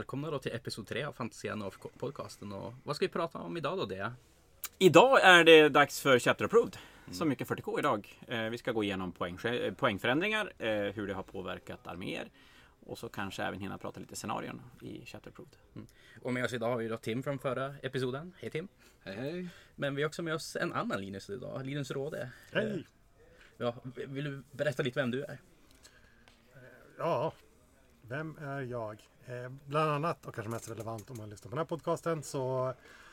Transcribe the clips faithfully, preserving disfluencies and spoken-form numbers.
välkomna då till episod tre av Fantasia North-podcasten. Och vad ska vi prata om idag då, det? Idag är det dags för Chapter Approved. Mm. Så mycket fyrtio K idag. Eh, vi ska gå igenom poäng, poängförändringar, eh, hur det har påverkat arméer. Och så kanske även hinna prata lite scenarion i Chapter Approved. Mm. Och med oss idag har vi då Tim från förra episoden. Hej Tim. Hej hej. Men vi har också med oss en annan Linus idag. Linus Råde. Hej. Ja, vill du berätta lite vem du är? Ja, vem är jag? Eh, bland annat, och kanske mest relevant om man lyssnar på den här podcasten, så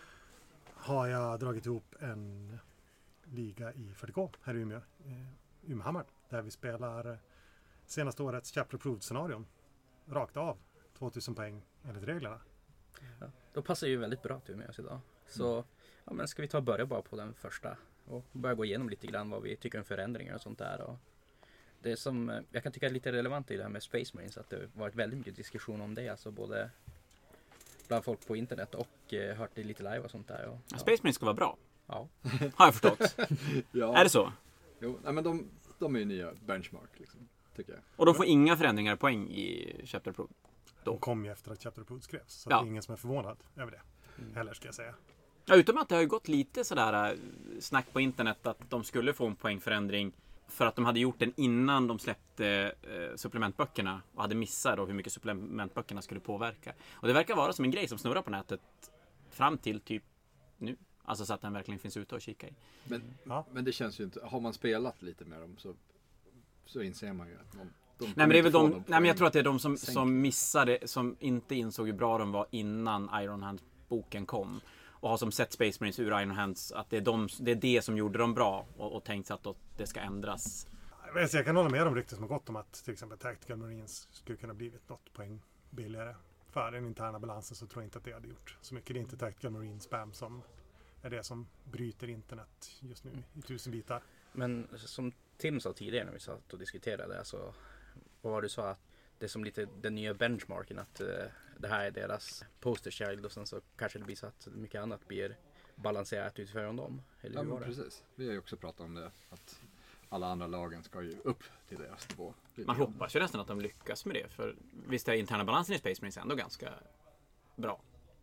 har jag dragit ihop en liga i fyrtio K här i Umeå, eh, Umehammar, där vi spelar senaste årets Chapter Approved-scenarion rakt av, tvåtusen poäng enligt reglerna. Ja, då passar ju väldigt bra att du är med oss idag. Så mm. ja, men ska vi ta och börja bara på den första och börja gå igenom lite grann vad vi tycker om förändringar och sånt där. Och det som jag kan tycka är lite relevant i det här med Space Marines, att det har varit väldigt mycket diskussion om det, alltså både bland folk på internet och eh, hört det lite live och sånt där. Och, ja. Space Marines ska vara bra. Ja. Har jag förstått. Ja. Är det så? Jo, nej, men de, de är ju nya benchmark liksom, tycker jag. Och de får inga förändringar i poäng i Chapter Approved? De kom ju efter att Chapter Approved skrevs, så ja. det är ingen som är förvånad över det. Mm. Heller ska jag säga. Ja, utom att det har ju gått lite sådär snack på internet att de skulle få en poängförändring för att de hade gjort den innan de släppte eh, supplementböckerna och hade missat då hur mycket supplementböckerna skulle påverka. Och det verkar vara som en grej som snurrar på nätet fram till typ nu. Alltså så att den verkligen finns ute och kika i. Men, ja. men det känns ju inte, har man spelat lite med dem så, så inser man ju att de, de nej, men det är väl de, nej men jag tror att det är de som, som missade, som inte insåg hur bra de var innan Iron Hand-boken kom. Och har som sett Space Marines ur Iron Hands, att det är, de, det är det som gjorde dem bra och, och tänkt sig att då, det ska ändras. Jag kan hålla med om rykten som har gått om att till exempel Tactical Marines skulle kunna blivit något poäng billigare. För den interna balansen så tror jag inte att det hade gjort så mycket. Det är inte Tactical Marine spam som är det som bryter internet just nu i tusen bitar. Men som Tim sa tidigare när vi satt och diskuterade, alltså, vad var det du sa, att det är som lite den nya benchmarken, att uh, det här är deras poster child och sen så kanske det blir så att mycket annat blir balanserat utifrån dem. Eller ja, hur men var det? Precis. Vi har ju också pratat om det, att alla andra lagen ska ju upp till deras nivå. Man hoppas ju nästan att de lyckas med det, för visst är interna balansen i Space Marines ändå ganska bra.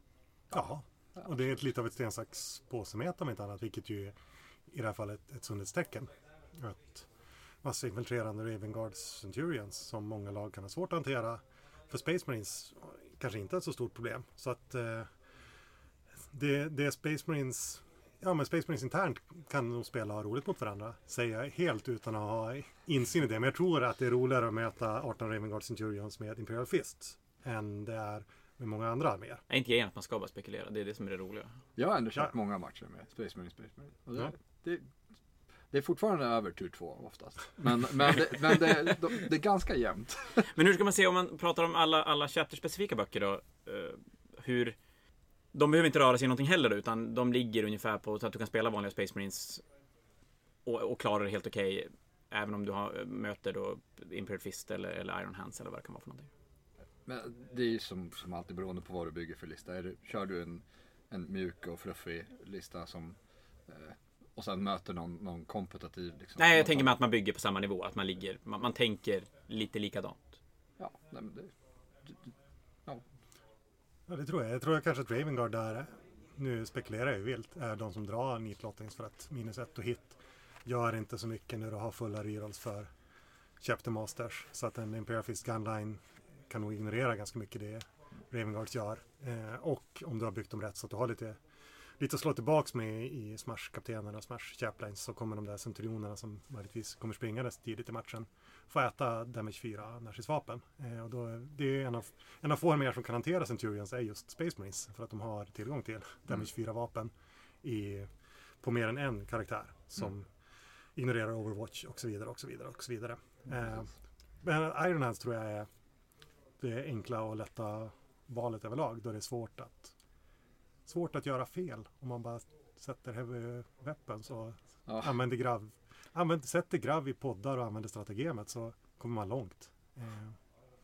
Ja, och det är lite av ett stensax påsemet om inte annat, vilket ju är i det här fallet ett sundhetstecken. Att massinfiltrerande Raven Guards Centurions som många lag kan ha svårt att hantera, för Space Marines kanske inte är ett så stort problem. Så att eh, det, det är Space Marines, ja men Space Marines internt kan nog spela och ha roligt mot varandra, säger jag helt utan att ha insyn i det. Men jag tror att det är roligare att möta arton Raven Guard Centurions med Imperial Fist än det är med många andra arméer. Jag är inte igen att man ska bara spekulera, det är det som är det roliga. Jag har ändå kört ja. många matcher med Space Marines, Space Marines. Och det, ja. det, det är fortfarande över tur två oftast. Men, men, det, men det, det, det är ganska jämnt. Men hur ska man se om man pratar om alla, alla chapter-specifika böcker då? Uh, hur... De behöver inte röra sig i någonting heller då, utan de ligger ungefär på så att du kan spela vanliga Space Marines och, och klara det helt okej. Okay, även om du har, möter då Imperial Fist eller, eller Iron Hands eller vad det kan vara för någonting. Men det är ju som, som alltid beroende på vad du bygger för lista. Är du, kör du en, en mjuk och fluffig lista som eh, och sen möter någon, någon kompetitiv liksom. Nej, jag tänker mig att man bygger på samma nivå, att man ligger, man, man tänker lite likadant. Ja, nej, men det, det, ja. Ja, det tror jag. Jag tror jag kanske att Raven Guard där, nu spekulerar jag ju vilt, är de som drar nitlottings för att minus ett och hit gör inte så mycket när du har fulla rerolls för Chapter Masters. Så att en Imperial Fist Gunline kan nog ignorera ganska mycket det Raven Guards gör. Eh, och om du har byggt dem rätt så att du har lite, lite att slå tillbaks med i Smash-kaptenerna och Smash-chaplines, så kommer de där centurionerna som möjligtvis kommer springandes tidigt i matchen få äta damage fyra närstridsvapen. Eh, och då, det är en av, en av få arméer som kan hantera Centurions är just Space Marines, för att de har tillgång till damage fyra vapen i, på mer än en karaktär som mm. ignorerar Overwatch och så vidare och så vidare och så vidare. Eh, men Iron Hands tror jag är det enkla och lätta valet överlag, då det är svårt att svårt att göra fel om man bara sätter heavy weapons och ja. använder grav använder, sätter grav i poddar och använder strategemet, så kommer man långt. Mm.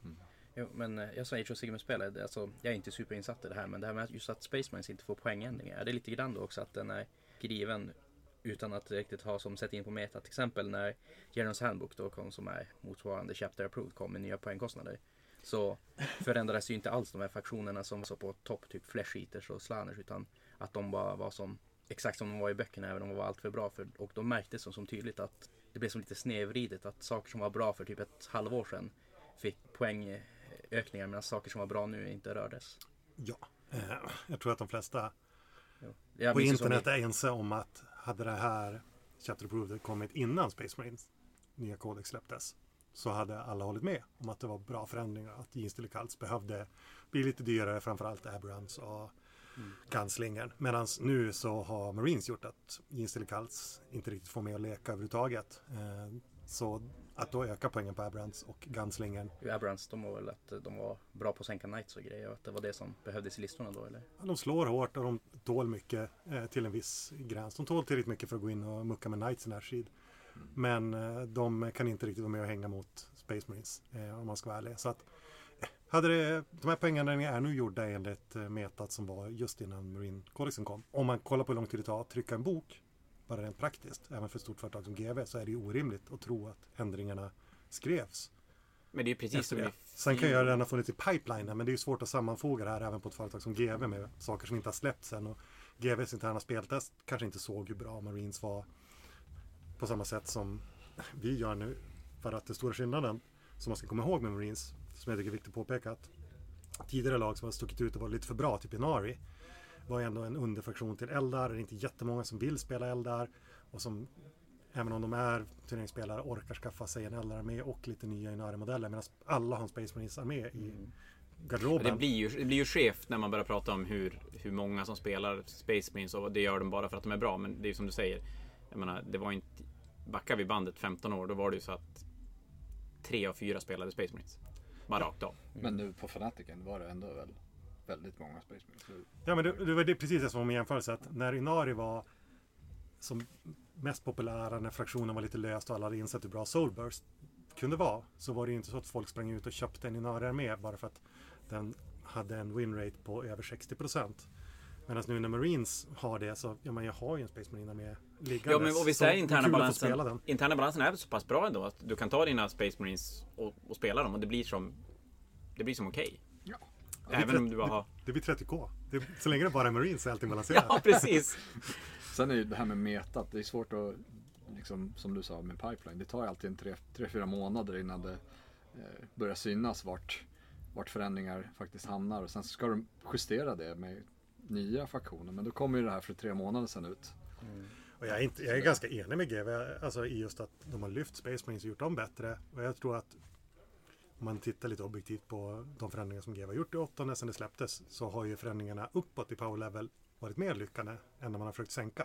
Jo, men jag sa Age of Sigmar-spelare, alltså, jag är inte superinsatt i det här, men det här med just att Space Marines inte får poängändringar, är det lite grann då också att den är skriven utan att riktigt ha som sett in på meta. Till exempel när Generals Handbook då kom, som är motsvarande Chapter Approved, kom med nya poängkostnader. så förändrades ju inte alls de här faktionerna som var så på topp, typ Flesh Eaters och Slanners, utan att de bara var som exakt som de var i böckerna, även om de var allt för bra för, och de märktes som, som tydligt att det blev som lite snedvridet, att saker som var bra för typ ett halvår sedan fick poängökningar, medan saker som var bra nu inte rördes. Ja, eh, jag tror att de flesta Jag på minns internet som- är ense om att hade det här Chapter Approved kommit innan Space Marines nya kodex släpptes, så hade alla hållit med om att det var bra förändringar, att Genestealer Cults behövde bli lite dyrare, framförallt Abrams och mm. Gunslingern. Medan nu så har Marines gjort att Genestealer Cults inte riktigt får med att leka överhuvudtaget. Eh, så att då öka poängen på Abrams och Gunslingern. Abrams, de var väl att de var bra på att sänka Knights och grejer, och att det var det som behövdes i listorna då, eller? De slår hårt och de tål mycket eh, till en viss gräns. De tål tillräckligt mycket för att gå in och mucka med Knights i den här sid. Mm. Men eh, de kan inte riktigt vara med och hänga mot Space Marines, eh, om man ska vara ärlig. Så att, eh, hade det, de här poängarna är nu gjorda enligt eh, metat som var just innan Marine-kodexen kom. Om man kollar på hur lång tid det tar att trycka en bok, bara rent praktiskt, även för ett stort företag som G V, så är det ju orimligt att tro att ändringarna skrevs. Men det är ju precis som det. Sen kan jag redan ha funnits i pipelinen, men det är ju svårt att sammanfoga det här även på ett företag som G V med saker som inte har släppts än. Och G Vs interna speltest kanske inte såg hur bra Marines var på samma sätt som vi gör nu. För att den stora skillnaden som man ska komma ihåg med Marines, som jag tycker är viktigt att påpeka, att tidigare lag som har stuckit ut och var lite för bra, typ Inari, var ändå en underfraktion till Eldar. Det är inte jättemånga som vill spela Eldar och som, även om de är turneringsspelare, orkar skaffa sig en Eldar-armé och lite nya Inari-modeller, medan alla har en Space Marines-armé i garderoben. Det blir ju, det blir ju skevt när man börjar prata om hur, hur många som spelar Space Marines, och det gör de bara för att de är bra. Men det är ju som du säger, jag menar, det var inte, backar vi bandet femton år, då var det ju så att tre av fyra spelade Space Marines. Bara rakt av. Men nu på Fanaticen var det ändå väl väldigt många Space Marines. Ja, men det, det var det precis det som var min jämförelse, att när Inari var som mest populära, när fraktionen var lite löst och alla hade insett hur bra Soulburst kunde vara, så var det ju inte så att folk sprang ut och köpte en Inari-armé bara för att den hade en winrate på över sextio procent. Medan nu när Marines har det, så ja, men jag har ju en Space Marine-armé liggandes. Ja, men och visst är interna balansen, balansen, interna balansen är så pass bra ändå att du kan ta dina Space Marines och, och spela dem, och det blir som det blir som okej. Ja. Även om du bara har... Det, det blir trettio K. Det, så länge det bara är Marines är allting balanserat. Ja, precis. Sen är ju det här med metat, det är svårt att, liksom, som du sa med pipeline, det tar ju alltid en tre, tre fyra månader innan det eh, börjar synas vart, vart förändringar faktiskt hamnar, och sen ska de justera det med nya faktioner, men då kommer ju det här för tre månader sedan ut. Mm. Och jag är, inte, jag är ganska enig med G V, alltså i just att de har lyft Space Marines och gjort dem bättre, och jag tror att om man tittar lite objektivt på de förändringar som G V har gjort i åttonde sedan det släpptes, så har ju förändringarna uppåt i power level varit mer lyckade än när man har försökt sänka.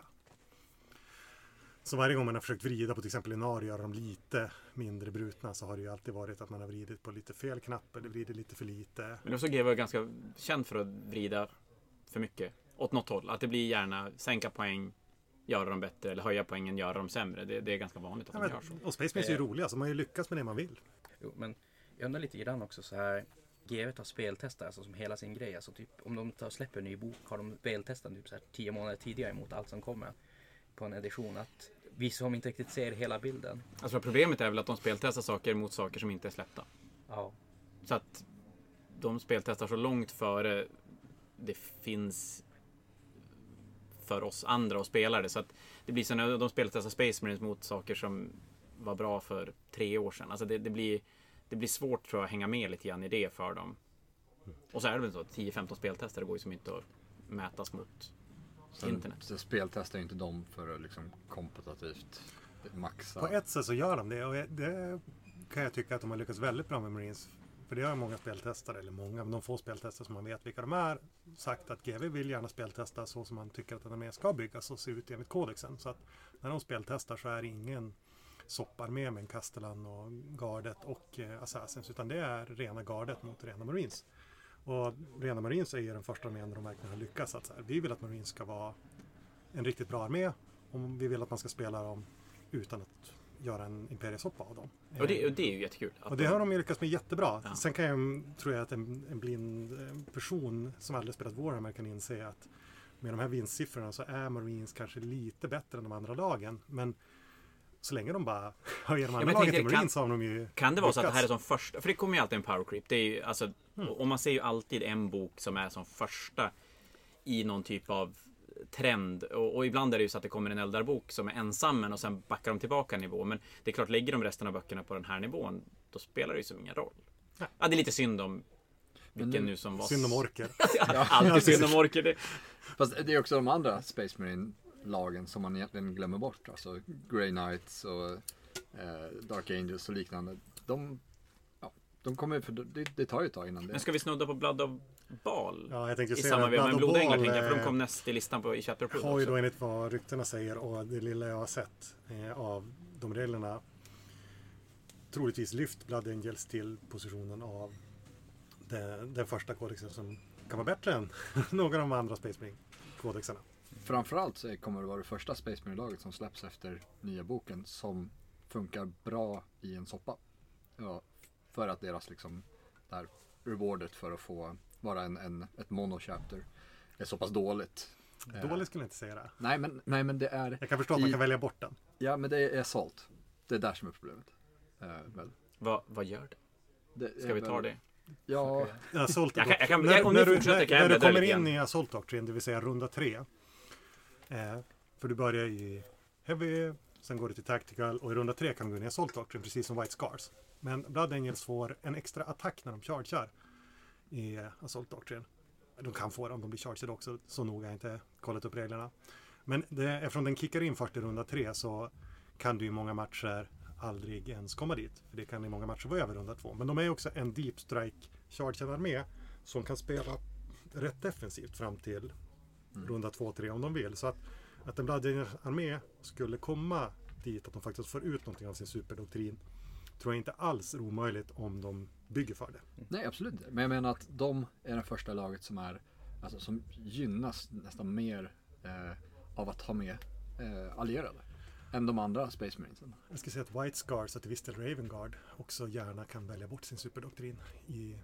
Så varje gång man har försökt vrida på till exempel Inari och göra dem lite mindre brutna, så har det ju alltid varit att man har vridit på lite fel knapp eller vridit lite för lite. Men också G V är ganska känd för att vrida för mycket åt något håll. Att det blir gärna sänka poäng, göra dem bättre, eller höja poängen, göra dem sämre. Det, det är ganska vanligt att ja, de men, gör så. Och Space Marines är ju roliga, så man har ju lyckats med det man vill. Jo, men jag undrar lite grann också så här. G V tar speltestar alltså som hela sin grej. Alltså typ, om de tar, släpper en ny bok har de speltestat typ så här tio månader tidigare mot allt som kommer på en edition. Att vi som inte riktigt ser hela bilden. Alltså problemet är väl att de speltestar saker mot saker som inte är släppta. Ja. Så att de speltestar så långt före det finns för oss andra och spelare. Så att det blir så när de speltestar Space Marines mot saker som var bra för tre år sedan. Alltså det, det blir det blir svårt, tror jag, att hänga med lite grann i det för dem. Och så är det väl så, tio femton speltester, det går ju som inte att mätas mot Sen, internet. Så speltestar ju inte de för att liksom kompetitivt maxa. På ett sätt så gör de det, och det kan jag tycka att de har lyckats väldigt bra med Marines. För det har många speltestare, eller många, men de få speltestare som man vet vilka de är, sagt att G V vill gärna speltesta så som man tycker att en armé ska byggas och se ut enligt kodexen. Så att när de speltestar så är det ingen sopparmé med en Castellan och gardet och eh, Assassins, utan det är rena gardet mot rena Marines. Och rena Marines är ju den första armén där de verkligen har lyckats. Att så här, vi vill att Marines ska vara en riktigt bra armé, och vi vill att man ska spela dem utan att göra en imperiesoppa av dem. Och det, och det är ju jättekul. Och det har de ju lyckats med jättebra. Ja. Sen kan jag, tror jag att en, en blind person som aldrig spelat Warhammer kan inse att med de här vinstsiffrorna så är Marines kanske lite bättre än de andra lagen. Men så länge de bara höjer de Ja, andra men lagen tänkte, till kan- Marines så har de ju Kan det vara så att det lyckats. här är som första, för det kommer ju alltid en power creep. Det är ju, alltså, och man ser ju alltid en bok som är som första i någon typ av trend. Och, och ibland är det ju så att det kommer en eldarbok som är ensam och sen backar de tillbaka en nivå. Men det är klart, lägger de resten av böckerna på den här nivån, då spelar det ju som ingen roll. Nej. Ja, det är lite synd om vilken nu- nu som var... Synd om orker. Alltid synd om orker. Det. Fast det är också de andra Space Marine-lagen som man egentligen glömmer bort. Alltså Grey Knights och eh, Dark Angels och liknande. De, ja, de kommer, för det, det tar ju ett tag innan det. Men ska vi snudda på Blood of Ball? Ja, jag tänkte I säga samma det. veva. Men Blood of Blodänglar Ball, tänkte jag, för de eh, kom näst i listan på, i Chapter Proof har ju också. då enligt vad ryktena säger och det lilla jag har sett eh, av de reglerna troligtvis lyft Blood Angels till positionen av den, den första kodexen som kan vara bättre än några av de andra Space Marine-kodexerna. Framförallt så kommer det vara det första Space Marine-laget som släpps efter nya boken som funkar bra i en soppa. Ja, för att deras liksom där rewardet för att få vara en, en, ett mono-chapter är så pass dåligt. Dåligt skulle jag inte säga det. Nej men, nej men det är... Jag kan förstå att man i- kan välja bort den. Ja men det är salt. Det är där som är problemet. Eh, väl. Vad, vad gör det? Det Ska är vi ta väl- det? Ja, Assault Jag kan- jag kan- när, jag- om ni när, du, fortsätter när, kan jag när du bläddra kommer lite in grann. i Assault Doctrine, det vill säga runda tre. Eh, för du börjar i Heavy, sen går du till Tactical och i runda tre kan du gå in i Assault Doctrine, precis som White Scars. Men Blood Angels får en extra attack när de chargear i eh, Assault Doctrine. De kan få det om de blir charged också, så noga har jag inte kollat upp reglerna. Men det, eftersom den kickar in först i runda tre så kan du i många matcher aldrig ens komma dit. För det kan i många matcher vara över runda två. Men de är ju också en deep strike chargead armé som kan spela rätt defensivt fram till Mm. runda två tre om de vill. Så att, att en Blood Angels armé skulle komma dit att de faktiskt får ut någonting av sin superdoktrin tror jag inte alls är omöjligt om de bygger för det. nej absolut inte. Men jag menar att de är det första laget som är alltså, som gynnas nästan mer eh, av att ha med eh, allierade än de andra Space Marinesen. Jag ska säga att White Scars, att till viss del Raven Guard också gärna kan välja bort sin superdoktrin i,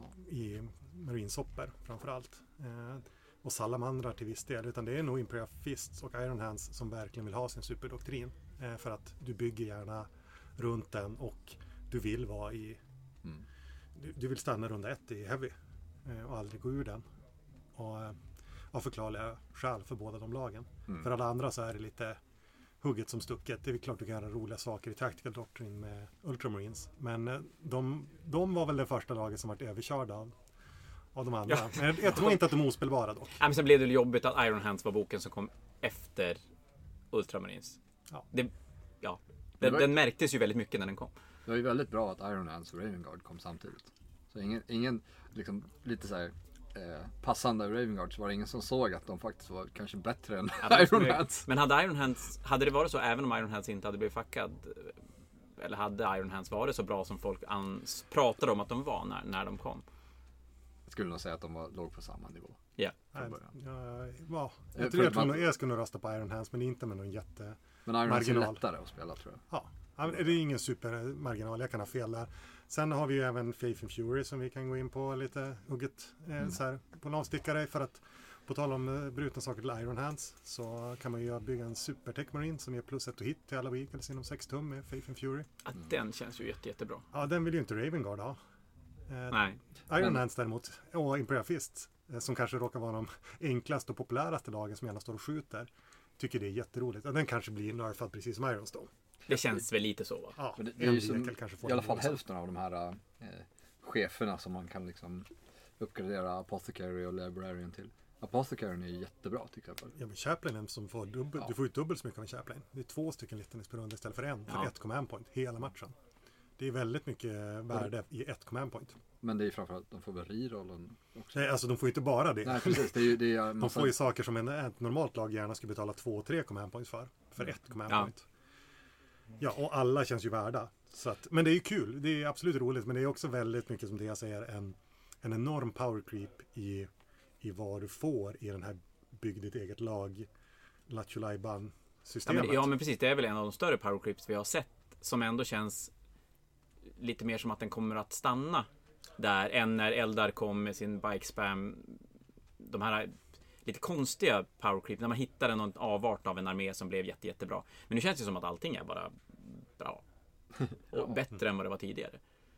i Marinesopper framförallt. Eh, och Salamandrar till viss del, utan det är nog Imperial Fists och Iron Hands som verkligen vill ha sin superdoktrin. Eh, för att du bygger gärna runt den och du vill vara i Mm. du, du vill stanna runda ett i Heavy eh, och aldrig gå ur den. Och eh, av förklarliga skäl för båda de lagen. Mm. För alla andra så är det lite hugget som stucket. Det är klart du kan göra roliga saker i Tactical Doctrine med Ultramarines. Men eh, de, de var väl det första laget som varit överkörda av, av de andra. Ja. Men jag, jag tror inte att de är ospelbara dock. Ja, men sen blev det jobbigt att Iron Hands var boken som kom efter Ultramarines. Ja. Det, ja. Det Den, var- den märktes ju väldigt mycket när den kom. Det var ju väldigt bra att Iron Hands och Raven Guard kom samtidigt. Så ingen, ingen liksom lite så här eh, passande Raven Guard så var det ingen som såg att de faktiskt var kanske bättre än Ja, men- Iron Hands. Men hade Iron Hands, hade det varit så även om Iron Hands inte hade blivit fuckad, eller hade Iron Hands varit så bra som folk ans, pratade om att de var när, när de kom? Jag skulle nog säga att de var, låg på samma nivå. Ja. från Nej, början. ja, ja, Eh, jag, tror, för jag, tror man- nog, jag skulle nog rösta på Iron Hands, men inte med någon jätte... Men Iron Hands är Marginal. lättare att spela tror jag. Ja, ja, men det är ingen supermarginal, jag kan ha fel där. Sen har vi ju även Faith and Fury som vi kan gå in på lite hugget eh, Mm. så här, på en avstickare för att på tal om eh, brutna saker till Iron Hands så kan man ju bygga en Super-Tech Marine som ger plus ett och hit till alla vehicles inom sex tum med Faith and Fury. Att den känns ju jätte, jättebra. Ja, den vill ju inte Raven Guard ha. Eh, Nej. Iron Men- Hands däremot, och Imperial Fists, eh, som kanske råkar vara de enklaste och populäraste lagen som gärna står och skjuter, tycker det är jätteroligt. Ja, den kanske blir nerfad precis som Ironstone. Det känns väl lite så, va? Ja, Men det, det är en ju som, vehicle kanske får i alla en fall bonus. hälften av de här eh, cheferna som man kan liksom uppgradera Apothecary och Librarian till. Apothecaryn är ju jättebra till exempel. Ja, men Chaplainen som får dubbel, Ja. du får ju dubbelt så mycket av en Chaplain. Det är två stycken Lieutenants per runda istället för en, för Ja. ett command point hela matchen. Det är väldigt mycket värde i ett command point. Men det är ju framförallt, de får väl rerollen också. Nej, alltså de får ju inte bara det. Nej precis, det är ju det är De massa, får ju saker som en, ett normalt lag gärna skulle betala två och tre command points för. För ett command Ja. point. Ja, och alla känns ju värda. Så att, men det är ju kul, det är absolut roligt, men det är också väldigt mycket som det jag säger, en, en enorm power creep i, i vad du får i den här bygg ditt eget lag Lattjo Ja systemet. men, ja men precis, det är väl en av de större power creeps vi har sett som ändå känns lite mer som att den kommer att stanna där än när Eldar kom med sin bike spam. De här lite konstiga power creep när man hittade någon avart av en armé som blev jätte, jättebra. Men nu känns det som att allting är bara bra. Och bättre än vad det var tidigare.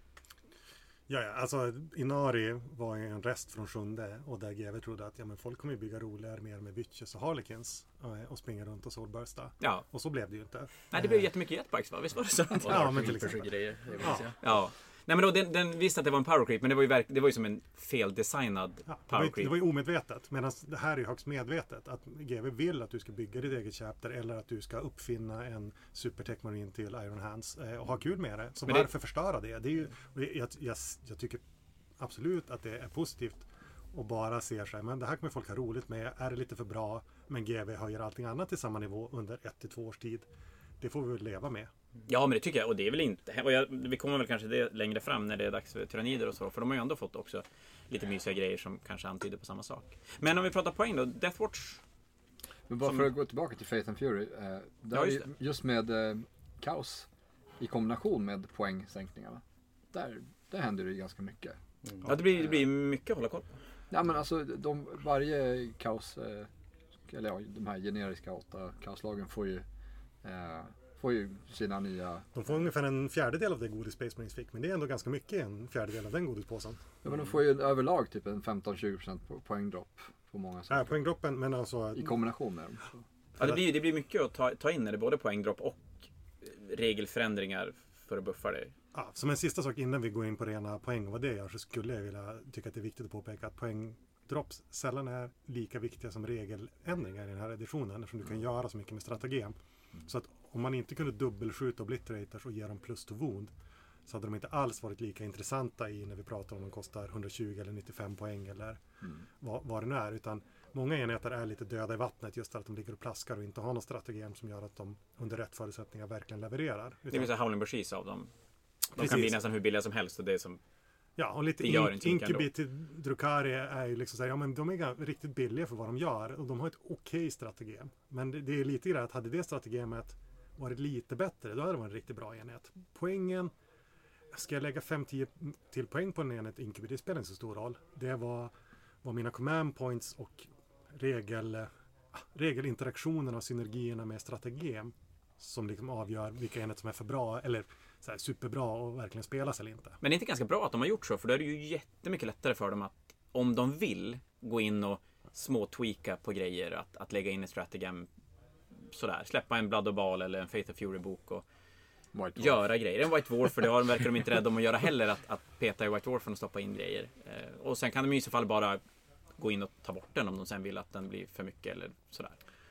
Ja, ja, alltså Inari var ju en rest från sjunde och där G W trodde att ja, men folk kommer ju bygga roligare mer med Witches och Harlequins och, och springa runt och soulbursta. Ja. Och så blev det ju inte. Nej, det blev jättemycket jetbikes, va? Visst var det så? Ja, men till exempel. Grejer, det vill Ja. säga. Ja. Nej, men då, den, den visste att det var en power creep, men det var ju, verk, det var ju som en feldesignad Ja, det, var power ju, det creep. var ju omedvetet, medan det här är ju högst medvetet. Att G W vill att du ska bygga ditt eget chapter eller att du ska uppfinna en Supertech Marine till Iron Hands eh, och ha kul med det. Så Men det- varför förstöra det? Det är ju, och jag, jag, jag tycker absolut att det är positivt och bara ser sig, men det här kommer folk ha roligt med. Är det lite för bra, men G W höjer allting annat till samma nivå under ett till två års tid. Det får vi väl leva med. Ja, men det tycker jag. Och det är väl inte... Och jag, vi kommer väl kanske det längre fram när det är dags för tyrannider och så. För de har ju ändå fått också lite mysiga grejer som kanske antyder på samma sak. Men om vi pratar poäng då. Deathwatch. Men bara Som- för att gå tillbaka till Faith and Fury. Eh, där Ja, just just, just med eh, kaos i kombination med poängsänkningarna. Där, där händer det ju ganska mycket. Ja, det blir, det blir mycket att hålla koll på. Ja, men alltså de, varje kaos, eh, eller ja, de här generiska åtta kaoslagen får ju, eh, får ju sina nya... De får ungefär en fjärdedel av det godis Space Marines fick, men det är ändå ganska mycket en fjärdedel av den godispåsen. Ja, men de får ju överlag typ en femton till tjugo procent po- poängdropp på många saker. Ja, poängdroppen, men alltså... I kombination med dem. Så. Ja, det, blir, det blir mycket att ta, ta in när det är både poängdropp och regelförändringar för att buffa det. Ja, som en sista sak innan vi går in på rena poäng och vad det gör, så skulle jag vilja tycka att det är viktigt att påpeka att poängdrops sällan är lika viktiga som regeländringar i den här editionen, eftersom du kan göra så mycket med stratagem. Så att om man inte kunde dubbelskjuta obliterators och ge dem plus to wound, så hade de inte alls varit lika intressanta i när vi pratar om de kostar hundratjugo eller nittiofem poäng eller vad, vad det nu är, utan många enheter är lite döda i vattnet just för att de ligger och plaskar och inte har någon stratagem som gör att de under rätt förutsättningar verkligen levererar. Det vill säga Howling Burgess av dem. De Precis. kan bli nästan hur billiga som helst och det är som... Ja, och lite Det gör in, inte så mycket Incubi till Drukari är ju liksom så här, ja men de är gan- riktigt billiga för vad de gör och de har ett okej stratagem. Men det, det är lite grann att hade det strategemet varit lite bättre, då hade det varit en riktigt bra enhet. Poängen, ska jag lägga fem till tio till poäng på en enhet Incubi, det spelar inte så stor roll. Det var, var mina command points och regel, ah, regelinteraktionerna och synergierna med stratagem som liksom avgör vilka enheter som är för bra eller så här, superbra och verkligen spelas eller inte. Men det är inte ganska bra att de har gjort så, för då är det ju jättemycket lättare för dem att, om de vill, gå in och små tweaka på grejer, att, att lägga in ett stratagem sådär, släppa en Blood och Ball eller en Faith of Fury-bok och White Dwarf. göra grejer. En White Dwarf, för det har, verkar de inte rädda om att göra heller, att, att peta i White Dwarfen och stoppa in grejer. Eh, och sen kan de i så fall bara gå in och ta bort den om de sen vill att den blir för mycket eller sådär.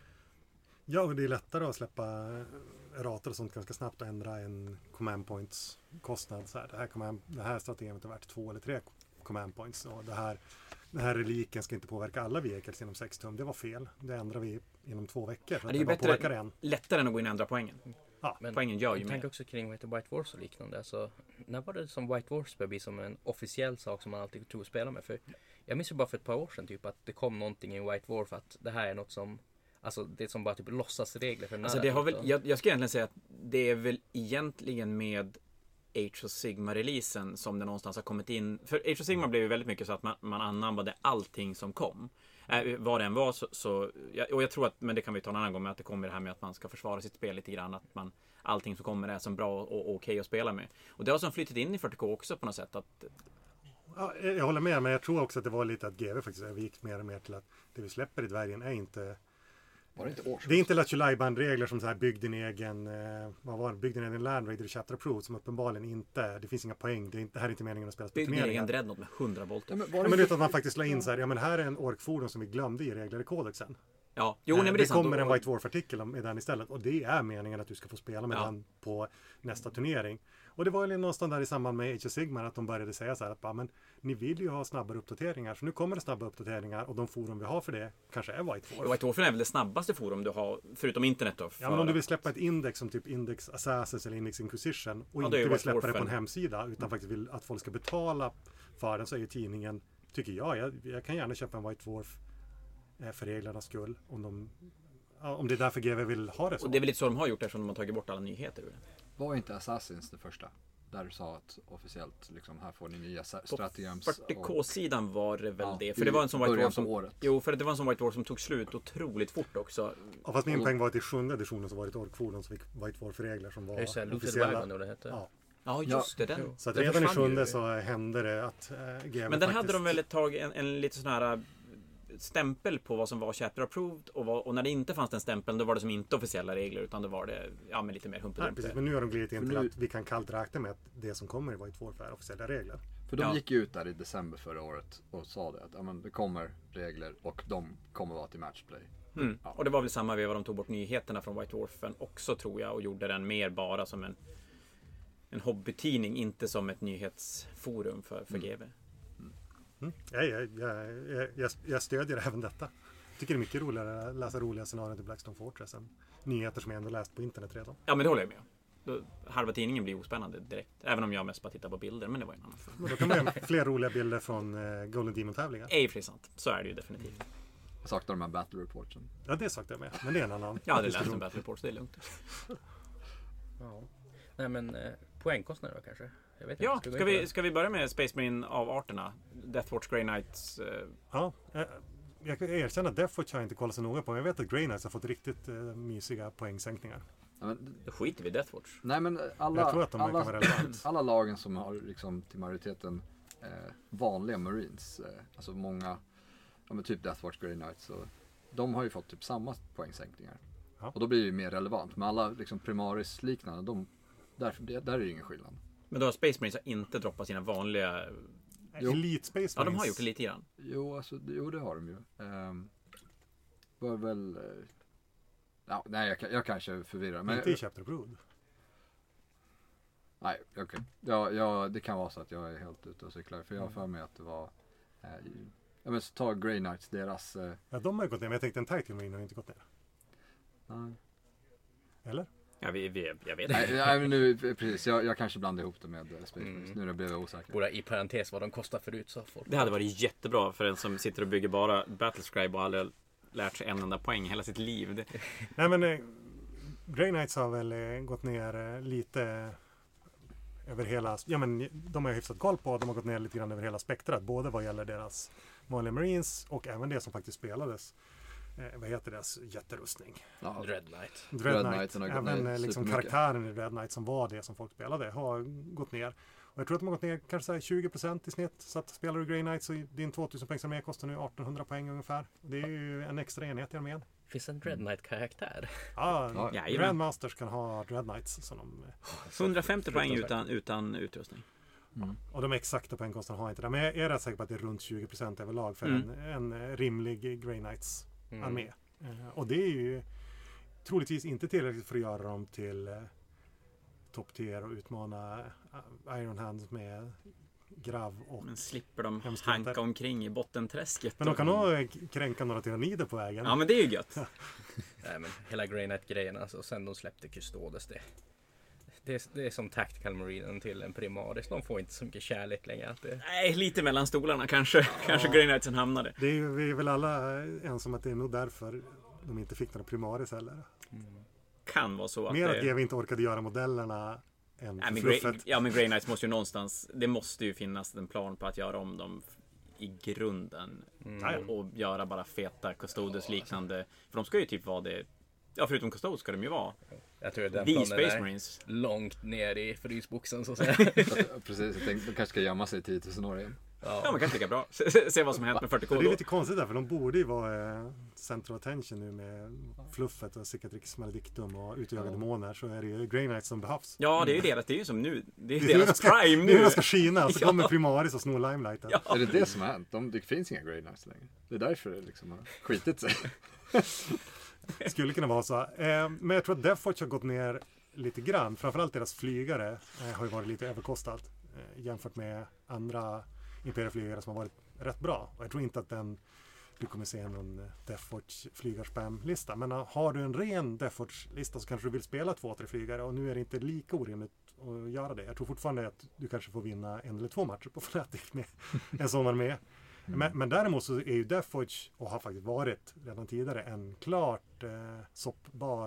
Ja, och det är lättare att släppa rater och sånt ganska snabbt och ändra en command points kostnad. Så här, det, här command, det här strategemet är värt två eller tre command points och det här, den här reliken ska inte påverka alla vehicles inom sex tum. Det var fel. Det ändrar vi inom två veckor. För Ja, det är ju bara bättre- påverkar en. Lättare än att gå in och ändra poängen. Ja, Men Poängen gör ju jag tänker mer. också kring vad heter White Wars och liknande. Så när var det som White Wars började bli som en officiell sak som man alltid tog och spela med? För jag minns ju bara för ett par år sedan typ att det kom någonting i White War för att det här är något som, alltså det är som bara typ låtsasregler för den Alltså här det har typen. väl, jag, jag skulle egentligen säga att det är väl egentligen med Age of Sigmar-releasen som det någonstans har kommit in. För Age of Sigmar blev ju väldigt mycket så att man, man anammade allting som kom. Äh, vad det än var så, så ja, och jag tror att, men det kan vi ta en annan gång, med att det kommer det här med att man ska försvara sitt spel lite grann, att man, allting som kommer är som bra och, och okej att spela med. Och det har som flyttat in i fyrtio K också på något sätt, att ja, jag håller med, men jag tror också att det var lite att G W faktiskt övergick mer och mer till att det vi släpper i dvärgen är inte Var det inte års? det är inte Lattjo-Lajban-regler som så här bygg din egen eh, vad var det? Bygg din egen Land Raider i Chapter Approved som uppenbarligen inte, det finns inga poäng, det, är inte, det här är inte meningen att spela på bygg din egen turneringar. Dreadnought med hundra volt. Ja, men var Ja, det men inte... utan att man faktiskt la in så här, ja men här är en orkfordon som vi glömde i regler i kodexen. Ja, jo, Eh, nej, men det, det är sant. kommer en Och- White Dwarf-artikel med den istället och det är meningen att du ska få spela med Ja. den på nästa turnering. Och det var ju någonstans där i samband med Age of Sigmar att de började säga så här att bara, men ni vill ju ha snabbare uppdateringar så nu kommer det snabba uppdateringar och de forum vi har för det kanske är White Dwarf. White Dwarfen är väl det snabbaste forum du har, förutom internet då. Ja, men om du vill släppa ett index som typ Index Assassins eller Index Inquisition och Ja, det är inte ju vill White släppa det på en Dwarfen. hemsida utan faktiskt vill att folk ska betala för den så är ju tidningen, tycker jag, jag, jag kan gärna köpa en White Dwarf eh, för reglernas skull om, de, ja, om det är därför G W vill ha det så. Och det är väl lite så de har gjort eftersom de har tagit bort alla nyheter ur det. Var inte Assassins det första? där du sa att officiellt liksom, här får ni nya strategems. fyrtio K-sidan var det väl Ja, det. För det var en sån White början Dwarf som, på året. jo, för det var en sån White Dwarf som tog slut otroligt fort också. Ja, fast min poäng var att i sjunde editionen så var det ett orkfordon som fick White Dwarf-regler som var Det är så här Looted officiella. Wagon då det hette. Ja. Ja, just det. Den. Så att Det redan i försvann sjunde ju. så hände det att äh, G M Men den faktiskt... hade de väl ett tag en, en lite sån här stämpel på vad som var chapter approved och, vad, och när det inte fanns den stämpeln då var det som inte officiella regler utan då var det ja, men lite mer Nej, humpedumpe. precis, men nu har de glidit in För till nu- att vi kan kallt räkna med att det som kommer i White Dwarf är officiella regler. För de Ja. gick ju ut där i december förra året och sa det att ja, men det kommer regler och de kommer vara till matchplay. Mm. Ja. Och det var väl samma veva de tog bort nyheterna från White Dwarfen också tror jag och gjorde den mer bara som en en hobbytidning, inte som ett nyhetsforum för, för Mm. G V. Mm. Ja, jag, jag, jag, jag, jag stödjer även detta. Jag tycker det är mycket roligare att läsa roliga scenarier till Blackstone Fortress än nyheter som jag ändå läst på internet redan. Ja, men det håller jag med om. Då, halva tidningen blir ospännande direkt. Även om jag mest bara tittar på bilder, men det var en annan fråga. Och då kan man göra fler roliga bilder från eh, Golden Demon-tävlingar. Ej för sant. Så är det ju definitivt. Jag saknar de här battle reportsen. Ja, det sagt jag med. Men det är en annan Jag hade läst diskussion. en Battle Report, så det är lugnt. Ja. Nej men eh, poängkostnader då kanske? Jag vet Ja, inte. ska gå in på vi, det? ska vi börja med Space Marine av arterna? Deathwatch, Grey Knights. Eh, Ja, eh, jag kan erkänna att Deathwatch har jag inte kollat så noga på. Men jag vet att Grey Knights har fått riktigt eh, mysiga poängsänkningar. Ja, men, då skiter vi i Deathwatch. nej men alla, Jag tror att de kan alla, vara relevant. alla lagen som har liksom till majoriteten eh, vanliga Marines, eh, alltså många, ja men typ Deathwatch, Grey Knights, så de har ju fått typ samma poängsänkningar. Ja. Och då blir det ju mer relevant. Men alla liksom Primaris-liknande, de, där, där är det ju ingen skillnad. Men då har Space Marines inte droppat sina vanliga... Jo. Elite Space Ja, de har Marines. gjort det lite grann. Jo, alltså, det- jo det har de ju. Um, var väl... eh, ja, nej, jag, jag kanske förvirrar. Men, Inte i Chapter Brood. nej, okej. Okay. Ja, ja, det kan vara så att jag är helt ute och cyklar. För jag har för mig att det var... Eh, ja, men så ta Grey Knights, deras... Eh, Ja, de har ju gått ner. Men jag tänkte en Titan Marine har inte gått ner. nej, Eller? Ja, vi, vi, jag vet nej, inte. nej, men nu, precis. Jag, jag kanske blandar ihop det med eh, Space Mm. Marines. Nu när blev jag osäker. Borde i parentes vad de kostar förut så folk. Det hade varit jättebra för en som sitter och bygger bara Battlescribe och aldrig lärt sig en enda poäng hela sitt liv. Det, Nej, men eh, Grey Knights har väl eh, gått ner eh, lite över hela... Ja, men de har ju hyfsat koll på. De har gått ner lite grann över hela spektrat. Både vad gäller deras vanliga Marines och även det som faktiskt spelades. Eh, vad heter deras jätterustning? Ja, Dread Knight. Dread Red Knight. Knighten har gått Även ner eh, liksom supermycket. karaktären i Red Knight som var det som folk spelade har gått ner. Och jag tror att de har gått ner kanske så här tjugo procent i snitt. Så att spelar du Grey Knight så din tvåtusen poängs armé kostar nu artonhundra poäng ungefär. Det är ju en extra enhet i armén. Finns en Dread Knight-karaktär? Ja, Ja, jajamän. Grandmasters kan ha Dread Knights som de, hundrafemtio poäng utan, utan utrustning. Mm. och de exakta poängkostnaderna har inte det. Men jag är rätt säker på att det är runt tjugo procent överlag för Mm. en, en rimlig Grey Knights Mm. armé. Eh, och det är ju troligtvis inte tillräckligt för att göra dem till eh, top tier och utmana eh, Iron Hands med grav och... Men slipper de Hemskheter. hanka omkring i bottenträsket. Men de kan nog eh, kränka några tyrannider på vägen. Ja, men det är ju gött. Nej men hela Grey Knight-grejen alltså. Sen de släppte Custodes det. Det är, det är som Tactical Marinen till en Primaris. De får inte så mycket kärlek längre. Att det... Nej, lite mellan stolarna kanske. Kanske Grey Knightsen hamnade. Det är ju, vi är väl alla ens om att det är nog därför de inte fick några primaris heller. Kan vara så att Mer det... att G V inte orkade göra modellerna än Nej, men för Grey, fluffet. ja, men Grey Knights måste ju någonstans... Det måste ju finnas en plan på att göra om dem i grunden. Mm. Och, och göra bara feta Custodes liknande. För de ska ju typ vara det... Ja, förutom Custodes ska de ju vara Jag tror att den The planen Space är Marines. långt ner i frysboxen så att säga. Så att, precis, jag tänkte de kanske ska gömma sig i tio tusen år igen. Ja, Ja. man kan lika bra. Se, se, se vad som har hänt med fyrtio K Det är då. lite konstigt där för de borde ju vara eh, center of attention nu med fluffet och Cicatrix Maledictum och utjagade Ja. demoner så är det ju Grey Knights som behövs. Ja, det är ju deras. Det är ju som nu. Det är Det ju är hur deras de ska- prime Det är hur nu. de ska skina så Ja. kommer Primaris och snor Limelighten. Ja. Är det det som har hänt? De, det finns inga Grey Knights längre. Det är därför det liksom har skitit sig. Skulle kunna vara så. Eh, men jag tror att Deathwatch har gått ner lite grann. Framförallt deras flygare eh, har ju varit lite överkostat eh, jämfört med andra imperieflygare som har varit rätt bra. Och jag tror inte att den du kommer se någon Deathwatch flygarspam-lista. Men uh, har du en ren Deathwatch-lista så kanske du vill spela två, tre flygare och nu är det inte lika orimligt att göra det. Jag tror fortfarande att du kanske får vinna en eller två matcher på Fnatic med en sån armé. Mm. Men, men däremot så är ju Deathwatch och har faktiskt varit redan tidigare en klart eh, soppbar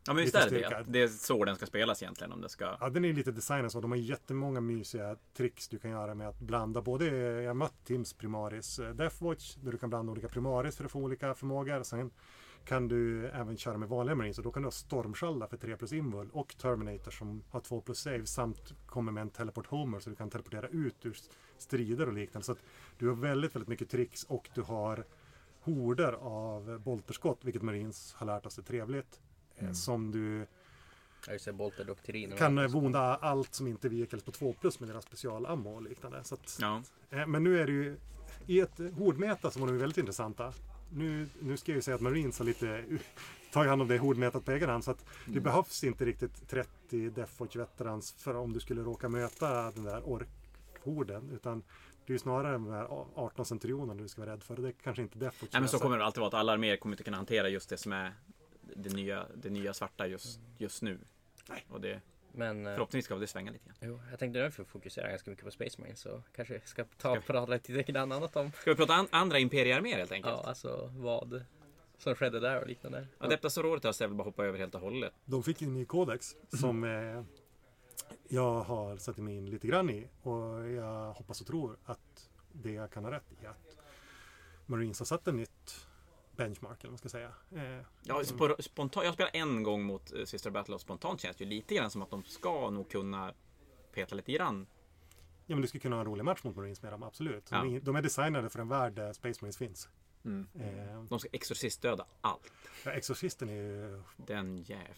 Ja, men visst lite är det styrka. det. Det är så den ska spelas egentligen. Om det ska... Ja, den är lite designad så. De har jättemånga mysiga tricks du kan göra med att blanda. Både, jag har mött Tims Primaris eh, Deathwatch, där du kan blanda olika Primaris för att få olika förmågor. Sen kan du även köra med vanliga Marines, och då kan du ha Stormskölda för tre plus invul och Terminator som har två plus save samt kommer med en teleport homer, så du kan teleportera ut ur strider och liknande. Så att du har väldigt, väldigt mycket tricks, och du har horder av bolterskott, vilket Marines har lärt oss är trevligt. Mm. Som du jag ser bolterdoktrinen kan vonda allt som inte vehicles på två plus med deras specialammo och liknande. Så att, ja. eh, men nu är det ju i ett hordmeta som var nu väldigt intressanta. Nu, nu ska jag ju säga att Marines har lite tagit hand om det hordmetat på egen hand, så att mm. det behövs inte riktigt trettio Deathwatch veterans för om du skulle råka möta den där orkhorden, utan det är ju snarare de här arton centurionerna du ska vara rädd för. Det är kanske inte Deathwatch. Nej, men så kommer det alltid vara, att alla arméer kommer inte kunna hantera just det som är det nya, det nya svarta just, just nu. Nej. Och det, men, förhoppningsvis ska det svänga lite grann. Jo, jag tänkte därför fokusera ganska mycket på Space Marines, så kanske ska ta och prata lite annat om. Ska vi prata an- andra imperiearméer helt enkelt? Ja, alltså vad som skedde där och liknande. Adeptas Sororitas har jag väl bara hoppa över helt och hållet. De fick ju en ny kodex som eh, jag har satt mig in lite grann i, och jag hoppas och tror att det jag kan ha rätt i, att Marines har satt en nytt benchmark, eller vad man ska säga. Eh, ja, som... spontant, jag spelar en gång mot uh, Sister Battle, och spontant känns det ju lite grann som att de ska nog kunna peta lite grann. Ja, men du ska kunna ha en rolig match mot Marines med dem, absolut. Ja. De, är, de är designade för en värld där Space Marines finns. Mm. Eh, de ska exorcist-döda allt. Ja, Exorcisten är ju... Den jäveln.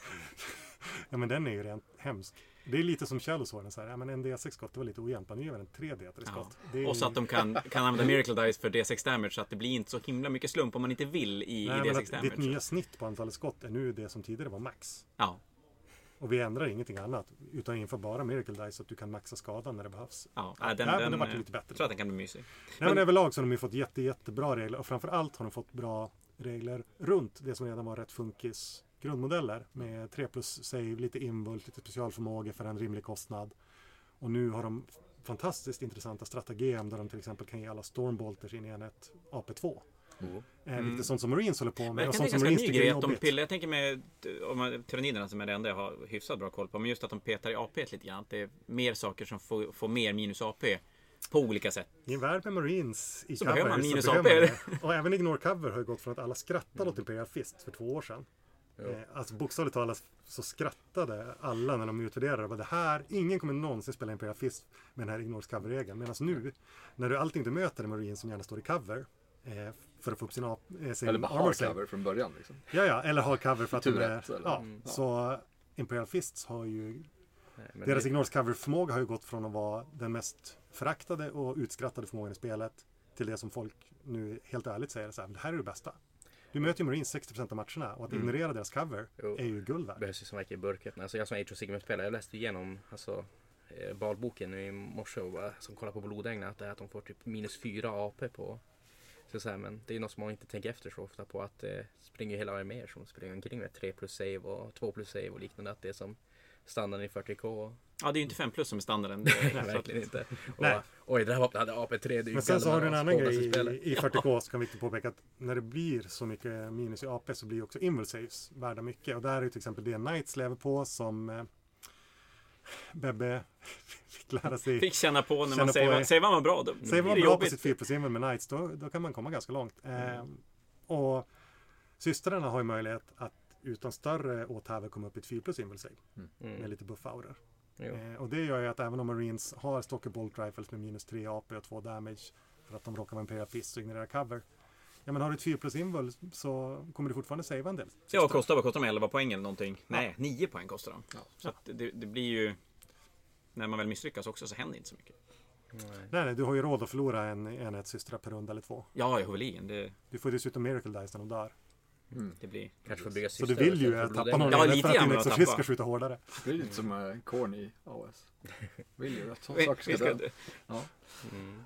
ja, men den är ju rent hemsk. Det är lite som Shadowsworden, så här. Ja, men en D sex-skott, det var lite ojämnt. Nu gör en tre D-skott. Ja. Är... Och så att de kan, kan använda Miracle Dice för D sex damage, så att det blir inte så himla mycket slump om man inte vill i, Nej, i D sex men damage. ditt nya snitt på antalet skott är nu det som tidigare var max. Ja. Och vi ändrar ingenting annat, utan inför bara Miracle Dice, så att du kan maxa skadan när det behövs. Ja, ja den, ja, den, men det var lite bättre. Jag tror att den kan bli mysig. Nej, men, men överlag så har de ju fått jätte, jättebra regler, och framförallt har de fått bra regler runt det som redan var rätt funkis grundmodeller med tre plus save, lite invult, lite specialförmågor för en rimlig kostnad. Och nu har de fantastiskt intressanta strategem där de till exempel kan ge alla Stormbolters in i enhet A P två. Mm. Eh, vilket är sånt som Marines håller på med. Men jag och kan sånt tänka som sig en Marines ny tycker är grej att de jobbigt. pillar. Jag tänker med om tyranniderna som är det enda jag har hyfsat bra koll på. Men just att de petar i A P lite grann. Att det är mer saker som får, får mer minus A P på olika sätt. I en värld med Marines i så cover behöver man minus så A P. behöver man det. Och även Ignore Cover har ju gått från att alla skrattade Mm. åt Imperial Fist för två år sedan. Eh, alltså bokstavligt talat så skrattade alla när de utvärderade. Det, det här, ingen kommer någonsin spela Imperial Fist med den här Ignore Cover-regeln. Medan nu, när du alltid inte möter en Marine som gärna står i cover eh, för att få upp sin, eh, sin eller bara armor har save. cover från början liksom. Ja, ja, eller har cover för att de Tur är... ett, eller? Ja, Mm. så Imperial Fists har ju... Nej, deras det... Ignore Cover-förmåga har ju gått från att vara den mest föraktade och utskrattade förmågan i spelet till det som folk nu helt ärligt säger så här, det här är det bästa. Du möter ju Marines sextio procent av matcherna, och att Mm. ignorera deras cover Jo. är ju guld värd. behövs ju som verkligen i burken. Alltså jag som Age of Sigmar-spelare, jag läste igenom alltså, eh, balboken i morse och bara, som kollar på blodänglarna, att det är att de får typ minus fyra A P på. Så så här, men det är något som man inte tänker efter så ofta på, att det eh, springer hela arméer som springer omkring med tre plus save och två plus save och liknande, att det är som standarden i fyrtio K. Ja, det är ju inte fem plus som är standarden. Det Nej, är, verkligen inte. Nej. Och, oj, det här vapnet hade A P tre. Det är ju Men sen så har du en galna annan spådaste grej spelet. i, i fyrtio K, så kan vi inte påpeka att när det blir så mycket minus i A P så blir också invul saves värda mycket. Och där är ju till exempel det Knights lever på som eh, Bebbe fick lära sig. Fick känna på när Känna man på säger, det. säger man var bra. Då Säger blir man det bra på jobbigt. sitt fyra plus invul med Knights, då, då kan man komma ganska långt. Eh, och systrarna har ju möjlighet att utan större åthävor komma upp i ett fyra plus invul save Mm. med lite buff-auror. Jo. Eh, och det gör ju att även om Marines har Stalker Bolt Rifles med minus tre A P och två damage för att de råkar vara Imperial Fist och ignorera cover. Ja, men har du ett fyra plus invul så kommer du fortfarande savea en del. Ja, kostar vad kostar de? elva poäng eller någonting? Nej, nio poäng kostar de. Ja. Så att det, det blir ju... När man väl misslyckas också så händer inte så mycket. Nej. Nej, nej, du har ju råd att förlora en enhetssystrar per runda eller två. Ja, hoveligen. Det, Du får dessutom Miracle Dice när de dör. Mm. det blir... Kanske får bygga Så systrar du vill ju istället för tappa någon blodänglar. Ja, enhet lite för att grann din att exorcist tappa. ska skjuta hårdare. Det är lite som uh, Korn i A S. Vill ju att Vi- saker ska vi ska dö. dö. Ja. Mm.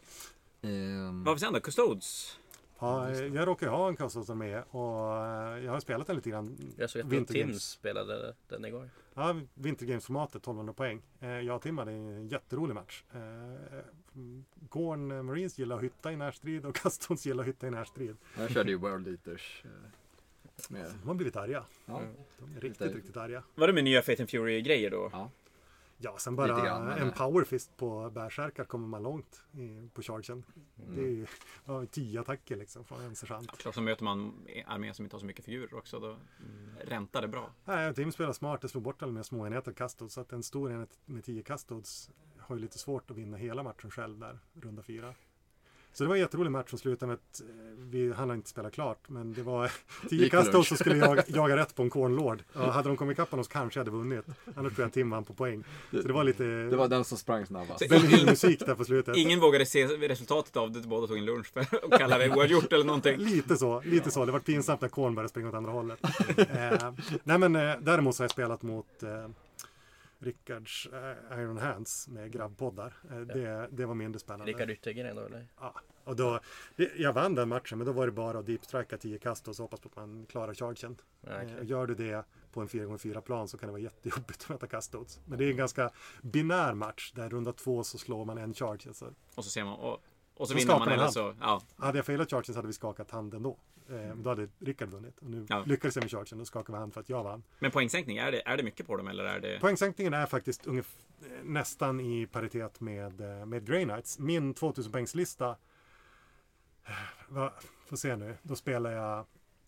Ehm, Vad har vi sen då? Custodes? Ja, jag råkar ju ha en Custodes med och eh, jag har spelat den lite grann. Jag såg att Winter Tim Games. spelade den igår. Ja, Winter Games-formatet, tolvhundra poäng. Eh, jag och Tim hade en jätterolig match. Eh, Gorn Marines gillar att hytta i närstrid och Custodes gillar att hytta i närstrid. Jag körde ju World Eaters. eh, Med, De har blivit arga. ja. De är riktigt, Lite- riktigt arga. Var det med nya Faith and Fury-grejer då? Ja. Ja, sen Lite bara grann, men en det- powerfist på bärsärkar kommer man långt i, på chargen. Det är ju ja, tio attacker liksom från en sergeant. Ja, klart så möter man armén som inte har så mycket figurer också. Då räntar det bra. Nej, Tim spelar smart, det slår bort alla med små enheter custodes. Så att en stor enhet med tio custodes har ju lite svårt att vinna hela matchen själv där, runda fyra. Så det var en jätterolig match som slutade med att eh, vi hann inte spela klart, men det var tio Gick på custodes lunch. som skulle jaga, jaga rätt på en cornlord. Ja, hade de kommit ikapp oss kanske hade vunnit. Annars tror jag Tim vann på poäng. Så det var lite Det var den som sprang snabbast. väldigt musik där på slutet. Ingen vågade se resultatet av det, båda tog en lunch för och kalla det oavgjort eller någonting. Lite så, lite så. Det var pinsamt när Korn började springa åt andra hållet. eh, nej men eh, däremot så har jag spelat mot eh, Rickards eh, Iron Hands med grabbpoddar. Eh, det, det var mindre spännande. Rickard Yttergren då eller? Ja, och då, det, jag vann den matchen, men då var det bara att deepstrika tio kast och så hoppas på att man klarar chargen. Ja, okej. Eh, gör du det på en fyra gånger fyra plan så kan det vara jättejobbigt att möta custodes. Men det är en ganska binär match där runda två så slår man en charge. Alltså, Och så ser man, och, och så, Så vinner skakar man man eller hand. så, ja. hade jag failat chargen så hade vi skakat hand ändå. Eh, då hade Rickard vunnit. Och nu Ja. lyckades jag med chargen, då skakade vi hand för att jag vann. Men poängsänkning, är det, är det mycket på dem eller är det... Poängsänkningen är faktiskt ungef- nästan i paritet med, eh, med Grey Knights. Min tvåtusen poängslista, eh, vad, får se nu, då spelar jag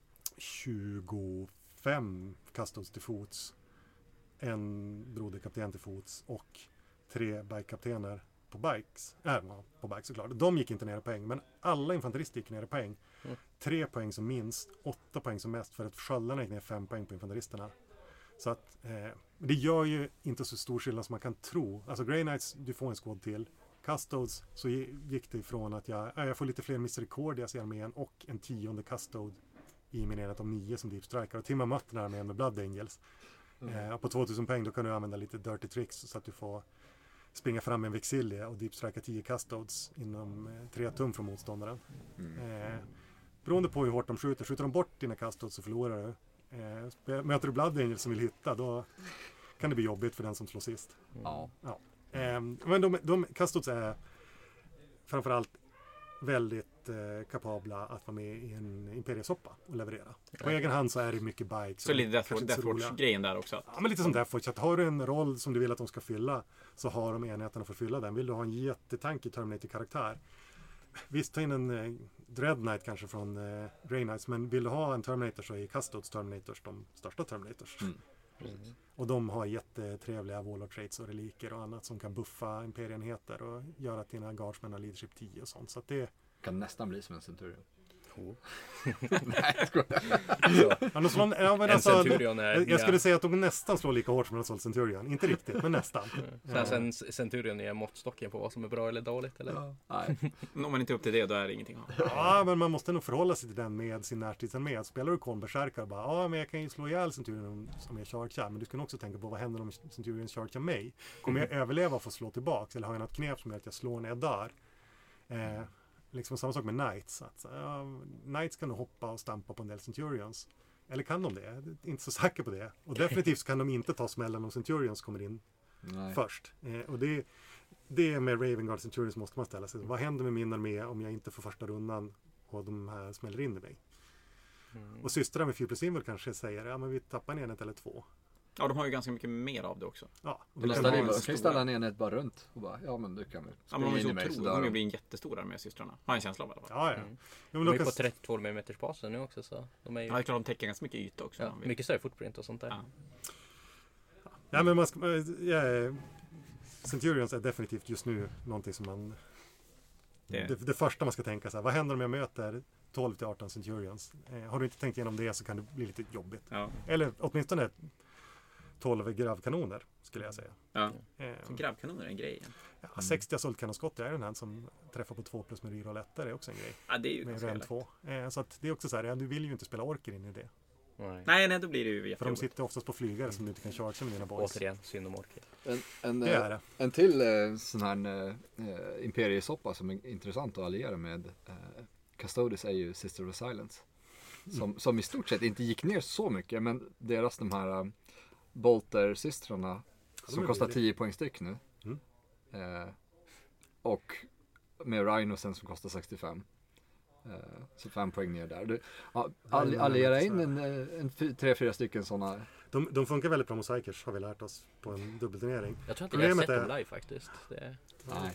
tjugofem custodes till fots, en broderkapten till fots och tre bikekaptener på bikes. Äh, ja, på bikes såklart. De gick inte ner i poäng, men alla infanterister gick ner i poäng. Mm. Tre poäng som minst, åtta poäng som mest, för att sköldarna gick ner fem poäng på infanteristerna. Så att eh, det gör ju inte så stor skillnad som man kan tro. Alltså Grey Knights, du får en squad till. Custodes så gick det ifrån att jag, äh, jag får lite fler Misericordias i armén och en tionde custode i min enhet om nio som deep striker. Och Tim har mött den här armén med Blood Angels. Mm. Eh, och på tvåtusen poäng då kan du använda lite dirty tricks så att du får springa fram med en Vexilje och deep strika tio custodes inom eh, tre tum från motståndaren. Mm. Eh, beroende på hur hårt de skjuter. Skjuter de bort dina custodes så förlorar du. Eh, spe- möter du Blood Angels som vill hitta, då kan det bli jobbigt för den som slår sist. Ja. Eh, men de, de custodes är framförallt väldigt eh, kapabla att vara med i en imperiesoppa och leverera. På egen hand så är det mycket bikes. Så lite Death, kanske inte Death så roliga. Watch-grejen där också. Ja, men lite som Death Watch. Att har du en roll som du vill att de ska fylla så har de enheterna för att fylla den. Vill du ha en jättetank i Terminator-karaktär? Visst, ta in en eh, Dread Knight kanske från eh, Grey Knights, men vill du ha en Terminator så är Custodes Terminators de största Terminators. Mm. Och de har jättetrevliga Warlord traits och reliker och annat som kan buffa imperienheter och göra att dina guardsmen har leadership tio och sånt. Så att det Kan nästan bli som en Centurion. Oh. Nej, jag skojar. ja, de slår, ja, men En alltså, Centurion är... jag, jag skulle säga att de nästan slår lika hårt som en såld Centurion. Inte riktigt, men nästan. Sen, sen Centurion är måttstocken på vad som är bra eller dåligt eller? Ja. Nej. Men om man inte är upp till det, då är det ingenting att ha. Ja, men man måste nog förhålla sig till den med sin närtidsarmé. Spelar du Kornberserkar bara, ja men jag kan ju slå ihjäl Centurion som jag chargear. Men du kan också tänka på vad händer om Centurion chargear mig? Kommer jag överleva och få slå tillbaks? Eller har jag något knep som gör att jag slår när jag dör? Eh, liksom samma sak med Knights. Att, ja, Knights kan nog hoppa och stampa på en del Centurions. Eller kan de det? Jag är inte så säker på det. Och definitivt så kan de inte ta smällen om Centurions kommer in Nej. först. Eh, och det, det med Raven Guard Centurions måste man ställa sig. Vad händer med min armé om jag inte får första rundan och de här smäller in i mig? Mm. Och systrarna med fyra plus Invul kanske säger ja men vi tappar en enhet eller två. Ja, de har ju ganska mycket mer av det också. Ja, och För vi nästa kan liv ha kan en ju stora- ställa en enhet bara runt och bara, ja men du kan väl Ja, men de springa är så in i mig så otroligt, de dör kommer ju de. bli en jättestor armé, systrarna. Har jag en känsla av i alla fall. Ja, ja. Mm. Jo, men De då är kan, på trettiotvå millimeter basen nu också så de är ju... Ja, det är klart de täcker ganska mycket yta också. Ja, om man vill. mycket större footprint och sånt där. Ja. ja, men man ska, ja, Centurions är definitivt just nu någonting som man Det- det, det första man ska tänka så här, vad händer om jag möter tolv till arton Centurions? Eh, har du inte tänkt igenom det så kan det bli lite jobbigt. Ja. Eller åtminstone tolv gravkanoner skulle jag säga. Ja. Eh, Så grabbkanoner är en grej. ja, sextio assaultkanonskott är den här som träffar på två plus med reroll lättare är också en grej. Ja, det är ju Med ganska ren elakt. två. Eh, så att det är också så här, ja, du vill ju inte spela orker in i det. Nej. Nej, nej, då blir det ju För de jättejobbigt. sitter oftast på flygare som du inte kan chargea med dina boys. Återigen, synd om orker. En, en, Det är eh, det. en till eh, sån här eh, imperiesoppa som är intressant att alliera med eh, Custodes är ju Sister of Silence. Som, som i stort sett inte gick ner så mycket, men deras de här uh, Bolter-systrarna som är kostar billigt. tio poäng styck nu. Mm. Eh, och med Rhinosen som kostar sextiofem. Så fem poäng ner där. Du, all, allera in en, en, en tre, fyra stycken sådana. De, de funkar väldigt bra mot Psykers, har vi lärt oss på en dubbelturnering. Jag tror inte jag har sett dem live faktiskt. Det... Nej.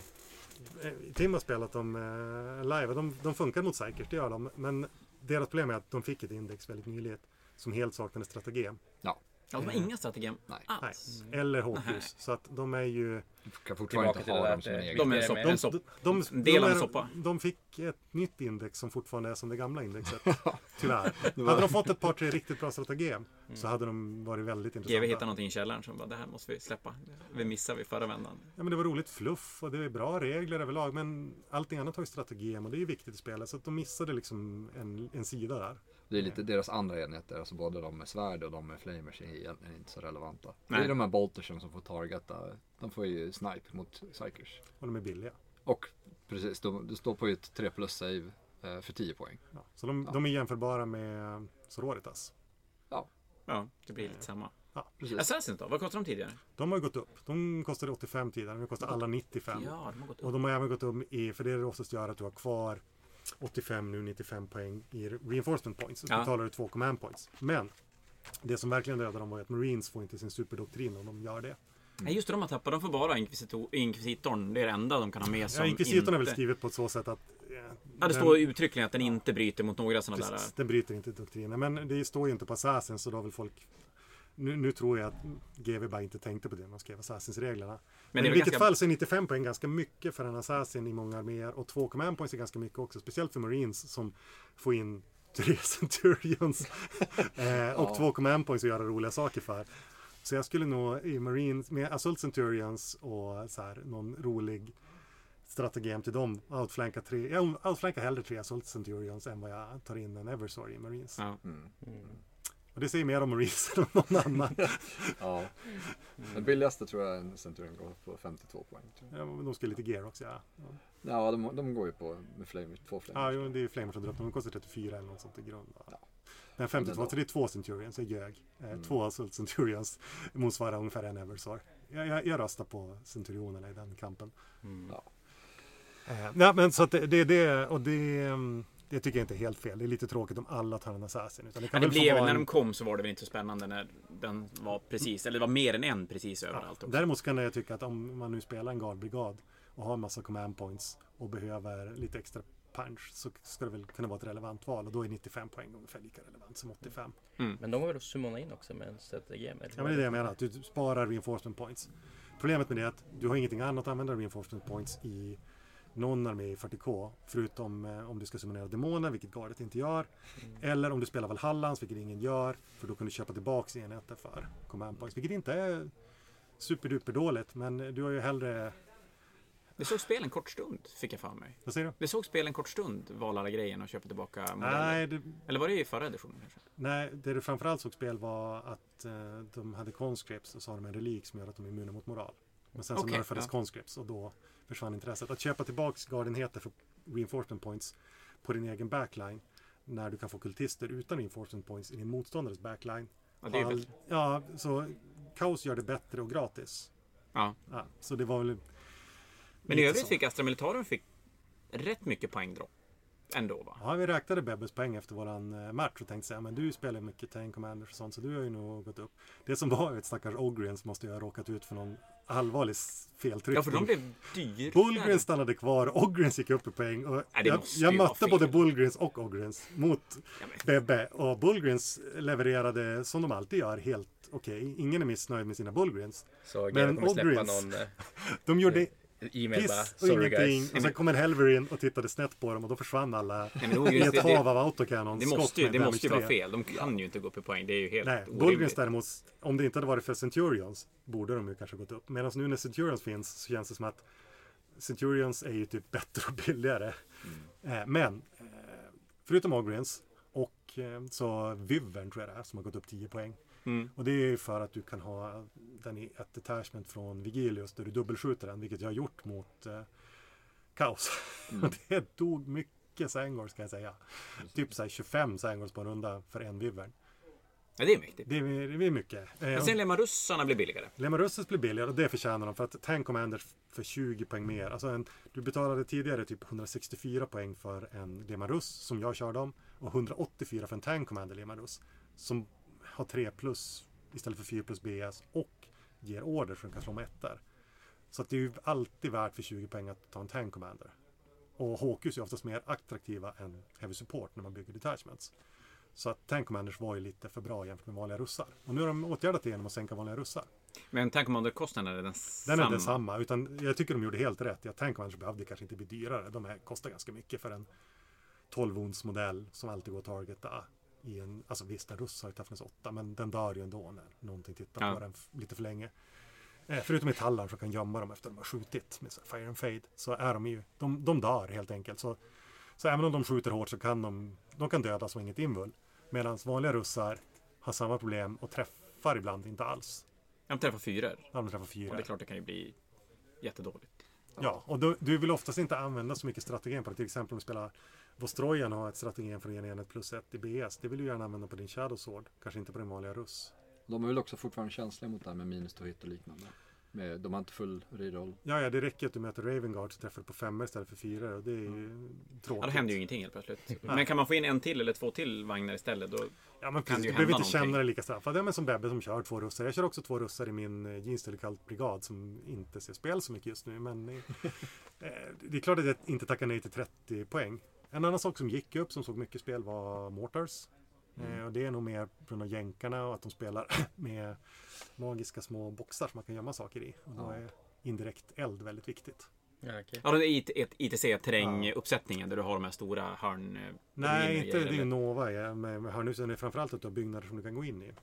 Tim har spelat dem eh, live. De, de funkar mot Psykers, det gör de. Men deras problem är att de fick ett index väldigt nyligt som helt saknade stratagem. Ja. Ja, de har inga strategem Nej. alls. Nej. Eller hårdljus. Så att de är ju... Du kan fortfarande inte ha dem som en egen. De är så, de, en sopp, de, en del de, av en är, soppa. de fick ett nytt index som fortfarande är som det gamla indexet. Tyvärr. Hade de fått ett par, tre riktigt bra strategem mm. så hade de varit väldigt intressanta. G V hittade någonting i källaren som bara, det här måste vi släppa. Vi missade vi förra vändan. Ja, men det var roligt fluff och det är bra regler överlag. Men allting annat har ju strategem och det är ju viktigt i spelet. Så att de missade liksom en, en sida där. Det är lite deras andra enheter, alltså både de med svärd och de med flamers är egentligen inte så relevanta. Nej. Det är de här boltersen som får targeta, de får ju snipe mot Psykers. Och de är billiga. Och precis, de, det står på ett tre plus save eh, för tio poäng. Ja, så de, ja. de är jämförbara med Sororitas. Ja. Ja, det blir lite samma. Ja, precis. Assassins då? Vad kostar de tidigare? De har ju gått upp. De kostade åttiofem tidigare, nu kostar alla nittiofem. Ja, de har gått upp. Och de har även gått upp i, för det är det oftast gör att du har kvar åttiofem nu, nittiofem poäng i reinforcement points. Så ja. betalar du två command points. Men det som verkligen dödade dem var att Marines får inte sin superdoktrin om de gör det. Nej, just det, de har tappat. De får bara Inquisitor, Inquisitorn. Det är det enda de kan ha med som ja, Inquisitorn inte... är väl skrivet på ett så sätt att... Ja, ja, det den, står uttryckligen att den inte bryter mot några sådana där... Precis, den bryter inte doktrinen. Men det står ju inte på Assassins, så då vill folk... Nu, nu tror jag att G V bara inte tänkte på det när de skrev Assassins-reglerna. Men, Men i vilket ganska... fall så är nittiofem poäng ganska mycket för en Assassin i många arméer. Och två command points är ganska mycket också. Speciellt för Marines som får in tre Centurions. eh, och ja. två command points att göra roliga saker för. Så jag skulle nog i Marines med Assault Centurions och så här, någon rolig stratagem till dem. Outflanka tre. Jag outflankar hellre tre Assault Centurions än vad jag tar in en Eversor i Marines. Ja. Mm. Mm. Och det säger mer om Marines än någon annan. Ja. Den billigaste tror jag en Centurion går på femtiotvå poäng. Ja, de ska lite gear också, ja. Ja, ja de, de går ju på med flame, två flamers. Ja, jo, det är flamers som drar upp. De kostar trettiofyra eller något sånt i grund. Ja. Men femtiotvå, så det är två Centurions, jag ljög. Eh, mm. Två Assault Centurions motsvarar ungefär en Eversor. Jag, jag, jag röstar på Centurionerna i den kampen. Mm. Ja. Eh, ja, men så att det är det, och det... Det tycker jag inte är helt fel. Det är lite tråkigt om alla tar en assassin. Utan det kan men det blev, när en... de kom så var det väl inte så spännande när den var precis, eller det var mer än en precis överallt ja, också. Däremot kan jag tycka att om man nu spelar en guardbrigad och har en massa command points och behöver lite extra punch, så ska det väl kunna vara ett relevant val. Och då är nittiofem poäng ungefär lika relevant som åttiofem. Mm. Men de har väl att summona in också med en strategi? Ja, men det är det jag menar. Att du sparar reinforcement points. Problemet med det är att du har ingenting annat att använda reinforcement points i någon armé i fyrtio K, förutom eh, om du ska summonera demoner, vilket gardet inte gör. Mm. Eller om du spelar Valhallans, vilket ingen gör, för då kan du köpa tillbaka enheter för command points, vilket inte är superduper dåligt, men du har ju hellre... Det såg spel en kort stund, fick jag för mig. Vad säger du? Det såg spel en kort stund, val alla grejerna och köpa tillbaka modeller. Nej, det... Eller var det i förra editionen kanske? Nej, det du framförallt såg spel var att eh, de hade conscripts och så har de en relik som gör att de är immuna mot moral. Men sen så okay, nerfades ja. conscripts och då försvann intresset. Att köpa tillbaka gardenheter för reinforcement points på din egen backline när du kan få kultister utan reinforcement points i din motståndares backline. Ja, det är All, ja, så kaos gör det bättre och gratis. Ja. Ja, så det var väl... Men i övrigt fick Astra Militarum fick rätt mycket poängdropp. Ändå va? Ja, vi räknade Bebbes poäng efter våran match och tänkte säga, men du spelar mycket Tank Commanders och sånt, så du har ju nog gått upp. Det som var ett stackars Ogrians måste ju ha råkat ut för någon allvarlig feltryckning. Ja, för de blev dyr. Bullgrins stannade kvar, Ogrians gick upp i poäng. Och Nej, jag jag mötte både Bullgrins och Ogrians mot ja, men... Bebbe. Och Bullgrins levererade som de alltid gör helt okej. Okay. Ingen är missnöjd med sina Bullgrins. Så men kommer släppa någon... de gjorde... E-mail bara, piss och ingenting. Och sen kom en Helverin och tittade snett på dem och då försvann alla i ett hav av autocannon. Det måste ju, det måste ju vara fel. De kan ju inte gå upp i poäng. Det är ju helt Nej, Bullgrins däremot, om det inte hade varit för Centurions borde de ju kanske gått upp. Medan nu när Centurions finns så känns det som att Centurions är ju typ bättre och billigare. Mm. Eh, men eh, förutom Ogrians och eh, så Vyvern tror jag det är som har gått upp tio poäng. Mm. Och det är för att du kan ha den i ett detachment från Vigilius där du dubbelskjuter den, vilket jag har gjort mot eh, Kaos. Mm. Det dog mycket Sangor ska jag säga. Typ så här tjugofem Sangors på en runda för en Wyvern. Ja, det är mäktigt. Det är, det är mycket. Men sen Lemarussarna blir billigare. Lemarusses blir billigare och det förtjänar de för att Tank Commanders för tjugo poäng mer. Alltså en, du betalade tidigare typ hundrasextiofyra poäng för en Lemarus som jag körde om och hundraåttiofyra för en Tank Commander Lemarus som har tre plus istället för fyra plus B S och ger order som kan slå med ettor. Så att det är ju alltid värt för tjugo poäng att ta en Tank Commander. Och H Qs är oftast mer attraktiva än Heavy Support när man bygger detachments. Så att Tank Commanders var ju lite för bra jämfört med vanliga russar. Och nu har de åtgärdat det genom att sänka vanliga russar. Men Tank Commander-kostnaden är den samma? Den är inte samma, utan jag tycker de gjorde helt rätt. Ja, Tank Commanders behövde kanske inte bli dyrare. De här kostar ganska mycket för en tolv-ons-modell som alltid går att targeta. I en, alltså visst, en russ har ju toughness åtta, men den dör ju ändå när någonting tittar ja. på den f- lite för länge. Eh, förutom metallaren som kan gömma dem efter att de har skjutit med så här Fire and Fade, så är de ju, de, de dör helt enkelt. Så, så även om de skjuter hårt så kan de, de kan dödas och inget invul. Medan vanliga russar har samma problem och träffar ibland inte alls. De träffar fyror. Ja, de träffar fyra. Och det är klart det kan ju bli jättedåligt. Ja, och du, du vill oftast inte använda så mycket strategen på det. Till exempel om du spelar Vostrojan och har ett strategen för en enhet plus ett i B S. Det vill du gärna använda på din Shadow Sword. Kanske inte på din vanliga russ. De är väl också fortfarande känsliga mot det här med minus to hit och liknande. Med, de har inte full reroll. Ja, ja, det räcker att du möter Raven Guard så träffar du på femmer istället för fyra. Och det är ju tråkigt. Ja, då händer ju ingenting helt plötsligt. Men kan man få in en till eller två till vagnar istället då Ja, men kan precis. det ju Du behöver hända inte känna någonting. dig lika straffad. Det är men som Bebbe som kör två russar. Jag kör också två russar i min eh, Jeans brigad som inte ser spel så mycket just nu. Men eh, det är klart att jag inte tackar nej till trettio poäng. En annan sak som gick upp som såg mycket spel var Mortars. Eh, och det är nog mer på grund av jänkarna och att de spelar med magiska små boxar som man kan gömma saker i. Och då Ja. är indirekt eld väldigt viktigt. Ja, okej. Ja, det är I T C-terränguppsättningen där du har de här stora hörn... Nej, ruiner inte i, det är eller? Nova ja, med, med hörnhusen. Det är framförallt att du har byggnader som du kan gå in i.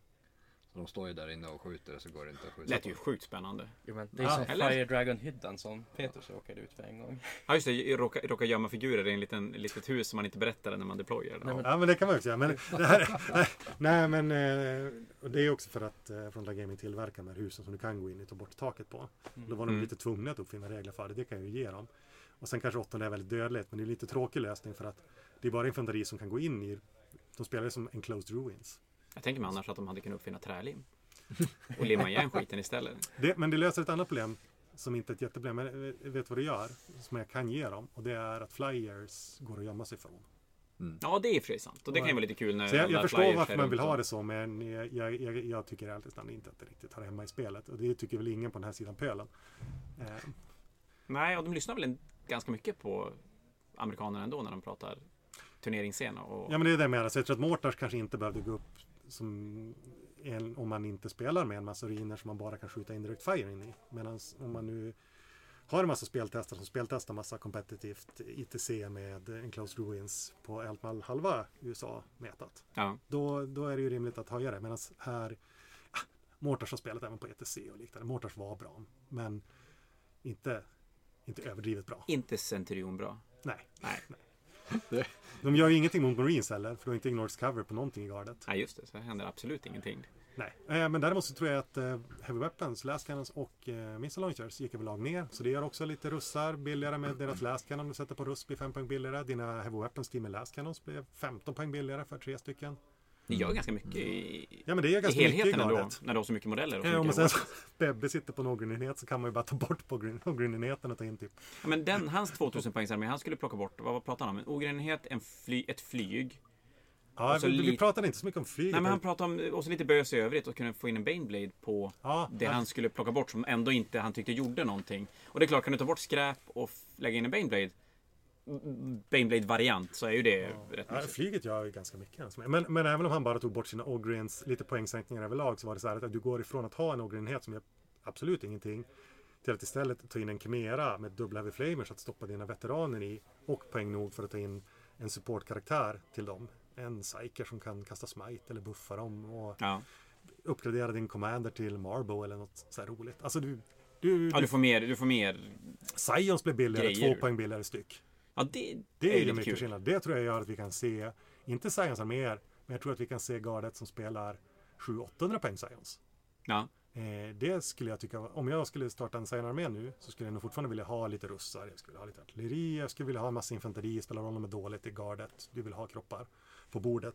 Så de står ju där inne och skjuter så går det inte att skjuta. Det lät ju sjukt spännande. Jo, men det är Ja, som eller? Fire Dragon-hyddan som Petrus råkade ut för en gång. Ja just det, råka, råka gömma figurer i en liten litet hus som man inte berättar när man deployar. Nej, men- Ja, men det kan man också göra. Men det här, nej, nej, men eh, och det är också för att eh, Frontline Gaming tillverkar de här husen som du kan gå in i och ta bort taket på. Då var de Mm. lite tvungna att uppfinna regler för det. Det kan jag ju ge dem. Och sen kanske åttonde är väldigt dödligt, men det är en lite tråkig lösning för att det är bara infanteri som kan gå in i. De spelar ju som Enclosed Ruins. Jag tänker mig annars att de hade kunnat uppfinna trälim. Och limma igen skiten istället. Det, men det löser ett annat problem som inte är ett jätteproblem. Men jag vet vad det gör, som jag kan ge dem. Och det är att flyers går att gömma sig från. Ja, det är för sig sant. Och det kan ju vara lite kul när Så jag, alla jag förstår flyers varför är man runt vill och- ha det så, men jag, jag, jag, jag tycker alltid inte att det riktigt hör hemma i spelet. Och det tycker väl ingen på den här sidan pölen. Eh, Nej, och de lyssnar väl en, ganska mycket på amerikanerna ändå när de pratar turneringsscen och... ja, men det är det jag menar. Så jag tror att Mortars kanske inte behövde gå upp som en, om man inte spelar med en massa ruiner som man bara kan skjuta indirekt fire in i. Medan om man nu har en massa speltestare som speltestar massa kompetitivt I T C med Enclosed Ruins på Altmal halva U S A-metat. Ja. Då, då är det ju rimligt att höja det. Medan här, ah, Mortars har spelat även på E T C och liknande. Mortars var bra, men inte, inte överdrivet bra. Inte Centurion bra. Nej. Nej. De gör ju ingenting mot Marines heller, för de har inte Ignores cover på någonting i gardet. Nej, just det. Så händer absolut ingenting. Nej, eh, men däremot så tror jag att eh, Heavy Weapons, Last Cannons och eh, Missile Launchers gick överlag ner. Så det gör också lite russar billigare med deras Last Cannon. Du sätter på russ blir fem poäng billigare. Dina Heavy Weapons team med Last Cannons blev femton poäng billigare för tre stycken. Det gör ganska mycket i, Ja, men det är i ganska mycket i helheten ändå. gardet. När du har så mycket modeller. Och så Eh, om man mycket sen så Bebbe sitter på någon enhet så kan man ju bara ta bort på enheten och ta in typ. Ja, men den, hans tvåtusen poängs armé, han skulle plocka bort, vad pratar han om? En ogrenhet, en fly, ett flyg. Ja, Och så vi, vi lite- pratade inte så mycket om flyget. Nej, men han pratade om, och så lite bös i övrigt och kunna få in en Baneblade på ja, det ja. han skulle plocka bort som ändå inte han tyckte gjorde någonting. Och det är klart, kan du ta bort skräp och f- lägga in en Baneblade, Baneblade-variant, så är ju det rätt Ja, mysigt. flyget gör ju ganska mycket. Alltså. Men, men även om han bara tog bort sina Ogreens, lite poängsänkningar överlag, så var det så här att du går ifrån att ha en Ogrenhet som gör absolut ingenting till att istället ta in en Chimera med dubbla Heavy Flamers att stoppa dina veteraner i och poäng nog för att ta in en supportkaraktär till dem. En Psyker som kan kasta smite eller buffa dem och Ja. uppgradera din commander till Marbo eller något så här roligt. Alltså du, du, ja, du får mer, du får mer. Scions blev billigare, grejer. två poäng billigare styck. Ja, det, Det är ju ju lite mycket kul. skillnad. Det tror jag gör att vi kan se, inte Science arméer, men jag tror att vi kan se gardet som spelar sju åttahundra poäng Science. Ja. Eh, det skulle jag tycka, om jag skulle starta en Science-armé nu så skulle jag nog fortfarande vilja ha lite russar, jag skulle vilja ha lite artilleri, jag skulle vilja ha en massa infanteri, spela roll om är dåligt i gardet, du vill ha kroppar på bordet.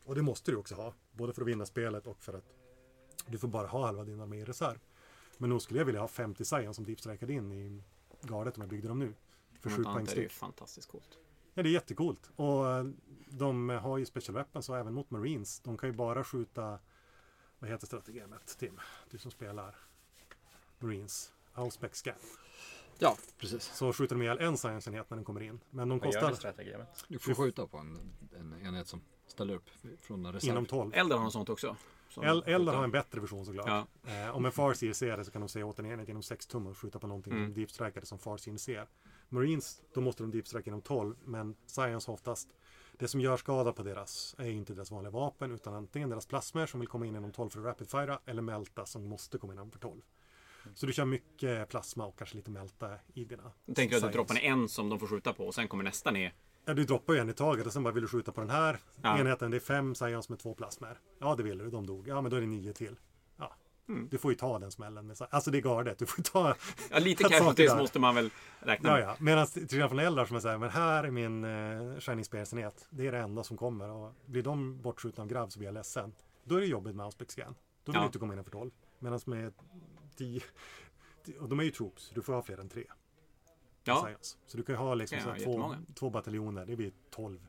Och det måste du också ha. Både för att vinna spelet och för att du får bara ha halva din armé i reserv. Men nog skulle jag vilja ha femtio Scion som deepstrikade in i gardet om jag byggde dem nu. För sju poäng Det är ju styck. fantastiskt coolt. Ja, det är jättecoolt. Och de har ju special weapons och även mot Marines. De kan ju bara skjuta, vad heter strategemet, Tim? Du som spelar Marines. Auspex Scan. Ja, precis. Så skjuter de ihjäl en science-enhet när den kommer in. Men de Vad gör kostar det strategemet? Du får skjuta på en, en enhet som ställer upp från en reserv. inom tolv. Eldar har något sånt också. Som- El- Eldar har en bättre version såklart. Ja. Eh, om en Farseer ser det så kan de säga åt en enhet inom sex tum och skjuta på någonting Mm. som deepstrikade som Farseer ser. Marines, då måste de deepstrike inom tolv, men Science har oftast, det som gör skada på deras är inte deras vanliga vapen utan antingen deras plasmer som vill komma in inom tolv för att rapid-fira eller Melta som måste komma inom för tolv. Så du kör mycket plasma och kanske lite Melta i dina. Jag tänker att du Science. droppar en som de får skjuta på och sen kommer nästa ner. Ja, du droppar ju en i taget och sen bara vill du skjuta på den här Ja. enheten. Det är fem Science med två plasmer. Ja, det vill du. De dog. Ja, men då är det nio till. Ja. Mm. Du får ju ta den smällen. Med, alltså det är gardet. Du får ta... Ja, lite Att casualties saker där. måste man väl räkna Ja, med. ja. Medan till skillnad från Eldar som är så här, men här är min uh, Shining Spears-enhet. Det är det enda som kommer. Och blir de bortskjutna av grav så blir jag ledsen. Då är det jobbigt med Auspex Scan. Då vill Ja. du inte komma in för tolv. Medan med tio... Och de är ju troops. Du får ha fler än tre. Ja, Science. Så du kan ju ha liksom Ja, så här två, jättemånga. två bataljoner. Det blir tolv.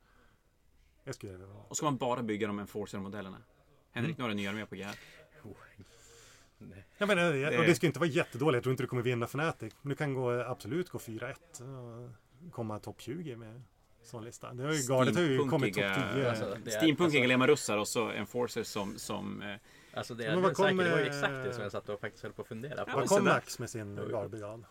Jag skulle göra det. och ska man bara bygga de Enforcer-modellerna. Henrik, nu har du nya armé på G här. Nej. Jag menar, det, Det- och det ska inte vara jättedåligt. Jag tror inte du kommer vinna Fnatic. Men du kan gå, absolut gå fyra ett. Och komma topp tjugo med sån lista. Det har ju, gardet har ju kommit topp Steampunkiga- tio. Alltså, det är- Steampunkiga alltså- lema-russar och så Enforcer som... som eh, Alltså det, Men men vad det, säkert, kom, det var ju eh, exakt det som jag satt och faktiskt höll på att fundera på. Ja, Vad så kom där. Max med sin gardbrigad?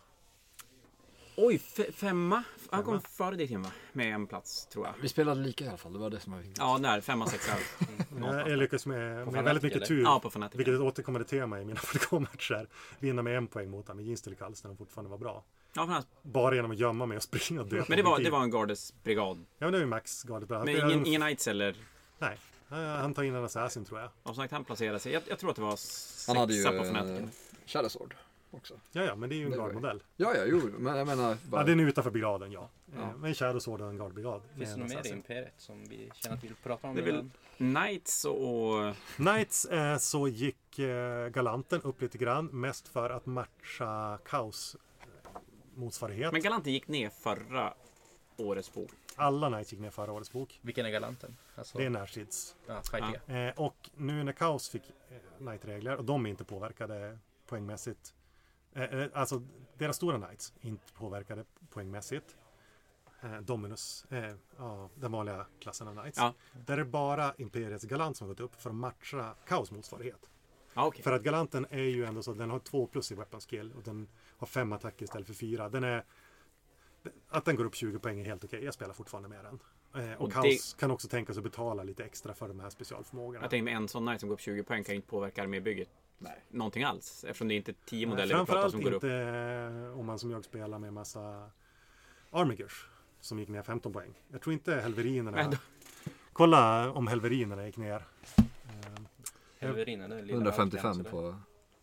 oj, fe- femma. Han kom Femma. före dig Tim va? Med en plats tror jag. Vi spelade lika i alla fall, det var det som var viktigt. Ja, där. Femma, sexa. Jag, jag lyckas med, med Fnatic, väldigt mycket eller? tur. Ja, på Fnatic. Vilket är ett återkommande tema i mina matcher. Vinna med en poäng mot honom med Jinstelikals när de fortfarande var bra. Ja, för han- Bara genom att gömma mig och springa och döda. men det var, det var en Gardes brigad. Ja, men det är ju Max gardbrigad. Men ingen, ingen Knights eller... Nej, han tar in en assassin tror jag. Som sagt, han placerade sig. Jag, jag tror att det var sexa Han hade ju på eh, Fnatic. Shadow Sword också. Ja, ja, men det är ju en Det var ju- gardmodell. Ja, ja, jo, men jag menar bara... Ja, den är utanför brigaden, ja. Ja. Eh, Men Shadow Sword och en gardbrigad. Finns det med något mer i assassin. Imperiet som vi känner att vi vill prata om? Det är väl- innan? Knights och... Knights eh, så gick eh, Galanten upp lite grann. Mest för att matcha Kaos eh, motsvarighet. Men Galanten gick ner förra årets bok. Alla Knights gick ner förra årets bok. Vilken är galanten? Alltså, Det är närstrids. ja, fightiga. Eh, och nu när Kaos fick eh, Knight-regler och de är inte påverkade poängmässigt. Eh, eh, alltså deras stora Knights är inte påverkade poängmässigt. Eh, Dominus, eh, ja, den vanliga klassen av Knights. Ja. Där är det bara Imperiets Galant som har gått upp för att matcha Kaos motsvarighet. Ja, okej. För att Galanten är ju ändå så att den har två plus i weapon skill och den har fem attacker istället för fyra. Den är, att den går upp tjugo poäng är helt okej. Jag spelar fortfarande med den. Eh, och Och Kaos kan också tänka sig att betala lite extra för de här specialförmågorna. Jag tänkte med en sån Knight som går upp tjugo poäng kan ju inte påverka armébygget Nej. någonting alls. Eftersom det är inte tio modeller vi pratar Framförallt som går upp. inte eh, om man som jag spelar med massa Armigers som gick ner femton poäng. Jag tror inte Helverinerna... Men då- Kolla om Helverinerna gick ner. Eh, Helverinen, den lilla hundrafemtiofem Outlands, eller? på...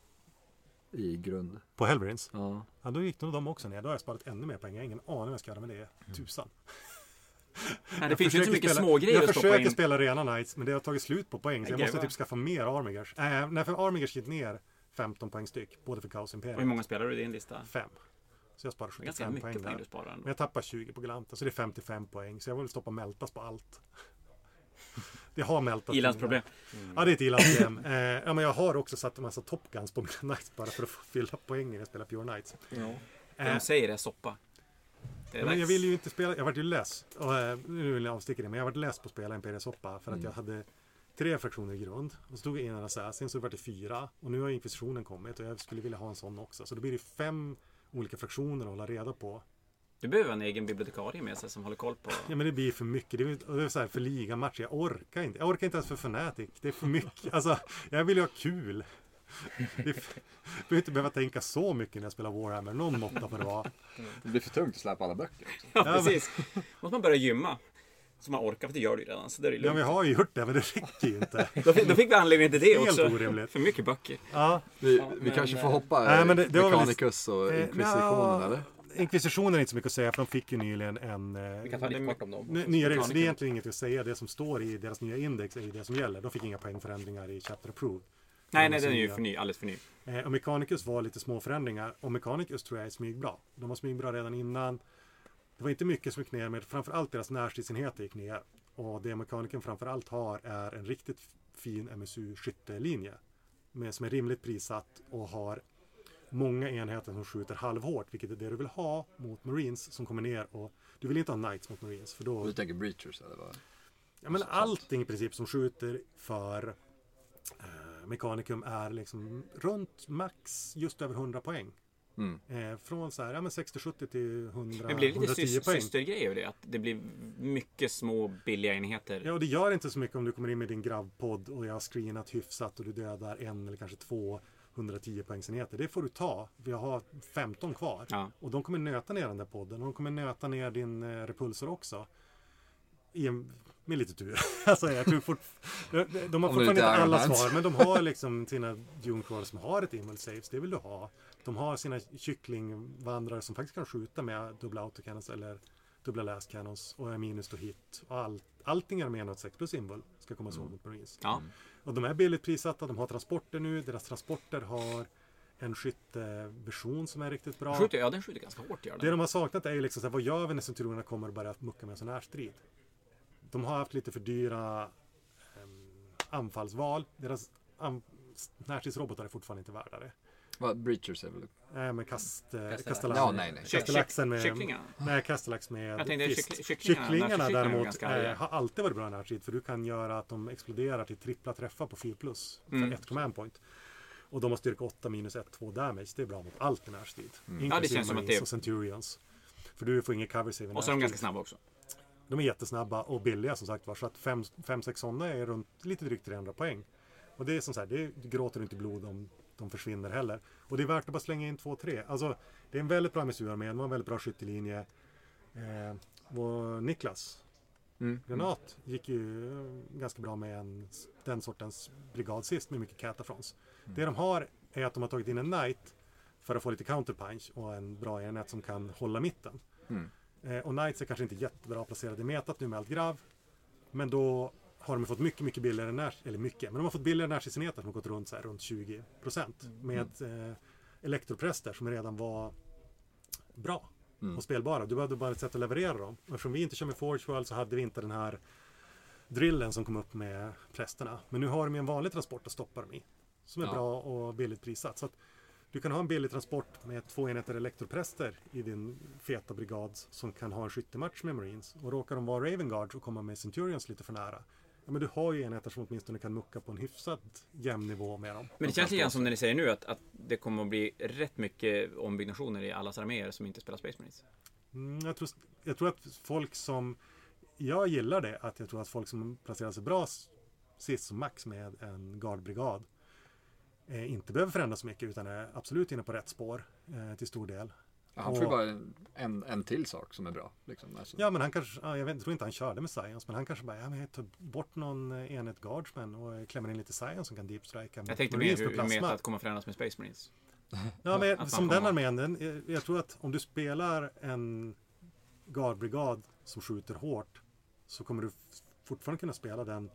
I grund. på Helverins? Ja. Ja, då gick nog de också ner. Då har jag sparat ännu mer pengar. Jag har ingen aning vad jag ska göra med det. Tusan. Nej, det finns ju inte så mycket spela, små grejer Jag att stoppa försöker in. spela rena Knights, men det har tagit slut på poäng. Så jag Nej, måste va? typ skaffa mer Armigers. Äh, nej, för Armigers gick ner femton poäng styck. Både för Kaos och Och hur Imperium. många spelar du i din lista? Fem. Så jag sparar Det är ganska sjuttiofem mycket poäng poäng där. du sparar ändå. Men jag tappar tjugo på Galanten, så det är femtiofem poäng. Så jag vill stoppa Meltas på allt. Det har Meltas. Ilandsproblem. Ja, det är ett ilandsproblem. eh, ja, men jag har också satt en massa Top Guns på mina Knights bara för att få fylla poängen när jag spelar Pure Knights. Ja. Det Eh, de säger är soppa. Det är Ja, men jag dags. vill ju inte spela, jag vart ju less. Och, eh, nu vill jag avsticka det, men jag vart less på att spela Imperial Soppa för att Mm. jag hade tre fraktioner i grund. Och så tog jag in en assassin, så vart det fyra. Och nu har Inkvisitionen kommit och jag skulle vilja ha en sån också. Så då blir det fem olika fraktioner att hålla reda på. Du behöver en egen bibliotekarie med sig som håller koll på... Ja, men det blir för mycket. Det är, och det är så här för ligamatcher. Jag orkar inte. Jag orkar inte ens för Fnatic. Det är för mycket. Alltså, jag vill ju ha kul. Det är för, jag behöver inte behöva tänka så mycket när jag spelar Warhammer. Någon måtta får det vara. Det blir för tungt att släppa alla böcker också. Ja, men- precis. Måste man börja gymma. Så man orkar, för det gör du ju redan. Så det är Ja, lugnt. vi har ju gjort det, men det räcker ju inte. Då, fick, då fick vi anledning till det Helt också. orimligt. För mycket böcker. Ja, Vi, Ja, vi men, kanske får eh, hoppa nej, eh, men det- det var väl- Mechanicus och Eh, Inquisitionen nja, eller? Inkvisitionen är inte så mycket att säga för de fick ju nyligen en... Vi kan ta lite kort om dem. N- nya regler, så det är egentligen inget att säga. Det som står i deras nya index är ju det som gäller. De fick inga poängförändringar i Chapter Approved. Nej, nej, den är ju för ny, alldeles för ny. Eh, och Mechanicus var lite små förändringar. Och Mechanicus tror jag är smygbra. De var smygbra redan innan. Det var inte mycket som gick ner, men framförallt deras närstridsenheter gick ner. Och det Mechanicum framförallt har är en riktigt fin M S U-skyttelinje. Med, som är rimligt prissatt och har många enheter som skjuter halvhårt, vilket är det du vill ha mot Marines som kommer ner. Och du vill inte ha Knights mot Marines. För då... Du tänker Breachers eller vad? Ja, men allting i princip som skjuter för eh, Mechanicum är liksom runt max just över hundra poäng. Mm. Eh, från så här, ja, men sextio sjuttio till hundra, Men blir det lite hundratio sys- poäng. systergrej över det? Att det blir mycket små billiga enheter. Ja, och det gör inte så mycket om du kommer in med din gravpodd och jag har screenat hyfsat och du dödar en eller kanske två hundratio poängsenheter. Det får du ta. Vi har femton kvar. Ja. Och de kommer nöta ner den där podden. Och de kommer nöta ner din eh, repulsor också. I en, med lite tur. alltså, jag tror fort, de, de har Om fortfarande det inte inte är alla Iron svar. Men de har liksom sina Dune Crawlers som har ett Immel Saves. Det vill du ha. De har sina kycklingvandrare som faktiskt kan skjuta med dubbla autocannons eller dubbla last cannons och är minus to hit. Och all, allting är med något sex plus Immel ska komma så mot Marines. Ja. Och de är billigt prissatta, de har transporter nu. Deras transporter har en skytteversion som är riktigt bra. Skjuter, ja, den skjuter ganska hårt. Gör den. Det de har saknat är ju liksom så här, vad gör vi när centurionerna kommer och börjar mucka med sån här strid? De har haft lite för dyra um, anfallsval. Deras an- närstridsrobotar är fortfarande inte värda det. Vad, Breachers är väl... Äh, med kast, eh, Kastellax. kastellax. Ja, nej, nej. Kyck- Kastelaxen med... Kycklingarna. Nej, kastelax med Jag tänkte fisk. kyckling- kycklingarna, Kycklingarna närstridskycklingarna är däremot ganska eh, arga. har alltid varit bra i närstrid för du kan göra att de exploderar till trippla träffar på fyra plus för Mm. ett command point. Och de har styrka åtta minus ett två damage. Det är bra mot allt i närstrid. Mm. Ja, det känns som att Marines det- och Centurions. För du får ingen cover save i Och så är de närstrid. ganska snabba också. De är jättesnabba och billiga som sagt var. Så att fem sex sådana är runt lite drygt trehundra poäng. Och det är som sagt, det gråter inte blod om de försvinner heller. Och det är värt att bara slänga in två tre. Alltså, det är en väldigt bra M S U-armé. De har en väldigt bra skyttelinje. Eh, och Niklas Mm. Granat gick ju eh, ganska bra med en, den sortens brigad sist med mycket catafrons. Mm. Det de har är att de har tagit in en knight för att få lite counterpunch och en bra enhet som kan hålla mitten. Mm. Eh, och knights är kanske inte jättebra placerade i metat nu med allt grav. Men då har de fått mycket, mycket billigare när, eller mycket, men de har fått billigare närstridsenheter som har gått runt så här, runt tjugo procent med eh, elektropräster som redan var bra Mm. och spelbara. Du behövde bara ett sätt att leverera dem. Och eftersom vi inte kör med Forge World så hade vi inte den här drillen som kom upp med prästerna. Men nu har de en vanlig transport att stoppa dem i. Som är Ja. bra och billigt prissatt. Så att du kan ha en billig transport med två enheter elektropräster i din feta brigad som kan ha en skyttematch med Marines. Och råkar de vara Raven Guards och komma med Centurions lite för nära. Ja, men du har ju enheter som åtminstone kan mucka på en hyfsat jämn nivå med dem. Men det känns lite grann som när ni säger nu att, att det kommer att bli rätt mycket ombyggnationer i allas arméer som inte spelar Space Marines. Mm, jag, tror, jag tror att folk som... Jag gillar det, att jag tror att folk som placerar sig bra s- sist som max med en guardbrigad eh, inte behöver förändras så mycket utan är absolut inne på rätt spår eh, till stor del. Ja, han får ju Och- bara en, en, en till sak som är bra. Liksom. Alltså, Ja, men han kanske, ja, jag vet, tror inte han körde med Science, men han kanske bara, ja men jag tar bort någon eh, enhet guardsman och klämmer in lite Science som kan deepstrika. Jag tänkte mer hur, hur metat kommer förändras med Space Marines. Ja, men Att som man den kommer- armén, den, jag, jag tror att om du spelar en guardbrigad som skjuter hårt så kommer du f- fortfarande kunna spela den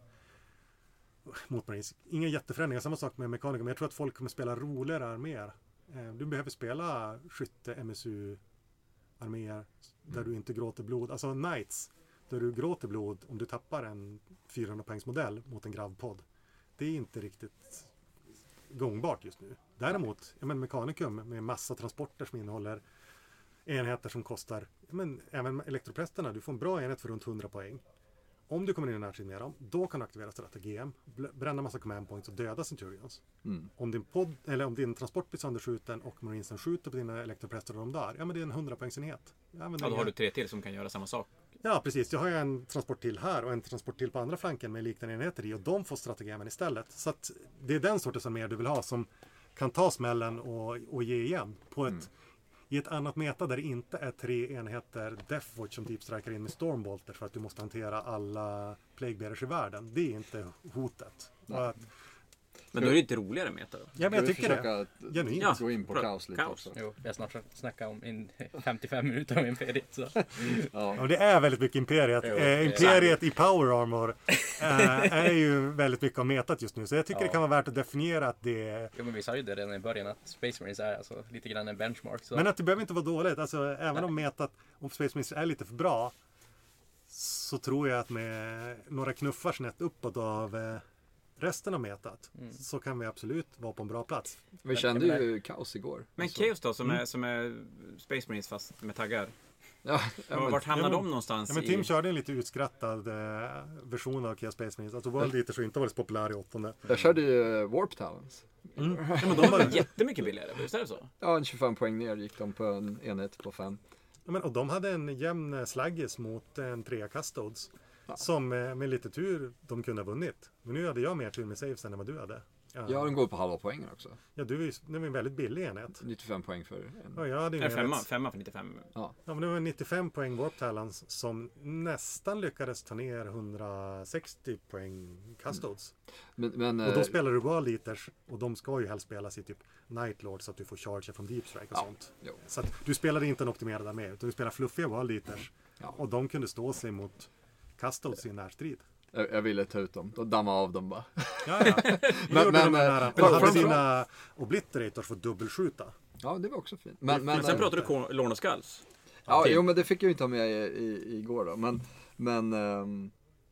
mot Marines. Inga jätteförändringar, samma sak med mekaniker, men jag tror att folk kommer spela roligare arméer. Eh, Du behöver spela skytte M S U-arméer där du inte gråter blod. Alltså Knights, där du gråter blod om du tappar en fyrahundra poängs modell mot en gravpodd. Det är inte riktigt gångbart just nu. Däremot, ja men Mechanicum med massa transporter som innehåller enheter som kostar, ja men även elektroprästerna, du får en bra enhet för runt hundra poäng. Om du kommer in i närtid med dem, då kan du aktivera strategem, bl- bränna massa command points och döda Centurions. Mm. Om din podd, eller om din transport blir sönderskjuten och Marinesen skjuter på dina elektropräster och de där, ja men det är en hundra poängsenhet. Ja, men Ja, då har du tre till som kan göra samma sak. Ja, precis. Jag har ju en transport till här och en transport till på andra flanken med liknande enheter i och de får strategemen istället. Så att det är den sortens armé du vill ha som kan ta smällen och, och ge igen på ett, Mm. i ett annat meta där det inte är tre enheter Deathwatch som deepstrikar in med Stormbolter för att du måste hantera alla Plaguebearers i världen. Det är inte hotet. Nej. Och att Men då är det inte roligare meta då. Ja, men jag Ska vi tycker det. försöka Genuint. Ja. gå in på Bra. kaos lite Kaos. också? Jo, vi har snart snackat om in femtiofem minuter om Imperiet. Så. Ja. Ja, det är väldigt mycket Imperiet. Jo, eh, Imperiet i Power Armor eh, är ju väldigt mycket av metat just nu. Så jag tycker Ja. det kan vara värt att definiera att det är... Jo, men vi sa ju det redan i början att Space Marines är alltså lite grann en benchmark. Så. Men att det behöver inte vara dåligt. Alltså, även Nej. om metat, om Space Marines är lite för bra, så tror jag att med några knuffar snett uppåt av eh, resten av metat, Mm. så kan vi absolut vara på en bra plats. Vi kände ju kaos igår. Men Alltså, Chaos då, som, är, som är Space Marines fast med taggar. ja, ja, men, Vart hamnar ja, men- de någonstans? Ja, men Tim i... körde en lite utskrattad eh, version av Chaos Space Marines. Alltså World Eaters är inte varit så populär i åttonde. jag körde ju eh, Warp Talons. Mm. Ja, men de var väl jättemycket billigare, visst är det så? Ja, en tjugofem poäng ner gick de på en enhet på fem. Ja, men, och de hade en jämn eh, slaggis mot en trea Custodes. Ja. Som eh, med lite tur de kunde ha vunnit. Men nu hade jag mer tur med saves än vad du hade. Ja, Ja, de går på halva poängen också. ja du är ju det var en väldigt billig enhet. nittiofem poäng för en. Ja, jag hade ju Eller en femma, enhet- femma för nittiofem. Ja. Ja, men det var nittiofem poäng Warp Talons som nästan lyckades ta ner hundrasextio poäng Custodes. Men, men Och då eh, spelar du World Eaters och de ska ju helst spelas i typ Night Lord så att du får charge från Deep Strike och Ja, sånt. jo. Så att du spelade inte en optimerad armé utan du spelade fluffiga World Eaters Ja. och de kunde stå sig mot Custodes i en närstrid. jag, jag ville ta ut dem. Då damma av dem bara. Ja, ja. Det Men- gjorde men, de med eh, nära. men Och hade framför- dina Obliterators för dubbelskjuta. Ja, det var också fint. Men, men, Men sen eh, pratar du Ko- Lorne of Skulls. ja, Tim. jo, men det fick jag ju inte ha med i, i, igår då. Men, men ehm,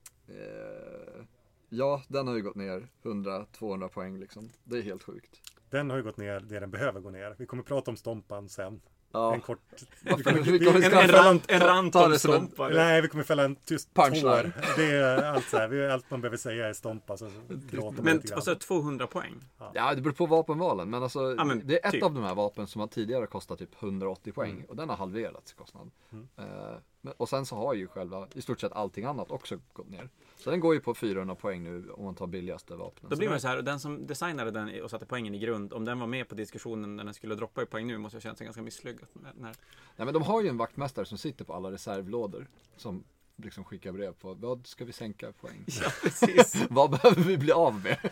eh, ja, den har ju gått ner hundra till tvåhundra poäng liksom. Det är helt sjukt. Den har ju gått ner det den behöver gå ner. Vi kommer prata om Stompan sen. Ja. En kort... Varför- kommer- vi kommer vi- En, skaffa- en, rant, en rant ta om det som en- stompar. Nej, vi kommer fälla en tyst Punchline. tår. Det är allt så här. Vi, allt man behöver säga är stompa. Så gråter man Men lite grann. alltså tvåhundra poäng. Ja, det beror på vapenvalen. Men alltså, Ja, men det är ett typ. av de här vapen som har tidigare kostat typ hundraåttio poäng. Mm. Och den har halverats i kostnad. Mm. Eh, men, och sen så har ju själva, i stort sett allting annat också gått ner. Så den går ju på fyrahundra poäng nu om man tar billigaste vapnen. Då blir man så här, och den som designade den och satte poängen i grund, om den var med på diskussionen när den skulle droppa i poäng nu, måste jag känna sig ganska misslyckad med den här. Nej, men de har ju en vaktmästare som sitter på alla reservlådor. Som liksom skickar brev på, vad ska vi sänka poäng? Ja, precis. Vad behöver vi bli av med?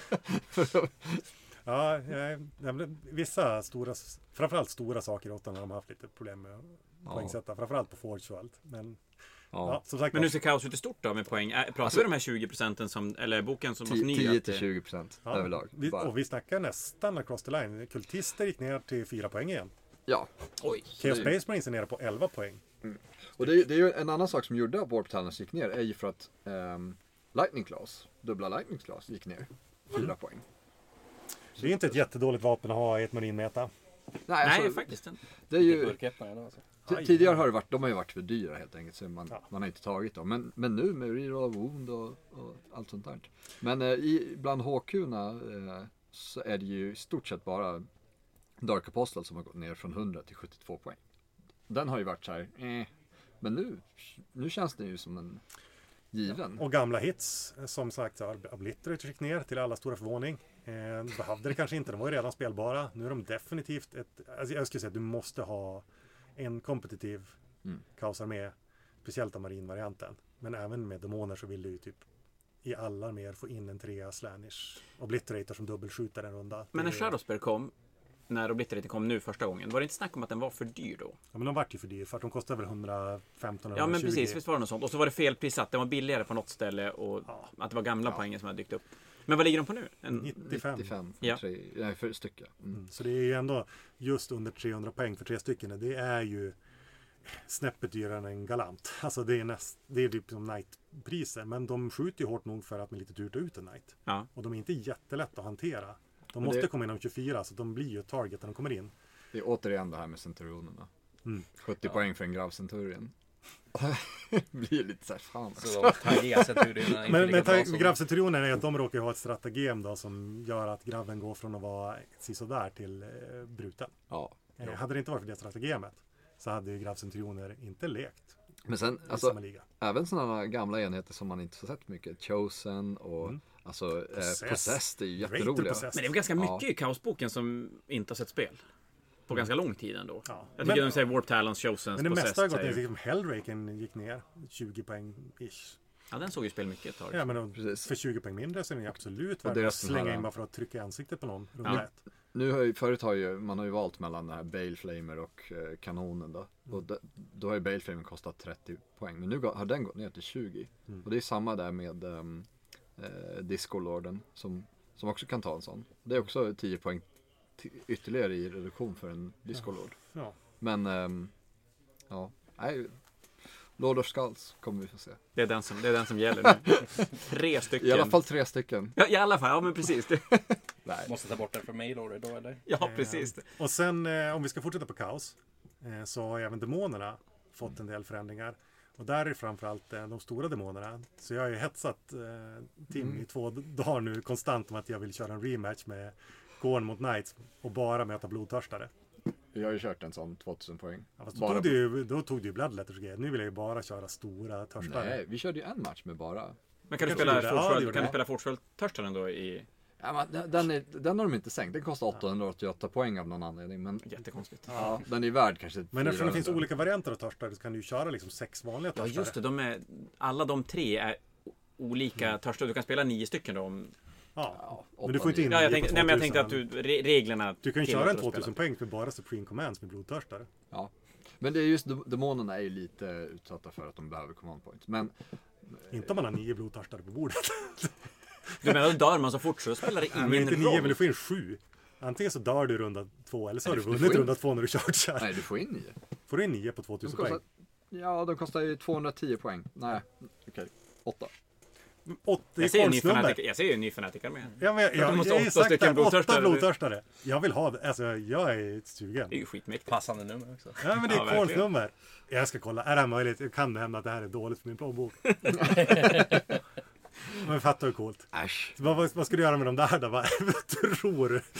Ja, jag, jag, vissa stora, framförallt stora saker åt den har de haft lite problem med att Ja. poängsätta. Framförallt på Forge och allt. Men ja, Ja. som sagt Men hur ser kaos ut i stort då med poäng? Ä- Pratar Alltså- vi de här tjugo procenten som, eller boken som var ny? tio att till det- tjugo procent ja, överlag. vi, Bara- och vi snackar nästan across the line. Kultister gick ner till fyra poäng igen. Ja, Oj. Chaos det- Space Marines är nere på elva poäng. och det är, det är ju en annan sak som gjorde att Warp Talons gick ner är ju för att ehm, Lightning Class, dubbla Lightning Class gick ner fyra poäng. Det är inte ett jättedåligt vapen att ha i ett marinmeta. Nej, Nej, alltså, faktiskt inte. det är ju, Burkettan idag alltså. t- tidigare har det varit, de har ju varit för dyra helt enkelt så man, Ja. man har inte tagit dem. Men, men nu med Reroll Wound och, och allt sånt där. Men eh, i, bland H Q:na eh, så är det ju i stort sett bara Dark Apostle som har gått ner från hundra till sjuttiotvå poäng. Den har ju varit så här, eh. Men nu, nu känns det ju som en given. Och gamla hits, som sagt, så har Obliterator gick ner till alla stora förvåning. Eh, behövde det kanske inte, de var ju redan spelbara. Nu är de definitivt ett, alltså jag skulle säga att du måste ha en kompetitiv Mm. kaosarmé, speciellt av marinvarianten. Men även med demoner så vill du ju typ i alla arméer få in en trea slanish Obliterator som dubbelskjuter en runda. Men när Det är- Shadowspear kom, när Obliterator kom nu första gången, var det inte snack om att den var för dyr då? Ja, men de vart ju för dyr för att de kostar väl hundrafemton Ja men hundratjugo. precis, visst var det något sånt. Och så var det felprissatt, den var billigare på något ställe och Ja. att det var gamla Ja. poängen som hade dykt upp. Men vad ligger de på nu? En... nittiofem. nittiofem för, Ja. tre, nej, för stycke. Mm. Mm. Så det är ju ändå just under trehundra poäng för tre stycken. Det är ju snäppet dyrare än en Galant. Alltså det är, näst, det är typ som Knight-priser. Men de skjuter ju hårt nog för att med lite tur ta ut en Knight. Ja. Och de är inte jättelätta att hantera. De Men måste det- komma inom tjugofyra så de blir ju ett target när de kommer in. Det är återigen det här med centurionerna. Mm. sjuttio Ja. poäng för en gravcenturien. blir lite så här, fan Så också. de taggar centurierna inte Men, lika men bra ta- som- gravcenturionen är att de råkar ha ett stratagem då som gör att graven går från att vara sisådär till eh, bruten. Ja. Eh, hade det inte varit för det strategemet så hade ju gravcenturioner inte lekt Men sen, i alltså, samma liga. även sådana gamla enheter som man inte har sett mycket. Chosen och Mm. alltså eh, Possessed. Possessed är ju Greater jätteroliga. Possessed. Men det är väl ganska Ja. mycket i kaosboken som inte har sett spel. På ganska lång tid ändå. Ja. Jag Men- tycker de säger Warp Talons, Chosens, Men det mesta har Possessed. gått ner. säger- Liksom Hellraken gick ner tjugo poäng ish. Ja, den såg ju spel mycket ett tag. Ja, men då, Precis. för tjugo poäng mindre så är den ju absolut Och värd deras att slänga här- in bara för att trycka i ansiktet på någon. Ja. Ett. Nu har ju, förut har ju, man har ju valt mellan den här Baleflamer och eh, kanonen då. Mm. Och d- då har ju Baleflamer kostat trettio poäng. Men nu går, har den gått ner till tjugo. Mm. Och det är samma där med um, eh, Disco-lorden som, som också kan ta en sån. Det är också tio poäng t- ytterligare i reduktion för en Disco-lord. Ja. Men ehm, ja, nej. Lord of Skulls kommer vi få se. Det är den som, det är den som gäller nu. Tre stycken. I alla fall tre stycken. Ja, i alla fall. Ja, men precis. Det. Nej. Måste ta bort den från mailorder då eller? Ja, precis. Eh, och sen eh, om vi ska fortsätta på kaos eh, så har även demonerna fått en del förändringar. Och där är framförallt eh, de stora demonerna. Så jag har ju hetsat eh, Tim Mm. i två dagar nu konstant om att jag vill köra en rematch med Gorn mot Knights och bara möta blodtörstare. Jag har ju kört en sån tvåtusen poäng. Ja, fast då, Bara tog på- du, ju- då tog du ju Bloodletters och grejer. Nu vill jag ju bara köra stora törstare. Nej, vi körde ju en match med bara. Men kan du Kanske spela gjorde det. Ja, det Forge gjorde kan du det. spela Forge-törstaren då i... Ja, men den- den, är, den har de inte sänkt. Den kostar åttahundraåttioåtta poäng av någon anledning. Men Jättekonstigt. ja, den är värd kanske Men eftersom det finns fyrahundra. olika varianter av törstare så kan du ju köra liksom sex vanliga Ja, törstare. just det. De är, alla de tre är o- olika törstar. Du kan spela nio stycken då. Om... Ja. Ja, Men du får inte in Ja, jag nio tänkte, på nej, men jag tänkte tvåtusen. att du, re, reglerna Du kan ju tillåter köra en att spela. tvåtusen poäng för bara Supreme Commands med blodtörstare. Ja. Men det är just de- demonerna är ju lite utsatta för att de behöver command points. Men Inte om man har nio blodtörstare på bordet. Du menar, då dör man så fort så spelar det Nej, men ingen inte nio, men du roll. får in sju. Antingen så dör du i runda två eller så har du Nej, du får vunnit in- runda två när du chargear. nej, du får in nio. Får du in nio på De tvåtusen kostar, poäng. ja, de kostar ju tvåhundratio poäng. Nej, okej. Åtta. Åtta, det Jag ser är en ny konstnummer. Fnatic- jag ser ju en ny Fnatic-armé. Ja, men jag, Du jag, måste jag har ju åtta sagt stycken det, åtta blodtörstare. blodtörstare. Jag vill ha det. Alltså, jag är sugen. Det är ju skitmäktigt. Passande nummer också. Ja, men det Ja, är verkligen. konstnummer. Jag ska kolla. Är det här möjligt? Kan det hända att det här är dåligt för min plånbok? Men fattar hur coolt. Äsch. Vad, vad, vad ska du göra med de där då? Vad tror du?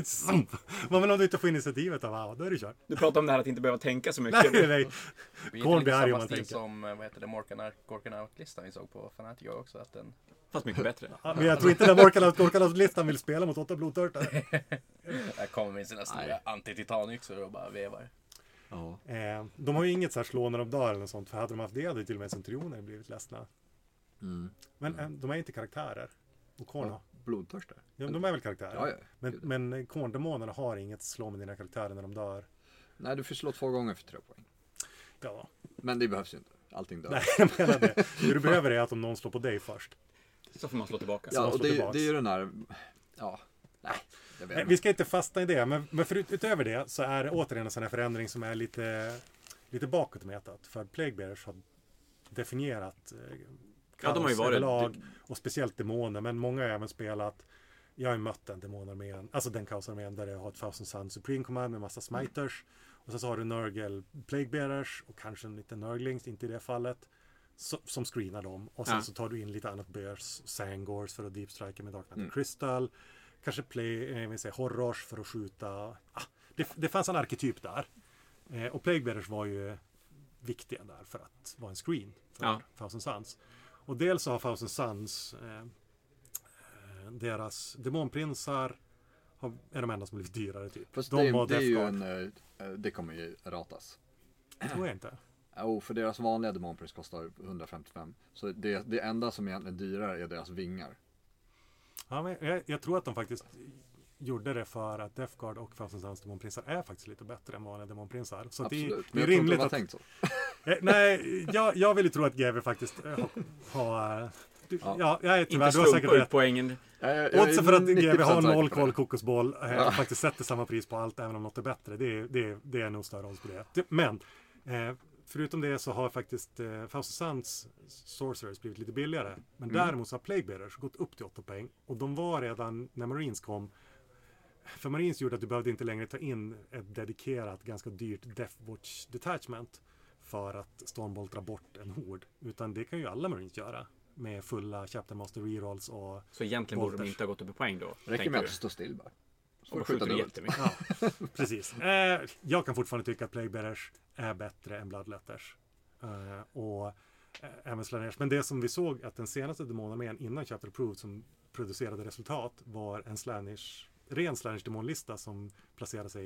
Vad men om du inte får initiativet då? Wow, då är det kört. Du pratar om det här att inte behöva tänka så mycket. Nej, nej. Det blir Korn lite blir arg om samma man stil tänker. som, vad heter det, Morkan Gorkan Out-listan vi såg på Fnatic också. Att den, Fast mycket bättre. Ja, men jag tror inte den Gorkalaut-listan vill spela mot åtta blodtörtar. där kommer med sina stora Nej. antititanyxor och bara vevar. Ja. Eh, de har ju inget så här slå när de dör eller något sånt. För hade de haft det hade ju till och med centurioner blivit ledsna. Mm. Men eh, de är inte karaktärer. Och Korn har. Blodtörstar. Ja, de är väl karaktärer. Ja, ja. Men, Gud. men Korndemonerna har inget slå med dina karaktärer när de dör. Nej, du får slå två gånger för tre poäng. Ja, Men det behövs ju inte. Allting dör. nej, jag menar det. Det du behöver är att om någon slår på dig först. Så får man slå tillbaka. Ja, Så och slå det, är- tillbaks. det är ju den här... Ja, nej. Jag vet Nej, inte. vi ska inte fastna i det, men, men förut, utöver det så är det återigen en sån här förändring som är lite, lite bakåt metat. För Plague Bearers har definierat eh, Ja, de har ju kaos varit- överlag, och speciellt demoner, men många har även spelat. Jag har ju mött den demonarmén, alltså den kaosarmén där det har ett Thousand Sun Supreme Command med massa smiters. Och sen så har du Nurgle Plague Bearers och kanske en liten Nurglings, inte i det fallet, så, som screenar dem. Och sen Ja. så tar du in lite annat Bears, Sangors för att deep strike med Dark Knight Mm. Crystal. Kanske play, eh, vill säga horrors för att skjuta. Ah, det, det fanns en arketyp där. Eh, och Plague Bearers var ju viktiga där för att vara en screen för Ja. Thousand Suns. Och dels så har Thousand Suns eh, eh, deras demonprinsar har, är de enda som blivit dyrare typ. Fast de det, var det är ju Death Guard. en... eh, Det kommer ju ratas. Tror jag inte. Jo, för deras vanliga demonpris kostar hundrafemtiofem. Så det, det enda som egentligen är dyrare är deras vingar. Ja, men jag, jag tror att de faktiskt gjorde det för att Death Guard och Thousand Suns demonprinsar är faktiskt lite bättre än vanliga demonprinsar. Så att det, Absolut. det Men är jag tror inte rimligt de har att... tänkt så. Eh, nej, jag, jag vill ju tro att G W faktiskt eh, har... har eh, du, Ja. ja, jag är tyvärr, Inte du har säkert slumpa ut rätt. poängen. Jag, jag, jag är Oddsen för att nittio G W har procent säker noll på koll det. kokosboll eh, Ja. och faktiskt sätter samma pris på allt även om något är bättre. Det är, det är, det är nog större odds på det. det. Men eh, förutom det så har faktiskt eh, Thousand Suns Sorcerers blivit lite billigare. Men Mm. däremot så har Plague Bearers gått upp till åtta poäng. Och de var redan när Marines kom. För Marines gjorde att du behövde inte längre ta in ett dedikerat, ganska dyrt Death Watch Detachment för att stormboltra bort en hord. Utan det kan ju alla Marines göra. Med fulla Chapter Master rerolls och... Så egentligen borde de Volters. inte ha gått upp i poäng då. Räcker tänker med du? att stå still bara. Så får Och du skjuta skjuter dubbelt. jättemycket. Ja, precis. Eh, jag kan fortfarande tycka att Plague Bearers är bättre än Bloodletters. Eh, och eh, även Slaanesh. Men det som vi såg att den senaste demonarmén innan Chapter Approved som producerade resultat var en Slaanesh, ren Slaanesh demonlista som placerade sig i topp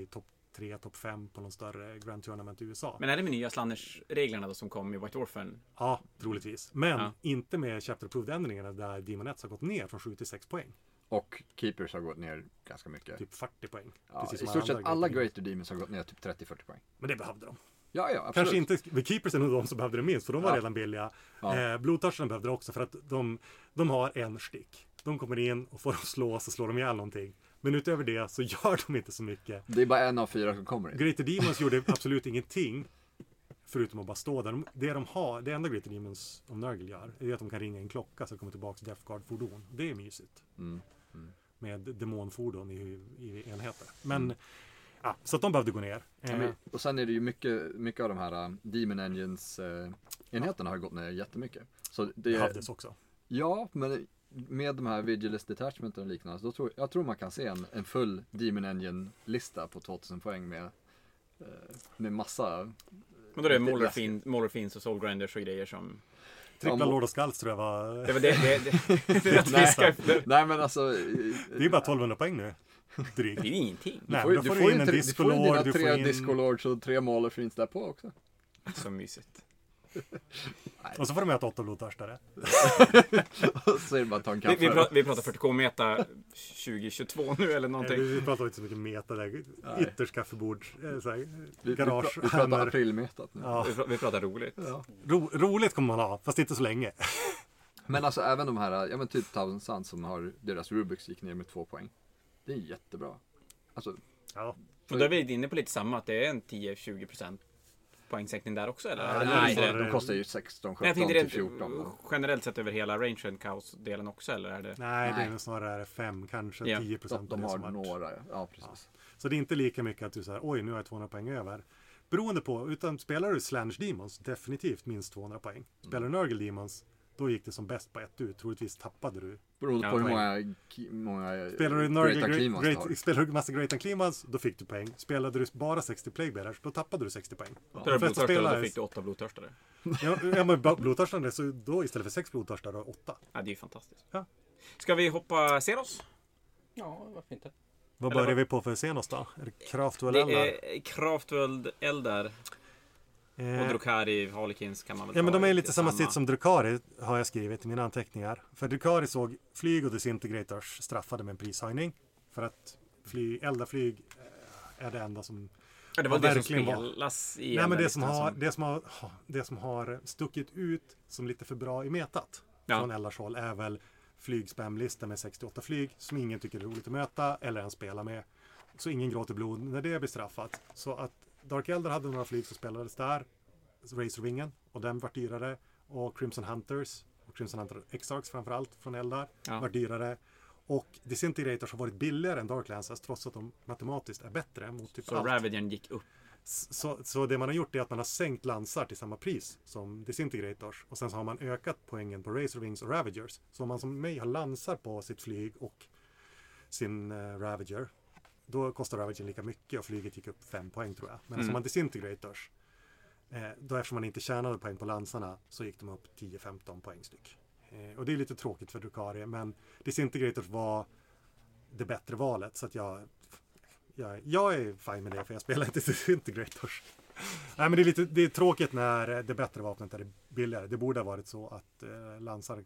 tre, topp fem på någon större Grand Tournament i U S A. Men är det med nya Slanners-reglerna då som kom i White Dwarfen? Ja, troligtvis. Men Ja. inte med Chapter Approved-ändringarna där Demonettes har gått ner från sju till sex poäng. Och Keepers har gått ner ganska mycket. Typ fyrtio poäng. Ja, Precis I som stort sett andra alla Greater Greater Demons har gått ner typ trettio till fyrtio poäng. Men det behövde de. Ja, ja, absolut. Kanske inte, men Keepers är nog de som behövde det minst, för de var Ja. redan billiga. Ja. Eh, Blodtörstarna behövde det också för att de, de har en stick. De kommer in och får de slå så slår de ihjäl någonting. Men utöver det så gör de inte så mycket. Det är bara en av fyra som kommer in. Greater Demons gjorde absolut ingenting förutom att bara stå där. De, det de har, det enda Greater Demons om Nurgle gör är att de kan ringa en klocka så det kommer tillbaka Death Guard-fordon. Det är mysigt. Mm. Mm. Med demonfordon i, i enheter. Men, ja, så att de behövde gå ner. Ja, Eh, men- och sen är det ju mycket, mycket av de här uh, Demon Engines uh, enheterna har gått ner jättemycket. Så det, det behövdes också. Ja, men med de här Vigilance Detachmenten och liknande, då tror, jag tror man kan se en, en full Demon Engine-lista på tvåtusen poäng med, uh, med massa... Men då är det lite Maulerfin, Maulerfins och Soulgrinders och grejer som... Trippla Ja, Lord of Skulls tror jag var... Det var det, det, det, det, det, Nej. fiskar efter. Nej, men alltså... Det är bara tolvhundra poäng nu. Det Drygt. är ingenting. Nej, får, då du får får du ju in en tre- Disco du får ju Lord, dina du tre får in... Disco Lords och tre Maulerfins där på också. Så mysigt. Och så får du möta åtta blodtörstare. Och så är det bara att ta en Vi, kaffe. vi, pratar, vi pratar fyrtio K-meta tjugo tjugotvå nu eller Nej, någonting. vi vi pratar inte så mycket meta där. Nej. Ytterst kaffebord, eh, så här, vi, vi, garage, pra- vi pratar hammer. aprilmetat nu. Ja. Vi, pra- vi pratar roligt. Ja. Ro, roligt kommer man ha, fast inte så länge. Men alltså även de här, ja men typ Thousand Suns som har, deras Rubiks gick ner med två poäng. Det är jättebra. Alltså, Ja. Och då är vi inne på lite samma, att det är en tio till tjugo procent poängsänkning där också, eller? Ja, eller nej, är det- det- de kostar ju sexton, Nej, jag sjutton tänkte till det fjorton. generellt sett över hela Range and Chaos-delen också, eller är det? Nej, det är Nej. nog snarare fem, kanske Ja. tio De, procent. de av det har som varit. några, ja precis. Så det är inte lika mycket att du säger, oj nu har jag tvåhundra poäng över. Beroende på, utan spelar du Slange Demons, definitivt minst tvåhundra poäng. Spelar du Nurgle Demons, då gick det som bäst på ett ut. Troligtvis tappade du. Beroende Ja, på hur poäng. många, ki- många Spelar du Nurgle Great Great, Aklimas du har. great, spelar du massa Great Uncleans, då fick du poäng. Spelade du bara sextio Plague Bearers, då tappade du sextio poäng. Då är De det flesta blodtörstare, spelare- då fick du åtta blodtörstare. Ja, ja men bl- blodtörstande, så då istället för sex blodtörstare har du åtta. Ja, det är ju fantastiskt. Ja. Ska vi hoppa Xenos? Ja, varför inte? Vad Eller börjar vad- vi på för Xenos då? Är det Craftwell Det Eldar? är Craftworld Eldar och Eh, Drukari Harlequins kan man väl Ja men ta de är i lite samma samma. sitt som Drukari har jag skrivit i mina anteckningar. För Drukari såg flyg och disintegrators straffade med en prishöjning. För att fly, elda flyg eh, är det enda som... Ja, det var Ja, det som verkligen var- spelas i Nej men det Eldarlistan som, har, det, som har, det som har stuckit ut som lite för bra i metat Ja. från Eldars håll är väl flygspamlista med sextioåtta flyg som ingen tycker är roligt att möta eller ens spela med. Så ingen gråter blod när det blir straffat. Så att Dark Eldar hade några flyg som spelades där. Razorwingen och den var dyrare. Och Crimson Hunters och Crimson Hunter Exarchs framförallt från Eldar Ja. var dyrare. Och Disintegrators har varit billigare än Darklances trots att de matematiskt är bättre mot typ Så allt. Ravagen gick upp. Så, så det man har gjort är att man har sänkt lansar till samma pris som Disintegrators. Och sen så har man ökat poängen på Razorwings och Ravagers. Så om man som mig har lansar på sitt flyg och sin uh, Ravager. Då kostar Ravagen lika mycket och flyget gick upp fem poäng tror jag. Men Mm. som man Disintegrators. Eh, då eftersom man inte tjänade poäng på lansarna så gick de upp tio till femton poäng styck. Eh, och det är lite tråkigt för Drukari. Men Disintegrators var det bättre valet. Så att jag... Jag, jag är fine med det för jag spelar inte Disintegrators. Nej men det är, lite, det är tråkigt när det bättre vapnet är billigare. Det borde ha varit så att eh, lansar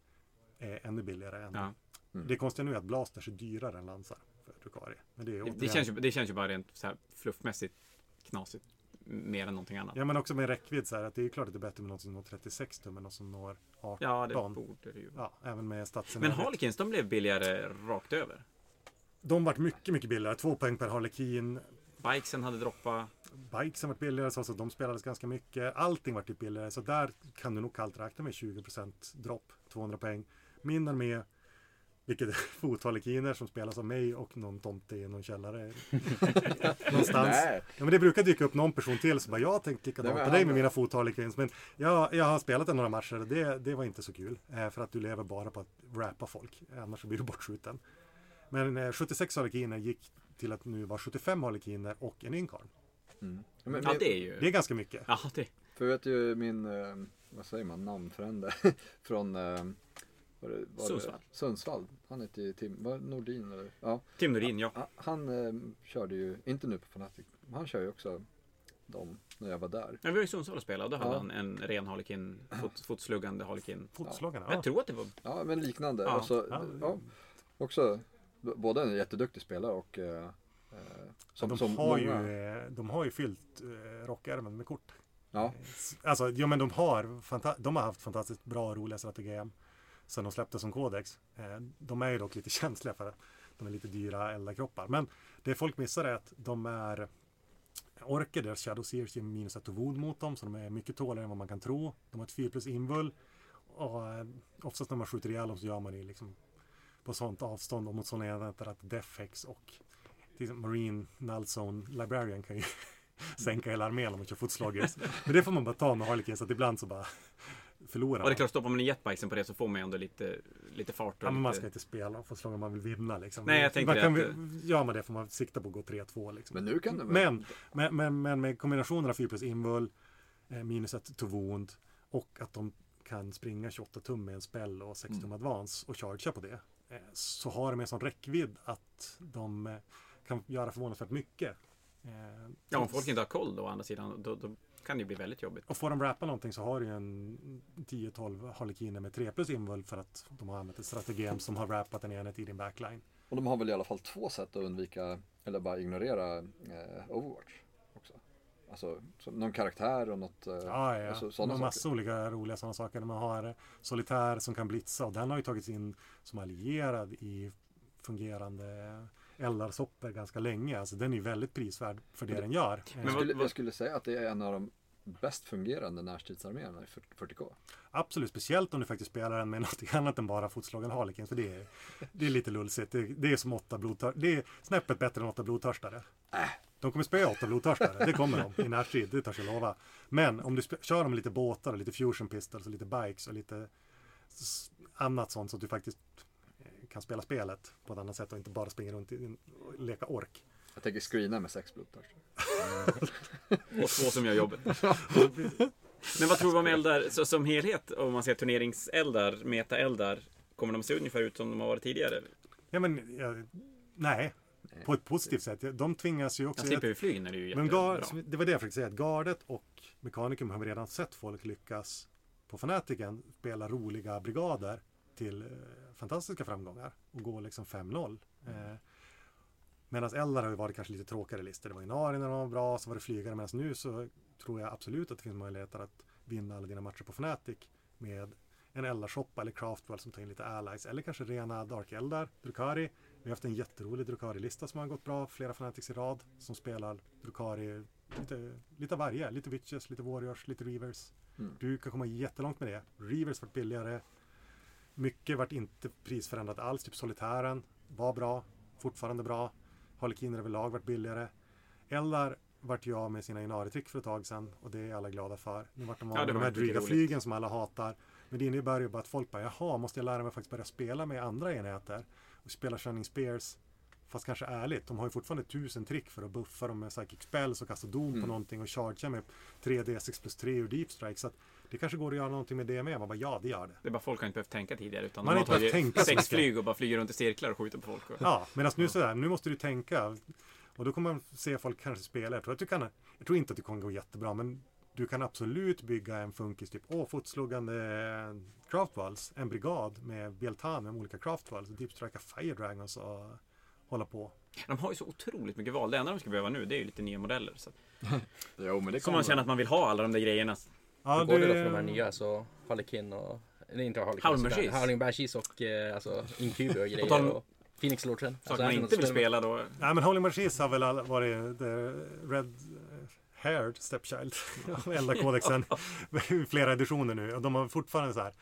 är ännu billigare än... Ja. Mm. Det konstiga nu är att blasters är dyrare än lansar för Drukari. Men det är Det, återigen... det, känns ju, det känns ju bara rent så här fluffmässigt knasigt. Mer än någonting annat. Ja men också med räckvidd så här att det är klart att det är bättre med något som når trettiosex tum än något som når arton. Ja, det Ja. borde det ju. Ja, även med statsen. Men Harlequins, de blev billigare rakt över. De vart mycket, mycket billigare. Två poäng per Harlekin. Bikesen hade droppat. Bikesen vart billigare så alltså de spelades ganska mycket. Allting vart typ billigare. Så där kan du nog kallt räkna med tjugo procent dropp. tvåhundra poäng. Min armé, vilket är fotharlekiner som spelas av mig och någon tomte i någon källare. Någonstans. Nej. Ja, men det brukar dyka upp någon person till som bara, jag tänkte likadant Nej, på men dig han- med mina fotharlekins. Men jag, jag har spelat en några matcher och det, det var inte så kul. Eh, för att du lever bara på att rappa folk. Annars så blir du bortskjuten. Men eh, sjuttiosex harlekiner gick till att nu vara sjuttiofem harlekiner och en inkarn. Mm. Ja, men, Ja, men, det är ju... Det är ganska mycket. Ja, det. För vet ju min, eh, vad säger man, namnfrände från, eh, Var det, var Sundsvall. Det, Sundsvall. Han heter ju Tim, var det Nordin eller? Ja. Tim Nordin, ja. Han, han eh, körde ju, inte nu på Fnatic, men han kör ju också de när jag var där. Ja, vi var ju i Sundsvall och spelade och då hade Ja. han en ren Harlequin, fot, fotsluggande Harlequin. Fotslagarna, Jag tror att det var... Ja, men liknande. Ja. Och så, Ja. ja, också b- både en jätteduktig spelare och eh, eh, som, de, som har många. ju, eh, de har ju fyllt eh, rockärmen med kort. Ja, Alltså, ja men de har, fanta- de har haft fantastiskt bra och roliga strategier sen de släppte som kodex. Eh, de är ju dock lite känsliga för att de är lite dyra eldarkroppar. Men det folk missar är att de är orker, deras Shadow Seers ger minus ett och vod mot dem, så de är mycket tåligare än vad man kan tro. De har ett fyra plus invul och eh, oftast när man skjuter ihjäl dem så gör man det liksom på sånt avstånd och mot sådana enheter att Defhex och till exempel Marine Nullzone Librarian kan ju sänka hela armén om man kör footslagers. Men det får man bara ta med Harlequin, så att ibland så bara förlorar Och det är klart, stoppar man en jetbikesen på det så får man ändå lite, lite fart. Och ja, men man lite... ska inte spela footslagers om man vill vinna liksom. Nej, jag tänkte man kan, det vi- Gör man det får man sikta på att gå tre två liksom. men nu kan det väl. Men, men, men, men med kombinationen av fyra plus invul, eh, minus ett to wound och att de kan springa tjugoåtta tum med en spell och sex tum Mm. advance och chargea på det, eh, så har de en sån räckvidd att de eh, kan göra förvånansvärt mycket. Eh, Ja, om folk inte har koll då å andra sidan, då, då kan det bli väldigt jobbigt. Och får de rappa någonting så har du ju en tio tolv harlekiner med tre plus invul för att de har använt ett strategem som har rappat en enhet i din backline. Och de har väl i alla fall två sätt att undvika eller bara ignorera eh, Overwatch också. Alltså så, någon karaktär och något eh, Ja, ja. alltså, De sådana har saker. massa olika roliga sådana saker. Man har eh, Solitär som kan blitza och den har ju tagits in som allierad i fungerande eldarsopper ganska länge. Alltså den är ju väldigt prisvärd för det Men- den gör. Jag Eh, vad- skulle, vad- jag skulle säga att det är en av de bäst fungerande närstridsarméerna i fyrtio K. Absolut, speciellt om du faktiskt spelar den med något annat än bara fotslagen harlekin. För det är, det är lite lulsigt. Det, det är som åtta blodtörstare. Det är snäppet bättre än åtta blodtörstare. Äh. De kommer spöa åtta blodtörstare. Det kommer de i närstrid, det törs jag lova. Men om du spe- kör dem med lite båtar och lite fusion pistols och lite bikes och lite s- annat sånt så att du faktiskt eh, kan spela spelet på ett annat sätt och inte bara springa runt i, och leka ork. Jag tänker screena med sex blodtörstar. Och två som gör jobbet. Men vad tror du om eldar så, som helhet? Om man ser turneringseldar, metaeldar, kommer de se ungefär ut som de har varit tidigare? Ja, men, ja, nej, på ett positivt sätt. De tvingas ju också... Jag slipper ju flygen är det ju Men jättebra. gar, det var det jag försökte säga, att gardet och mekanikum har vi redan sett folk lyckas på Fnaticen spela roliga brigader till eh, fantastiska framgångar och gå liksom fem noll. Eh, Medan Eldar har ju varit kanske lite tråkigare listor. Det var Inari när de var bra, så var det flygare. Medan nu så tror jag absolut att det finns möjligheter att vinna alla dina matcher på Fnatic med en Eldar-shoppa eller Craftwell som tar in lite allies. Eller kanske rena Dark Eldar, Drukari. Vi har haft en jätterolig Drukari-lista som har gått bra. Flera Fanatics i rad som spelar Drukari lite, lite varje. Lite Witches, lite Warriors, lite Reavers. Mm. Du kan komma jättelångt med det. Reavers vart billigare. Mycket vart inte prisförändrat alls. Typ Solitären var bra. Fortfarande bra. Harlekiner överlag vart billigare. Eldar vart jag med sina Inari-trick för ett tag sedan. Och det är alla glada för. Nu vart de av Ja, det med de var här mycket dryga roligt. flygen som alla hatar. Men det innebär ju bara att folk bara, jaha, måste jag lära mig faktiskt börja spela med andra enheter och spela Shining Spears. Fast kanske ärligt, de har ju fortfarande tusen trick för att buffa dem med Psychic Spells och kasta dom Mm. på någonting och chargea med tre D sex plus tre ur Deep Strike. Så att det kanske går att göra någonting med det med. Man bara, ja, det gör det. Det är bara folk har inte behövt tänka tidigare utan Man de har har inte behövt tagit tänka så sex mycket. flyg och bara flyger runt i cirklar och skjuter på folk. Och... Ja, medan nu sådär, nu måste du tänka. Och då kommer man se folk kanske spela. Jag tror, att du kan, jag tror inte att det kommer gå jättebra, men du kan absolut bygga en funkis typ, åh, fotslugande craftwalls, en brigad med Bieltan med olika craftwalls, Deep Strike Fire Dragons och hålla på. De har ju så otroligt mycket val. Det enda de ska behöva nu det är ju lite nya modeller. Så, Jo, men det så man känner att man vill ha alla de där grejerna. Ja, Hur går det då för de här nya? Så Harlekin och... Nej, inte Harlekin. Howling utan Banshees. Howling Banshees och eh, alltså Incuber och grejer. tal om- och Phoenix Lordsen. Saker man inte vill spela då. Nej, men Holy Marchis har väl alla varit the red eh, haired stepchild av Elda-kodexen i flera editioner nu. Och de har fortfarande så här.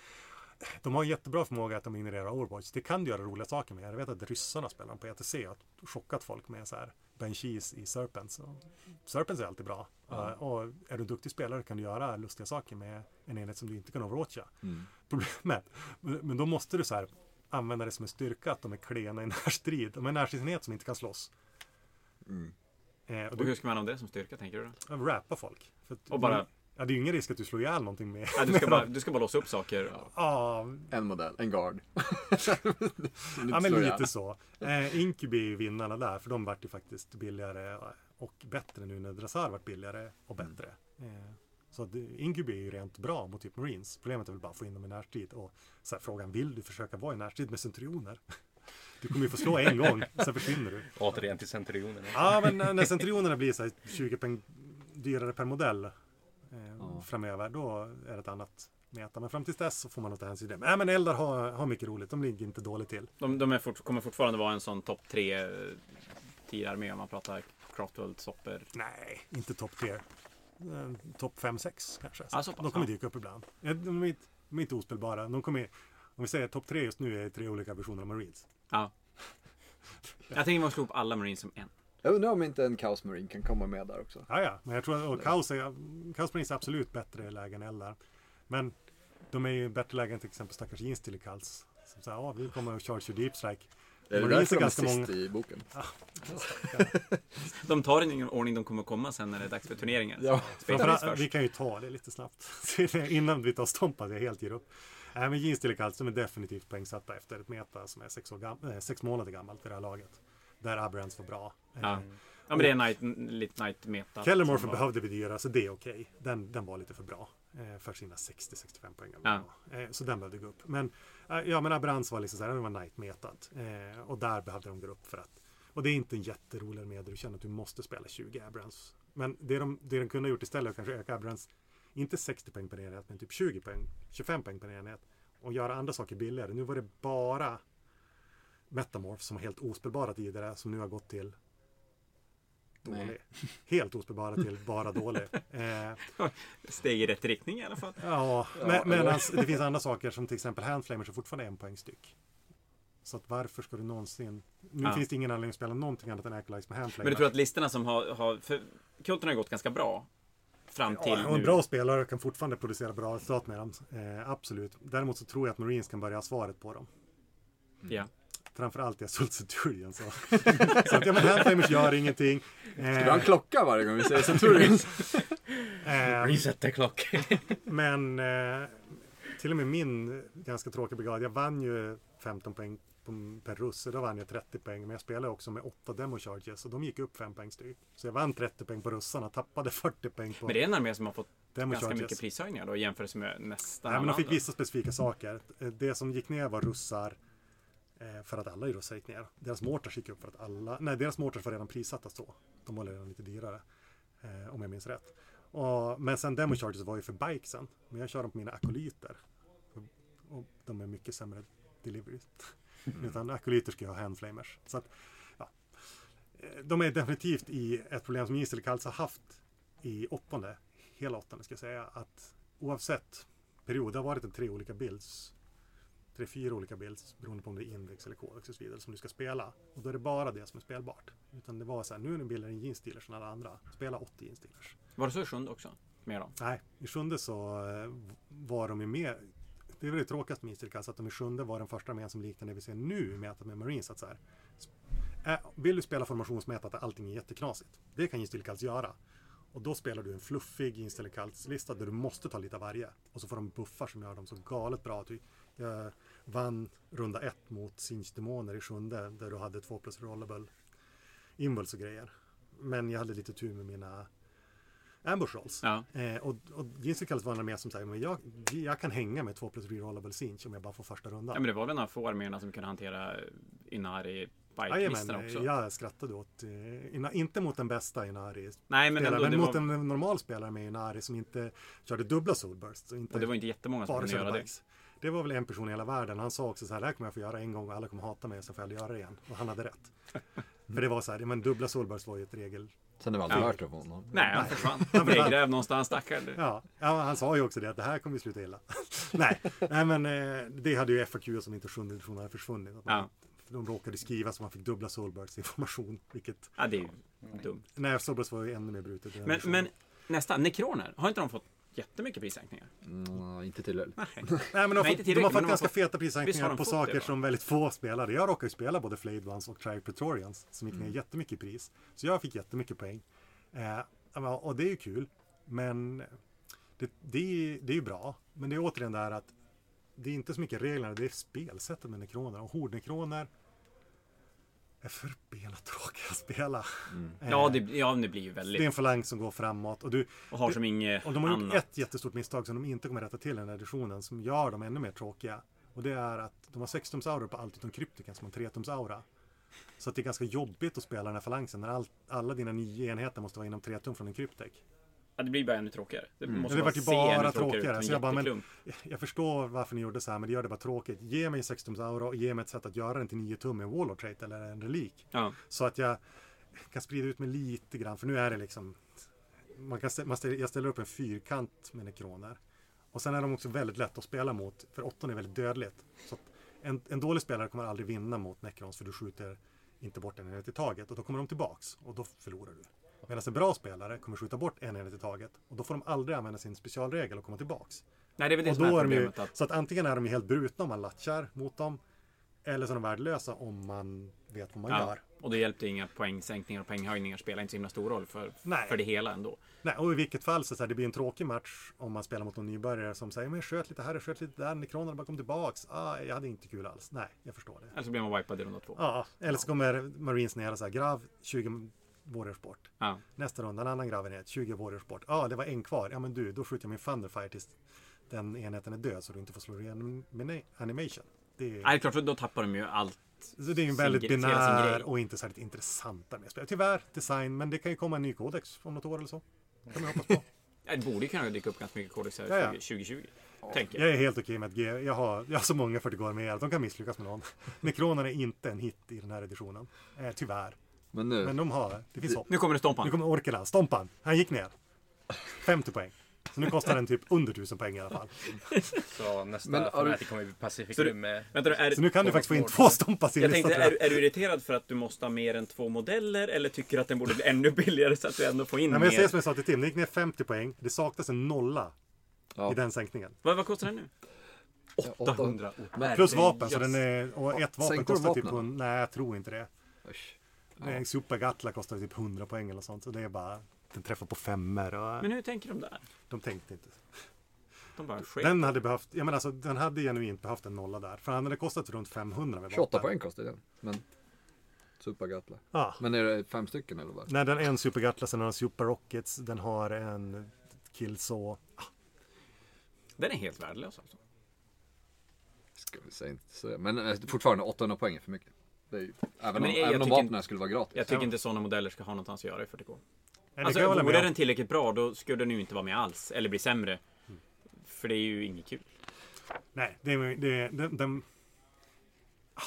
De har en jättebra förmåga att de ignorerar Overwatch. Det kan du göra roliga saker med. Jag vet att ryssarna spelar dem på E T C och chockat folk med så här Banshees i Serpents. Och Serpents är alltid bra. Ja. Uh, och är du en duktig spelare kan du göra lustiga saker med en enhet som du inte kan overwatcha. Mm. Problemet, men men då måste du så här använda det som en styrka att de är klena i närstrid. De är en närstridsenhet som inte kan slåss. Mm. Eh, och Och du hur ska man ha det som styrka tänker du då? rappa folk. För att Och bara ja, Ja, det är ju ingen risk att du slår ihjäl någonting med. Ja, du, ska bara, du ska bara låsa upp saker. Ja, En modell, en guard. ja men lite så. Eh, Incubi är ju vinnarna där, för de vart ju faktiskt billigare och bättre nu när Dressar vart billigare och bättre. Eh, så det, Incubi är ju rent bra mot typ Marines. Problemet är väl bara att få in dem i närstrid. Och så här, frågan, vill du försöka vara i närstrid med centurioner? Du kommer ju få slå en gång, sen försvinner du. Återigen till centurionerna. Ja, men när centurionerna blir så här tjugo peng dyrare per modell eh, Ja. framöver, då är det ett annat meta. Men fram tills dess så får man inte hänsyn till det. Nej, men Eldar har, har mycket roligt. De ligger inte dåligt till. De, de är fort, kommer fortfarande vara en sån topp tre tidigare med om man pratar Craftworld, Sopper. Nej, inte topp tre. Eh, topp fem sex kanske. Ja, så pass, de kommer ja. dyka upp ibland. Eh, De är, inte- de är inte ospelbara. De kommer, om vi säger topp tre just nu är tre olika versioner av Marines. Ja. Jag tänker man slå upp alla Marines som en. Jag undrar om inte en Chaos Marine kan komma med där också. Ja, ja. Men jag tror att Chaos, är, Chaos Marines är absolut bättre läge än Eldar. Men de är ju bättre läge än till exempel stackars Jeans-Tillikals. Som säger, ja, vi kommer att charge Deep Strike. Är det Marines därför är de är ganska sist många- i boken? De tar in ingen ordning de kommer komma sen när det är dags för turneringen. Ja. Space Framförallt, Marines först. vi kan ju ta det lite snabbt. Innan vi tar stompat, jag helt ger upp. Nej, men Jeans-Tillikals, som är definitivt poängsatta efter ett meta som är sex, år gam- äh, sex månader gammalt i det här laget. Där Aberrants var bra. Ja. Eh, Ja, men det är night, lite night meta. Kellermorph som var- behövde vi dyra, så det är okej. Den, den var lite för bra eh, för sina sextio till sextiofem poäng. eller vad det var. Eh, så den behövde gå upp. Men, eh, ja, men Aberrants var liksom så här, den var night-metad. Eh, och där behövde de gå upp för att. Och det är inte en jätterolig med där du känner att du måste spela tjugo Aberrants. Men det de, det de kunde ha gjort istället är kanske öka Aberrants, inte sextio poäng per enhet, men typ tjugo poäng, tjugofem poäng per enhet. Och göra andra saker billigare. Nu var det bara Metamorph som var helt ospelbara tidigare, som nu har gått till dålig. Nej. Helt ospelbara till bara dålig. Eh, Steg i rätt riktning i alla fall. ja, Ja, men, men eller- alltså, det finns andra saker som till exempel Handflamers är fortfarande en poäng styck. Så att varför ska du någonsin... Nu Ja. finns det ingen anledning att spela någonting annat än Acolytes med Handflamers. Men du tror att listorna som har... har för Kulten har ju gått ganska bra. Fram till Ja, och en nu. bra spelare kan fortfarande producera bra resultat med dem. Eh, absolut. Däremot så tror jag att Marines kan börja ha svaret på dem. Ja. Framförallt i Assault Centurion. Så, så att ja, men Handflamers gör ingenting. Ska du ha en Eh, klocka varje gång vi säger Centurions? eh, Reset the clock. Men eh, till och med min ganska tråkiga brigad, jag vann ju femton poäng på, per russ, så då vann jag trettio poäng. Men jag spelade också med åtta demo charges och de gick upp fem poäng styck. Så jag vann trettio poäng på russarna, tappade fyrtio poäng på Men det är en armé som har fått demo ganska charges. mycket prishöjningar då i jämförelse med nästan Nej, men de alla fick andra. vissa specifika saker. Eh, Det som gick ner var russar eh, för att alla i russar gick ner. Deras mortars gick upp för att alla, nej deras mortars var redan prissatta så. De var redan lite dyrare. Eh, om jag minns rätt. Och, men sen demo charges var ju för bikesen. Men jag kör dem på mina akolyter. Och, och de är mycket sämre deliveries. Utan akolyter ska ju ha handflamers. Så att, ja. Eh, De är definitivt i ett problem som Jeans-Tillikals har haft i åttonde. Hela åttonde ska jag säga. Att oavsett period, det har varit en tre olika builds. Tre, fyra olika builds beroende på om det är index eller kodex och så vidare som du ska spela. Och då är det bara det som är spelbart. Utan det var så här, nu är det billigare en jeans-stealers än alla andra. Spela åttio jeans-stealers. Var det så i sjunde också? Med dem? Nej, i sjunde så eh, var de ju med. Det är väl det tråkigaste med Jeans-Tillikals att de i sjunde var den första armén som liknade det vi ser nu med att med Marines. Att så här, äh, vill du spela formationsmätat där allting är jätteknasigt? Det kan Jeans-Tillikals göra. Och då spelar du en fluffig Jeans-Tillikals-lista där du måste ta lite av varje. Och så får de buffar som gör dem så galet bra. Jag vann runda ett mot Sinch-demoner i sjunde där du hade två plus rollable invuls och grejer. Men jag hade lite tur med mina ambush rolls. Ja. Eh, och och Jeans-Tillikals var en armé som säger men jag, jag kan hänga med två plus rerollable Sinch om jag bara får första rundan. Ja, men det var väl några få arméerna som kunde hantera Inari Jajamän, bike-listorna också. jag skrattade åt, eh, ina, inte mot den bästa Inari Nej, men spelare, ändå, men det mot var, en normal spelare med Inari som inte körde dubbla soulbursts. Och inte och det var inte jättemånga som bara kunde körde göra det. bikes. Det var väl en person i hela världen. Han sa också så här, det här kommer jag få göra en gång och alla kommer hata mig och så får jag aldrig göra det igen. Och han hade rätt. För det var så här, men dubbla soulbursts var ju ett regel. Sen har vi aldrig Ja. hört det från honom. Nej, han försvann. försvann. Nedgrävd någonstans, stackare. Ja, ja, han sa ju också det att det här kommer ju sluta illa. nej, nej, men eh, det hade ju F A Q som inte sjunde edition hade försvunnit. Att man, Ja. De råkade skriva så man fick dubbla soulbursts information. Vilket, Ja, det är ju dumt. nej, soulbursts var ju ännu mer brutet. i den Men, versionen. men nästa, Nekroner. Har inte de fått jättemycket prissänkningar? Mm, inte tillräckligt. Nej. Nej, men de har Nej, fått, inte de har tillräckligt, fått men de har ganska fått- feta Visst har prissänkningar de på fått saker det, va? som väldigt få spelade. Jag råkar ju spela både Flayed Ones och Tribe Praetorians som gick ner Mm. jättemycket i pris. Så jag fick jättemycket poäng. Eh, och det är ju kul. Men det, det, är, det är ju bra. Men det är återigen där att det är inte så mycket reglerna, det är spelsättet med nekroner. Och hordnekroner är förbenat tråkiga att spela. Mm. Ja, det, ja, det blir ju väldigt... Det är en falang som går framåt. Och, du, och har det, som inget och de har gjort annat. ett jättestort misstag som de inte kommer rätta till i den här editionen som gör dem ännu mer tråkiga. Och det är att de har sex-tums aura på allt utom kryptiken som har tre-tums aura. Så att det är ganska jobbigt att spela den här falangsen när all, alla dina nio enheter måste vara inom tre tum från en kryptek. Ja, det blir bara ännu tråkigare. Det Mm. måste det vart ju bara tråkigare. Så jag, bara, men, jag, jag förstår varför ni gjorde så här, men det gör det bara tråkigt. Ge mig sex-tums aura och ge mig ett sätt att göra den till nio tum med en Warlord trait eller en relik. ja. Så att jag kan sprida ut mig lite grann. För nu är det liksom... Man kan, man ställer, jag ställer upp en fyrkant med nekroner. Och sen är de också väldigt lätt att spela mot. För åtton är väldigt dödligt. Så att en, en dålig spelare kommer aldrig vinna mot nekrons. För du skjuter inte bort en enhet i taget. Och då kommer de tillbaks. Och då förlorar du. Medan en bra spelare kommer skjuta bort en enhet i taget. Och då får de aldrig använda sin specialregel och komma tillbaks. Nej, det är väl det och som då är är de ju, problemet. Att... Så att antingen är de ju helt brutna om man latchar mot dem. Eller så är de värdelösa om man vet vad man ja. gör. Och det hjälpte inga poängsänkningar och poänghöjningar spelar inte så himla stor roll för, för det hela ändå. Nej, och i vilket fall så, så här, det blir en tråkig match om man spelar mot någon nybörjare som säger men jag sköt lite här, jag sköt lite där, nekronerna bara kom tillbaks. Ah, jag hade inte kul alls. Nej, jag förstår det. Eller så blir man wipad i runda två. Ja, eller så kommer Marines ner och så här, grav tjugo warriors bort. Ja. Nästa runda, en annan gravenhet, tjugo warriors bort. Ja, ah, det var en kvar. Ja, men du, då skjuter jag min Thunderfire tills den enheten är död så du inte får slå igen med animation. Det är... Nej, klart, för då tappar de ju allt. Så det är ju en väldigt binär och inte särskilt intressanta med spel. Tyvärr, design, men det kan ju komma en ny kodex om något år eller så. Kan man hoppas på. Ja, det borde ju kunna dyka upp ganska mycket kodexar ja, ja. tjugo tjugo. Ja. Tänker. Jag är helt okej med att G. Jag har, jag har så många för det går med. De kan misslyckas med någon. Nekronen är inte en hit i den här editionen. Eh, tyvärr. Men nu... Men de har, det finns hopp. Nu kommer det Stompan. Nu kommer Orkela. Stompan. Han gick ner. femtio poäng. Så nu kostar den typ under tusen poäng i alla fall. Så nästa Men, format kommer bli Pacific så Rim med... Vänta, är, så nu kan du faktiskt få in två Stompas i jag listan. tänkte, är, är du irriterad för att du måste ha mer än två modeller eller tycker att den borde bli ännu billigare så att du ändå får in Nej, mer? men jag säger som jag sa till Tim, det gick ner femtio poäng. Det saknas en nolla Ja. i den sänkningen. Vad, vad kostar den nu? åttahundra. Men- Plus vapen, Yes. så den är, och ett vapen Sänkte de kostar typ vapnen? hund- nej jag tror inte det. Usch. Ja. En Supergatla kostar typ hundra poäng eller sånt. Så det är bara, den träffar på femmer och Men hur tänker de där? de tänkte inte. De bara skit. Den hade behövt, jag menar alltså den hade genuint behövt en nolla där. För han hade kostat runt femhundra med tjugoåtta vapen. poäng kostar den. Men Supergatla. Ja. Men är det fem stycken eller vad? Nej, den är en Supergatla, sen har den Super Rockets, den har en Killsaw. Den är helt värdelös alltså. Ska vi säga inte så. Men eh, fortfarande åttahundra poäng är för mycket. Det är ju, även Men om, jag- jag även om tycker vapnen skulle vara gratis. Jag tycker Ja. inte sådana modeller ska ha någonstans att göra i fyrtio K. Nej, det Alltså kan jag hålla med vore om. den tillräckligt bra då skulle den ju inte vara med alls. Eller bli sämre. För det är ju inget kul. Nej, det är, det är den, den... Ah.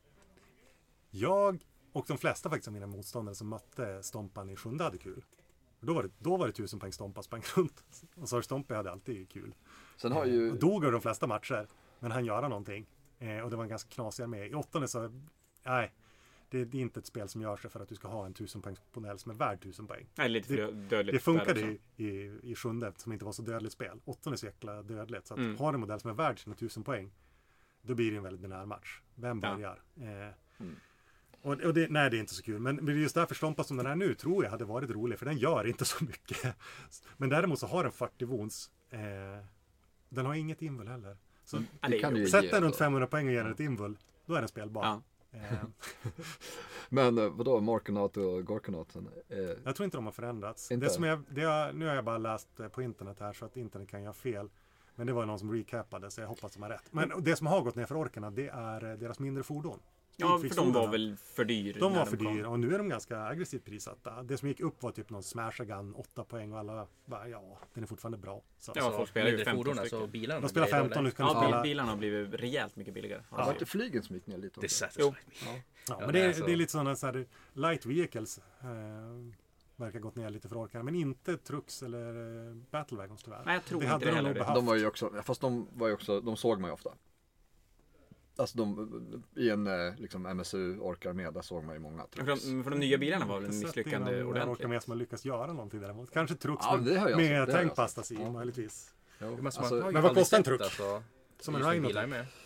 Jag och de flesta faktiskt av mina motståndare som mötte Stompan i sjunde hade kul. Då var det, då var det tusen poäng Stompa sprang runt. Och så Stompa hade alltid kul. Sen har ju... Och dog av de flesta matcher. Men han göra någonting. Eh, och det var en ganska knasig med. I åttonde så, nej. Det, det är inte ett spel som gör sig för att du ska ha en tusen poängs modell som är värd tusen poäng. Nej, lite för Det- dödligt. Det funkade där i, också. i, i sjunde som inte var så dödligt spel. Åttonde är så jäkla dödligt. Så att Mm. har en modell som är värd sina tusen poäng. Då blir det en väldigt binär match. Vem Ja. börjar? Eh, Mm. och, och det, nej, det är inte så kul. Men, men just därför Stompa som den är nu tror jag hade varit rolig. För den gör inte så mycket. Men däremot så har den fyrtio wounds. Eh, den har inget invul heller. Så Ja, det är kan ju- du ju sätt ge den runt då. femhundra poäng och ge den ett invul. Då är den spelbar. Ja. Eh, Men eh, vadå, Markonaut och Gorkonauten? Eh, Jag tror inte de har förändrats. Inte? Det som jag, det har, nu har jag bara läst eh, på internet här så att internet kan göra fel. Men det var någon som recapade så jag hoppas de har rätt. Men det som har gått ner för orkarna det är eh, deras mindre fordon. Ja, för de Speedfix-fordonen. var väl för dyr. De när var för kom. dyra och nu är de ganska aggressivt prissatta. Det som gick upp var typ någon Smashagun, åtta poäng och alla bara ja, den är fortfarande bra. Så, Ja, så, folk spelar ju mindre femton fordon, stycken. alltså bilarna. de spelar grejer, femton, nu eller? kan de Ja, spela. bilarna har blivit rejält mycket billigare. det var inte flygen som gick ner lite Det är också? satisfying. Jo. Ja. Ja, Ja, men det är, alltså- det är lite sådana så här, light vehicles. Eh, verkar gått ner lite för orkarna. Men inte trucks eller eh, battle wagons tyvärr. Nej, jag tror Det inte hade det de heller. nog det. behövt. De var ju också, fast de var ju också, de såg man ju ofta. Alltså de, i en eh, liksom M S U-orkar där såg man ju många För trucks. de, för de nya bilarna var väl en Inte sett misslyckande innan orkar ordentligt. med som har lyckats göra någonting däremot. Kanske trucks Ja, med, det har jag med sett, det har jag tankpastas i sett. Ja. möjligtvis. Jo, Men, alltså, alltså, man har ju men vad aldrig kostar en sett, truck? Alltså, Som en just Rhino. bilar är med.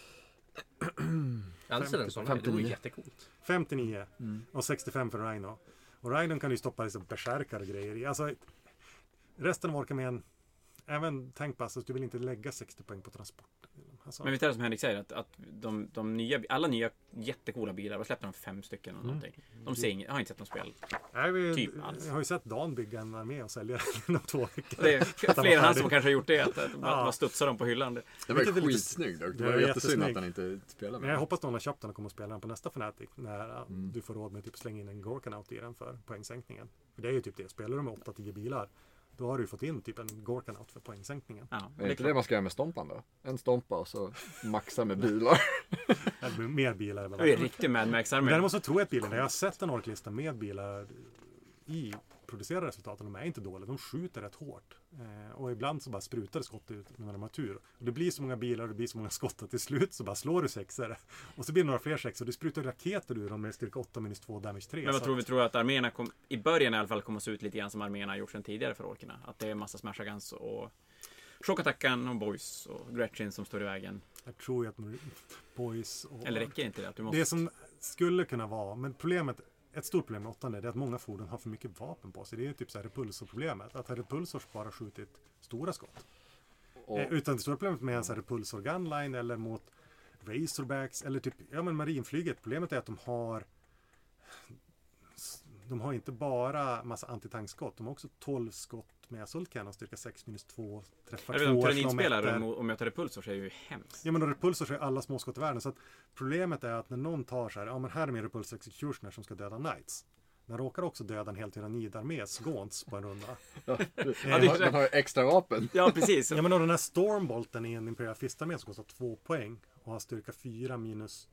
Anser en sån här, det vore femtionio. jättecoolt. femtionio mm. och sextiofem för Rhino. Och Rhino kan du ju stoppa liksom besärkar och grejer i. Alltså, resten av orkar med en även tänk på att du vill inte lägga sextio poäng på transport. Alltså. Men vet du som Henrik säger att, att de, de nya, alla nya jättekola bilar, vad släppte de fem stycken eller någonting? De ser inget, jag har inte sett dem spela. Nej, vi, typ alls. Jag har ju sett Dan bygga en armé och sälja den inom två veckor. Det är fler än han som kanske har gjort det, att, att ja. bara studsar dem på hyllan. Det var ju skitsnyggt dock. Det var jättesynd att han inte spelade med. Men jag hoppas att någon har köpt den och kommer att spela den på nästa Fnatic när Mm. du får råd med att typ slänga in en Gorkanaut i den för poängsänkningen. För det är ju typ det, spelar du med åtta tio bilar då har du fått in typ en Gorkanaut för poängsänkningen. Ja, är det inte det man ska göra med stompan då? En stompa och så maxa med bilar. Eller mer bilar. Det är riktigt Mad Max-armé. Däremot så tror jag att bilarna, jag har sett en orklista med bilar i producerade resultaten, de är inte dåliga, de skjuter rätt hårt. Eh, och ibland så bara sprutar det skott ut när de har tur. Och det blir så många bilar och det blir så många skott att till slut så bara slår du sexor. Och så blir det några fler sexor och du sprutar raketer ur dem med styrka åtta minus två damage tre. Men vad tror vi? Tror att arméerna kom, i början i alla fall kommer att se ut lite grann som arméerna har gjort sedan tidigare för orkerna? Att det är massa smashaguns och chockattackan och boys och Gretchen som står i vägen. Jag tror ju att boys och... Eller räcker inte det? Att du måste... Det som skulle kunna vara, men problemet, ett stort problem med åttan är att många fordon har för mycket vapen på sig. Det är typ så här repulsorproblemet. Att ha repulsors bara skjutit stora skott. Och, Eh, utan det stora problemet med en så här repulsor gunline eller mot razorbacks eller typ, ja men marinflyget. Problemet är att de har de har inte bara massa antitankskott. De har också tolv skott med Assault och styrka sex minus två, träffar jag vet, två, terreninspelare och möta repulsors är ju hemskt. Ja men de repulsors är alla små skott i världen. Så att problemet är att när någon tar så här, ja men här är min repulsor executioner som ska döda knights. Den råkar också döda en hel tyrannidarmés gåns på en runda. ja, Eh, man, man har ju extra vapen. Ja, precis. Ja men och den här Stormbolten i en Imperial Fist-armé som kostar två poäng och har styrka fyra minus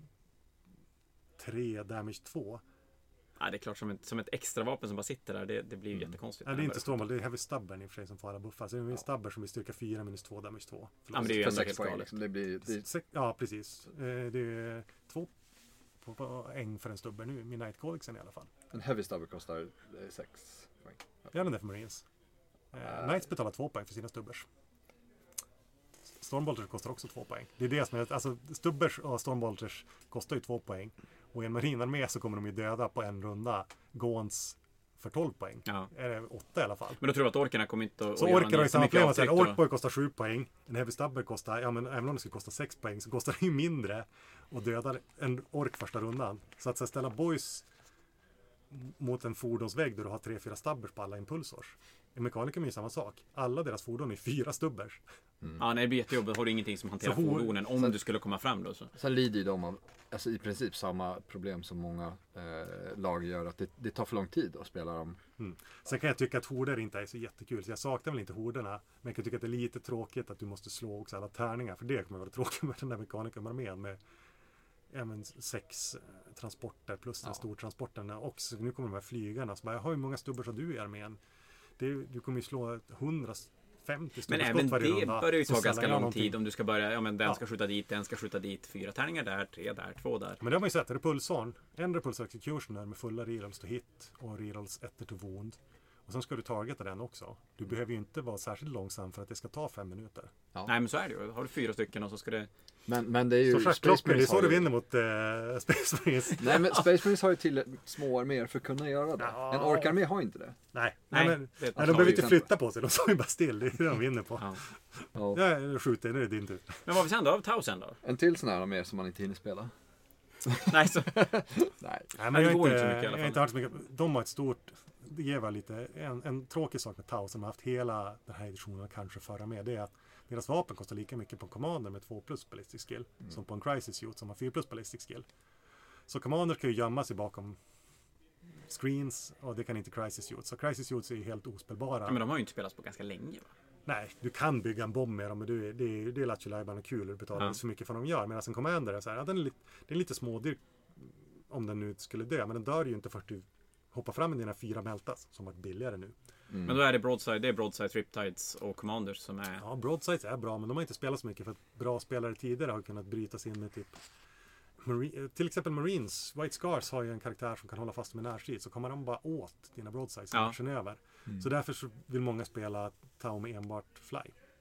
tre damage två. Ja, det är klart som ett, som ett extra vapen som bara sitter där. Det, det blir ju mm. jättekonstigt. Ja, det är inte Stormbolt, det är Heavy Stubber i och för sig som får alla buffar. Så det är en ja. Stubber som blir styrka fyra minus två damage två. Ja, men det är ju ändå helt poäng, liksom. det blir, det... Se- Ja, precis. Eh, det är två poäng för en stubber nu. Min Night Colixen i alla fall. En Heavy Stubber kostar eh, sex poäng. Ja, den är för Marines. Eh, uh. Knights betalar två poäng för sina stubbers. Stormbolters kostar också två poäng. Det är det som är, alltså stubbers och Stormbolters kostar ju två poäng. Och i en marinarmé så kommer de ju döda på en runda Gåns för tolv poäng. Ja. Eller åtta i alla fall. Men då tror jag att orkerna kommer inte att så göra orker har ju samma problem. avtryck, Orkboy kostar sju poäng. En Heavy Stubber kostar, ja men även om det skulle kosta sex poäng så kostar det ju mindre och dödar en ork första rundan. Så att så ställa boys mot en fordonsvägg där du har tre, fyra stubbers på alla impulsors. I mekaniken är ju samma sak. Alla deras fordon är fyra stubbers. Mm. Ja, nej, det blir jättejobbigt. Har du ingenting som hanterar hon... fordonen om så, du skulle komma fram då så. Sen lider ju de av alltså, i princip samma problem som många eh, lag gör. Att det, det tar för lång tid att spela dem. Mm. Sen kan jag tycka att horder inte är så jättekul. Så jag saknar väl inte horderna. Men jag kan tycka att det är lite tråkigt att du måste slå också alla tärningar. För det kommer vara tråkigt med den där mekanikerarmén med även sex transporter plus den ja. stortransporterna. Och så nu kommer de här flygarna. Så bara, jag har hur många stubbers har du i armén? Det, du kommer ju slå hundrafemtio men även det runda, börjar ju ta ganska lång tid om du ska börja, ja men den ja. ska skjuta dit, den ska skjuta dit, fyra tärningar där, tre där, två där. Men det har man ju sett, repulsorn, en repulsor executioner med fulla rerolls to hit och rerolls ett to wound. Och sen ska du targeta den också. Du mm. behöver ju inte vara särskilt långsam för att det ska ta fem minuter. Ja. Nej men så är det ju, har du fyra stycken och så ska det... Men, men det är ju... Så Space det är så du vinner mot uh, Space Marines. Nej men Space Marines har ju till små arméer för att kunna göra det. Ja. En orkarmé har inte det. Nej, nej, men, nej de behöver inte flytta på sig. De står ju bara still. Det är det de vinner på. Ja, ja. ja skjuter, nu är det din tur. Men vad vi sen då? Av Tau sen då? En till sån här armé som man inte hinner spela. Nej, så... nej. nej men jag har inte, inte, jag inte hört så mycket. De har ett stort... Det ger väl lite... En, en tråkig sak med Tau som har haft hela den här editionen kanske förra med. Det är att deras vapen kostar lika mycket på en Commander med två plus ballistic skill mm. som på en Crisis Suit som har fyra plus ballistic skill. Så Commander kan ju gömma sig bakom screens och det kan inte Crisis Suits. Så Crisis Suits är ju helt ospelbara. Ja, men de har ju inte spelats på ganska länge va? Nej, du kan bygga en bomb med dem men du, det är, det är lattjolajban och kul och betalar ja. så mycket för vad de gör. Medan en Commander är så här, ja, den är lite, det är lite smådyr om den nu skulle dö. Men den dör ju inte för att du hoppar fram med dina fyra meltas som varit billigare nu. Mm. Men då är det Broadside, det är Broadside, Riptides och Commanders som är... Ja, Broadsides är bra men de har inte spelat så mycket för att bra spelare tidigare har kunnat bryta sig in med typ Marine, till exempel Marines, White Scars har ju en karaktär som kan hålla fast med närstrid så kommer de bara åt dina Broadsides ja. över. Mm. Så därför så vill många spela Tau med enbart fly.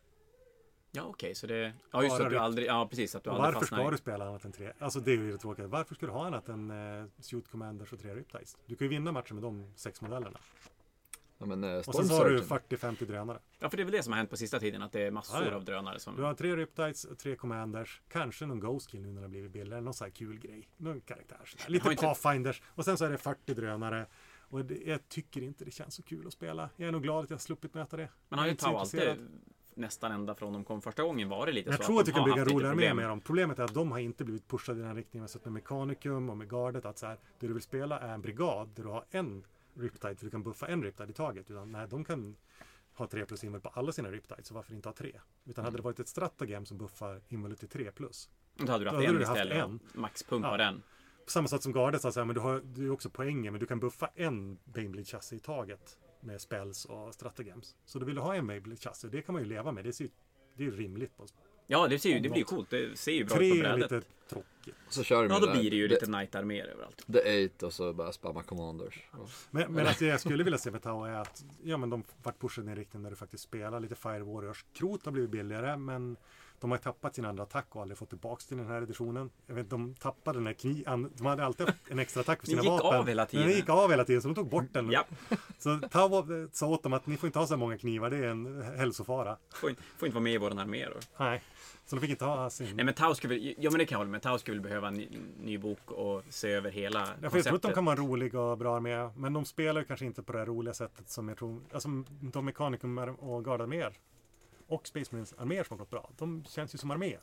Ja okej, okay, så det... Ja just att du aldrig... Ja precis, att du aldrig varför fastnar ska du spela annat än tre? Alltså det är ju det tråkiga. Varför ska du ha annat än uh, Suit Commanders och tre Riptides? Du kan ju vinna matchen med de sex modellerna. Ja, men, eh, Och sen så har du fyrtio femtio drönare. Ja, för det är väl det som har hänt på sista tiden, att det är massor Ja, ja. av drönare som... Du har tre Riptides, tre Commanders, kanske någon Ghost Kill nu när det har blivit billigare, någon sån här kul grej, någon karaktär. har Lite inte- Pathfinders, och sen så är det fyrtio drönare. Och det, jag tycker inte det känns så kul att spela. Jag är nog glad att jag har sluppit möta det. Man har Jag är ju inte så Tau alltid, intresserad. nästan ända från de kom första gången, var det lite Jag så tror att de du kan har bygga haft lite roligare med, problem. med dem. Problemet är att de har inte blivit pushade i den här riktningen. Vi har sett med Mechanicum och med Gardet att så här, det du vill spela är en brigad där du har en Riptide för du kan buffa en Riptide i taget. Utan nej, de kan ha tre plus invul på alla sina Riptides, så varför inte ha tre? Utan hade det varit ett stratagem som buffar invulet till tre plus. Då hade du haft Då hade en du haft istället. en. Maxpumpa Ja. den. På samma sätt som Gardet så här, men du har du är också poängen, men du kan buffa en Baneblade chassi i taget med spells och stratagems. Så då vill du ha en Baneblade chassi, det kan man ju leva med. Det ser ju, det är ju rimligt. På Ja, det, ser ju, det blir ju coolt. Det ser ju bra ut tre på är brädet. lite tråkigt. Så kör du Ja, med då det blir det ju där. lite Knight-arméer överallt. The Eight och så bara spamma commanders. Ja. Men, men att det jag skulle vilja se med Tau är att ja, men de vart pushade i en riktning där du faktiskt spelar lite Fire Warriors. Krot har blivit billigare, men de har tappat sin andra attack och aldrig fått tillbaka till den här editionen. Jag vet, de tappade den här kniven. De hade alltid en extra attack för Den sina gick vapen. av hela tiden. Den gick av hela tiden, så de tog bort den. Ja, Så Tau sa åt dem att ni får inte ha så många knivar, det är en hälsofara. får inte, får inte vara med i våran armé då. Nej, så de fick inte ha sin... Nej, men Tau skulle väl, ja men det kan jag hålla med. Tau skulle väl behöva en ny, ny bok och se över hela Ja, för jag konceptet. tror att de kan vara roliga och bra med, men de spelar kanske inte på det här roliga sättet som jag tror, alltså de Mechanicum och Gardarméer och Space Marines arméer som har gått bra, de känns ju som arméer.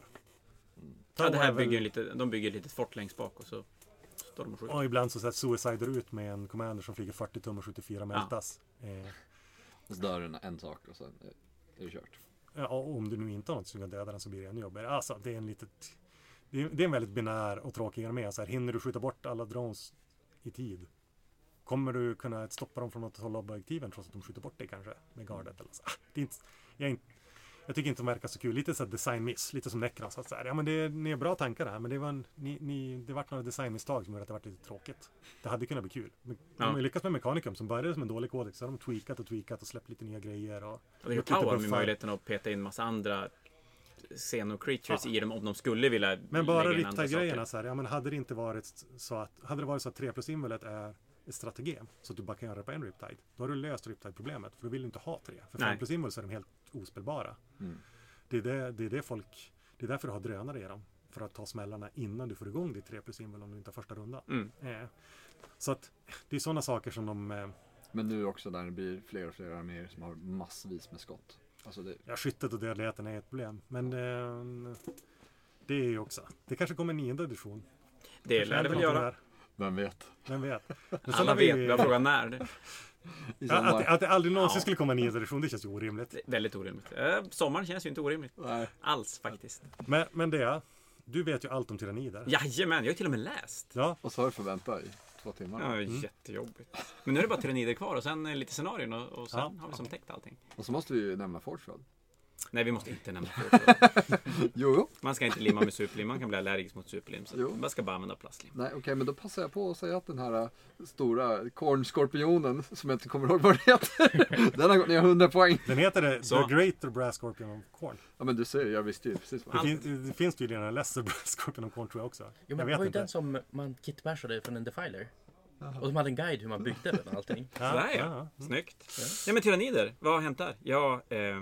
Ja, det här är väl- bygger lite, de bygger ett litet fort längst bak och så står de och skjuter. Och ibland så sätter Suicider ut med en commander som flyger fyrtio tum och sjuttiofyra meltas. Eh, Och så dör den en sak och sen är det kört. ja, och om du nu inte har något som kan döda den så blir det ännu jobbigare. Alltså, det är en litet... Det är, det är en väldigt binär och tråkig armé. Så här, hinner du skjuta bort alla drones i tid? Kommer du kunna stoppa dem från att hålla objektiven trots att de skjuter bort dig kanske? Med gardet eller så. Ah, det är inte, jag, är inte, jag tycker inte de verkar så kul. Lite så här design-miss. Lite som Necron. Så att så här, ja, men det, ni är bra tankar här. Men det var en, ni, ni, det var några designmisstag som gjorde att det var lite tråkigt. Det hade kunnat bli kul. Men de Ja. har ju lyckats med Mechanicum som började som en dålig kodex. Så har de tweakat och tweakat och släppt lite nya grejer. Och, Och det är gjort Tau lite har med buffar. möjligheten att peta in massa andra Xeno-creatures i dem om de skulle vilja Men bara lägga in andra Riptide-grejerna saker. så här, ja men hade det inte varit så att, hade det varit så att tre plus invulet är ett strategem, så att du bara kan göra det på en Riptide, då har du löst Riptide-problemet, för du vill inte ha tre. För Nej. fem plus invul så är de helt ospelbara. Mm. Det är det, det är det folk, det är därför du har drönare i dem, för att ta smällarna innan du får igång ditt tre plus invul om du inte har första rundan. Mm. Eh, så att det är sådana saker som de, eh, Men nu också där det blir fler och fler arméer som har massvis med skott. Alltså det, ja, skyttet och dödligheten är ett problem, men eh, det är ju också, det kanske kommer en nionde edition. Det Kanske lär det händer väl något göra. där. vem vet? Vem vet? Men sen Alla har vi- vet, vi har frågat när. Det I Ja, att, att det aldrig någonsin Ja. skulle komma en nionde edition, det känns ju orimligt. är väldigt orimligt. Eh, sommaren känns ju inte orimligt. Nej. Alls faktiskt. Men, men det, du vet ju allt om tyrannider. Jajamän, jag har till och med läst. Ja, Och så har du fått vänta i två timmar. Ja, Mm. jättejobbigt. Men nu är det bara tyrannider kvar och sen eh, lite scenarion och, och sen Ja. har vi som täckt allting. Och så måste vi ju nämna Forgeworld. Nej, vi måste inte nämna Forgeworld. Jo, jo. Man ska inte limma med superlim, man kan bli allergisk mot superlim. Så Jo. man ska bara använda plastlim. Nej, okej, men då passar jag på att säga att den här äh, stora kornskorpionen, som jag inte kommer ihåg vad den heter, den har gått ner hundra poäng. den heter det Så. The Greater Brass Scorpion of Corn. Ja, men du ser, jag visste ju precis vad Det, det fin, det finns tydligen en Lesser Brass Scorpion of Corn tror jag också. Jo, jag men det vet var ju inte. den som man kitbashade från en defiler. Och de hade en guide hur man byggde den och allting. Ja, Sådär ja, ja, ja. snyggt. Ja men tyrannider, vad har hänt där? Ja, eh,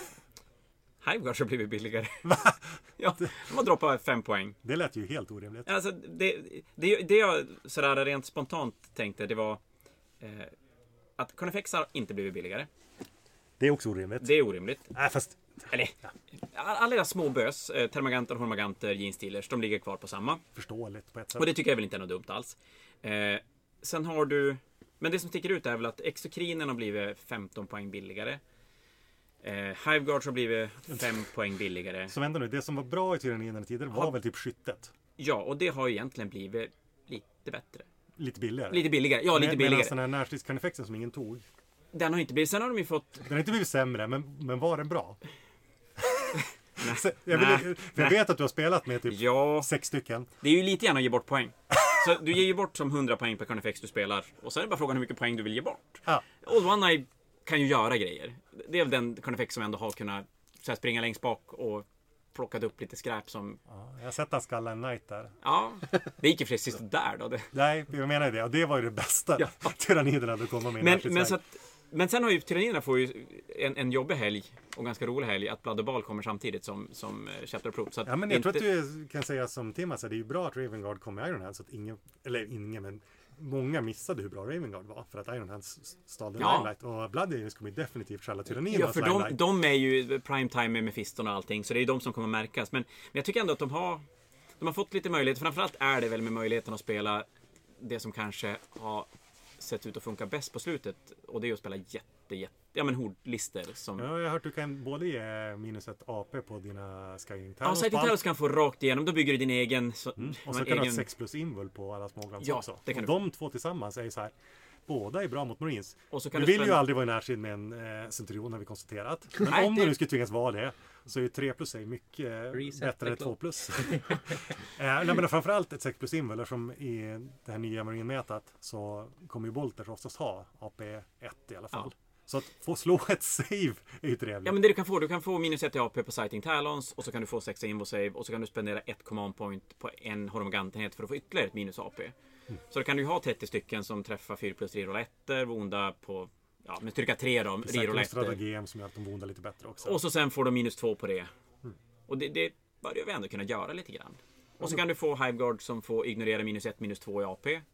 Hiveguards har blivit billigare. Ja, de har droppat fem poäng. Det lät ju helt orimligt. Alltså, det, det, det jag sådär rent spontant tänkte, det var eh, att Carnifex har inte blivit billigare. Det är också orimligt. Det är orimligt. Nej, fast Eller, alla era små bös, eh, Termaganter, Hormaganter, Genestealers, de ligger kvar på samma. förståeligt på ett sätt. Och det tycker jag väl inte är något dumt alls. Eh, sen har du... Men det som sticker ut är väl att Exokrinen har blivit femton poäng billigare. Eh, Hiveguards har blivit fem poäng billigare. Så vänta nu, det som var bra i tyranniderna tidigare var Har- väl typ skyttet. Ja, och det har ju egentligen blivit lite bättre. Lite billigare. Lite billigare, ja lite Med- billigare. Medan den här närstridskarnifexen som ingen tog. Den har inte blivit... Sen har de ju fått... Den har inte blivit sämre, men, men var den bra? Nej. Så, jag, Nej. vill, för jag vet att du har spelat med typ Ja, sex stycken. det är ju lite grann att ge bort poäng. Så du ger ju bort som hundra poäng per Carnifex du spelar. Och sen är det bara frågan hur mycket poäng du vill ge bort. Ja. Old One Eye kan ju göra grejer. Det är väl den Carnifex som ändå har kunnat så här, springa längst bak och plockat upp lite skräp som... Ja, jag har sett han skalla en knight där. Ja, det gick ju precis där då. Det. Nej, jag menar ju det. Och det var ju det bästa Ja. tyranniderna du komma med i Men, närstridsväg. men så att Men sen har ju tyranniderna får ju en, en jobbig helg och ganska rolig helg att Blood och Ball kommer samtidigt som, som Chapter Approved. Så att Ja, men jag inte... tror att du kan säga som Tim sa, det är ju bra att Ravenguard kommer i Ironhand så att ingen, eller ingen, men många missade hur bra Ravenguard var för att Ironhand stal den Ja. Limelight och Blood Angels kommer ju definitivt skälla tyranniernas Ja, för de, Limelight. de är ju primetime med Mephiston och allting, så det är ju de som kommer märkas. Men, men jag tycker ändå att de har, de har fått lite möjlighet. Framförallt är det väl med möjligheten att spela det som kanske har sett ut att funka bäst på slutet. Och det är att spela jätte, jätte, ja men hordlister som... Ja, jag har hört att du kan både ge minus ett A P på dina Skying Ja, Talons. Sighting Talons kan få rakt igenom, då bygger du din egen... Så, Mm. Och så man kan du egen... ha ett sex plus invul på alla småguns Ja, också. det kan och du. de två tillsammans är ju så här. Båda är bra mot Marines. Och så kan Vi du vill ju spänna- aldrig vara i närsid med en eh, Centurion har vi konstaterat. Men Nej, om det- det nu skulle tvingas vara det så är ju tre plus är mycket eh, Reset bättre än the två clock. plus. eh, nej, men framförallt ett sex plus invul eftersom i det här nya Marine-metat så kommer ju Bolters oftast ha A P ett i alla fall. Ja. Så att få slå ett save är ju trevligt. Ja, men det du kan få, du kan få minus ett i A P på Sighting Talons och så kan du få sex i Invo Save och så kan du spendera ett command point på en Hormogantenhet för att få ytterligare ett minus A P. Mm. Så då kan du ju ha trettio stycken som träffar fyra plus reroll ettor, vonda på, ja, med styrka tre då, Säkert reroll en ettor. stratagem som gör att de vondar lite bättre också. Och så sen får de minus två på det. Mm. Och det, det börjar vi ändå kunna göra lite grann. Och så kan du få Hiveguard som får ignorera minus ett, minus två i A P.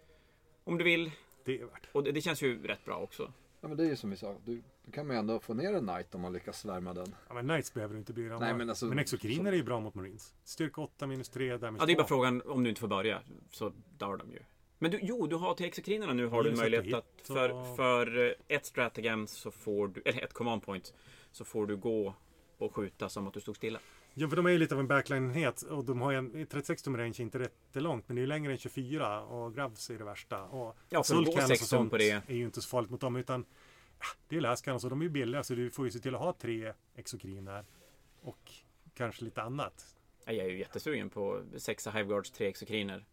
Om du vill. det är värt. Och det, det känns ju rätt bra också. Ja, men det är ju som vi sa, du, du kan man ju ändå få ner en Knight om man lyckas svärma den. Ja, men Knights behöver du inte bry dig om. Nej, men alltså- men exokriner är ju bra mot Marines. Styrka åtta minus tre, damage Ja, det är bara två. frågan om du inte får börja. Så dör de ju. Men du, jo, du har till exokrinerna nu har du Minus möjlighet ett att hit för, och- för eh, ett stratagem så får du, eller ett command point, så får du gå och skjuta som att du stod stilla. Ja, för de är ju lite av en backline-enhet och de har ju en trettiosex tum range inte rätt långt, men det är ju längre än tjugofyra och Gravs är det värsta. Och Ja, för att gå Sulcans och sex tum sånt på det. är ju inte så farligt mot dem, utan ja, det är läskan så de är ju billiga så du får ju se till att ha tre exokriner och kanske lite annat. Ja, jag är ju jättesugen på sexa Hiveguards, tre exokriner.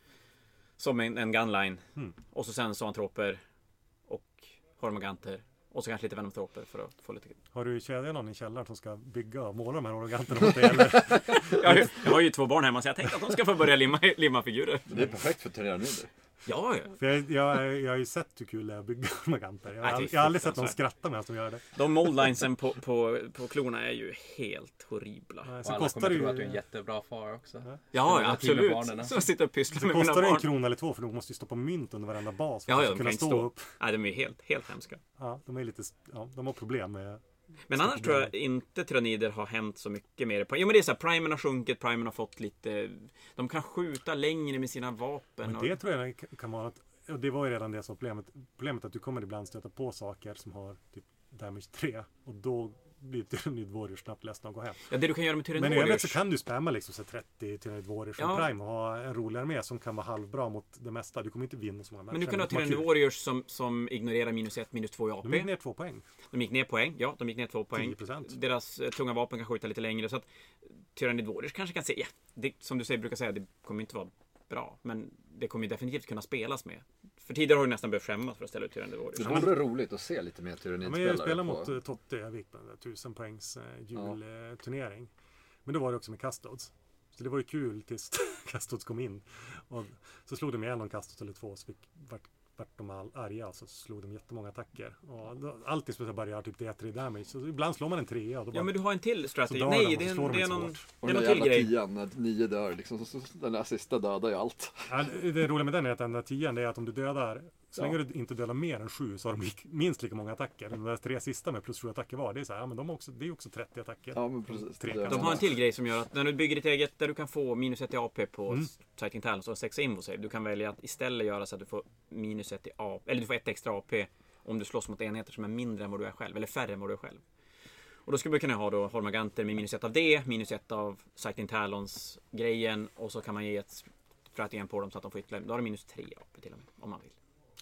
Som en, en gunline. Mm. Och så sen zoantroper och hormoganter. Och så kanske lite venomtroper för att få lite... Har du kedjat någon i källaren som ska bygga och måla de här organterna åt dig eller? Jag har, ju, jag har ju två barn hemma så jag tänkte att de ska få börja limma, limma figurer. Det är perfekt för tyrannider. Ja, ja. För jag, jag, jag har ju sett hur kul det är att bygga organter. Jag, Nej, har- det är jag har aldrig sett någon fruktansvärt. skratta medan de gör det. De moldlinesen på, på, på klorna är ju helt horribla. Nej, Och så alla kostar kommer det tro att du är en ju... jättebra far också. Ja. Ja, Det var absolut. till med barnen. Så jag sitter och pysslar Så med mina kostar det en barn. krona eller två för du måste ju stoppa mynt under varenda bas för Ja, att ja, de de ska kan kunna inte stå stå. upp. Nej, de är helt, helt hemska. Ja, de är lite, ja, de har problem med... Men annars tror jag inte tyrannider har hänt så mycket mer. Jo, men det är så här, primen har sjunkit, primen har fått lite... De kan skjuta längre med sina vapen. Men det tror jag kan vara att, och det var ju redan det som var problemet. Problemet är att du kommer ibland stöta på saker som har typ damage tre och då blir Tyrannid Warriors snabbt ledsna och gå hem. Ja, det du kan göra med Tyrannid Men i övrigt Warriors... så kan du spamma liksom så trettio Tyrannid Warriors som Ja. prime och ha en rolig armé som kan vara halvbra mot det mesta. Du kommer inte vinna så många matcher. Men du kan ha det kommer Tyrannid vara kul. Warriors som, som ignorerar minus ett, minus två i A De gick P. ner två poäng. De gick ner poäng. Ja, de gick ner två poäng. tio procent. Deras eh, tunga vapen kan skjuta lite längre. Så att Tyrannid Warriors kanske kan se... Ja, det, som du säger, brukar säga, det kommer inte vara bra. Men det kommer ju definitivt kunna spelas med. För tidigare har du nästan behövt skämmas för att ställa ut Tyrannid Warriors. Det vore roligt att se lite mer Ja, men tyrannidspelare jag spelade på... mot uh, Totte i Övik på den där tusen poängs uh, julturnering. Men då var det också med Custodes. Så det var ju kul tills Custodes kom in. Och så slog de ihjäl någon Custodes eller två så fick, vart, vart de all arga och så slog de jättemånga attacker. Och då, alltid speciellt bara gör typ D tre damage. Så ibland slår man en trea och då bara... Ja, men du har en till Så strategi. dör Nej, de och det är så slår en, de det är inte så någon, hårt. Och det är den någon där till jävla grej. tian, när nio dör liksom. Så, så, den där sista dödar ju allt. Ja, det roliga med den är att den där tian det är att om du dödar så Ja. länge du inte dödar mer än sju så har de lik- minst lika många attacker. De där tre sista med plus sju attacker var, det är så här, ja men de har också, det är också trettio attacker. Ja, men precis. Tre Det är kan De man- har en till grej som gör att när du bygger ditt eget, där du kan få minus ett i A P på Mm. Sighting Talons och sex Invo Save. Du kan välja att istället göra så att du får minus ett i A P, eller du får ett extra A P om du slåss mot enheter som är mindre än vad du är själv, eller färre än vad du är själv. Och då skulle man kunna ha då Hormaganter med minus ett av det, minus ett av Sighting Talons grejen och så kan man ge ett strategen på dem så att de får ytterligare, då har de minus tre A P till och med, om man vill.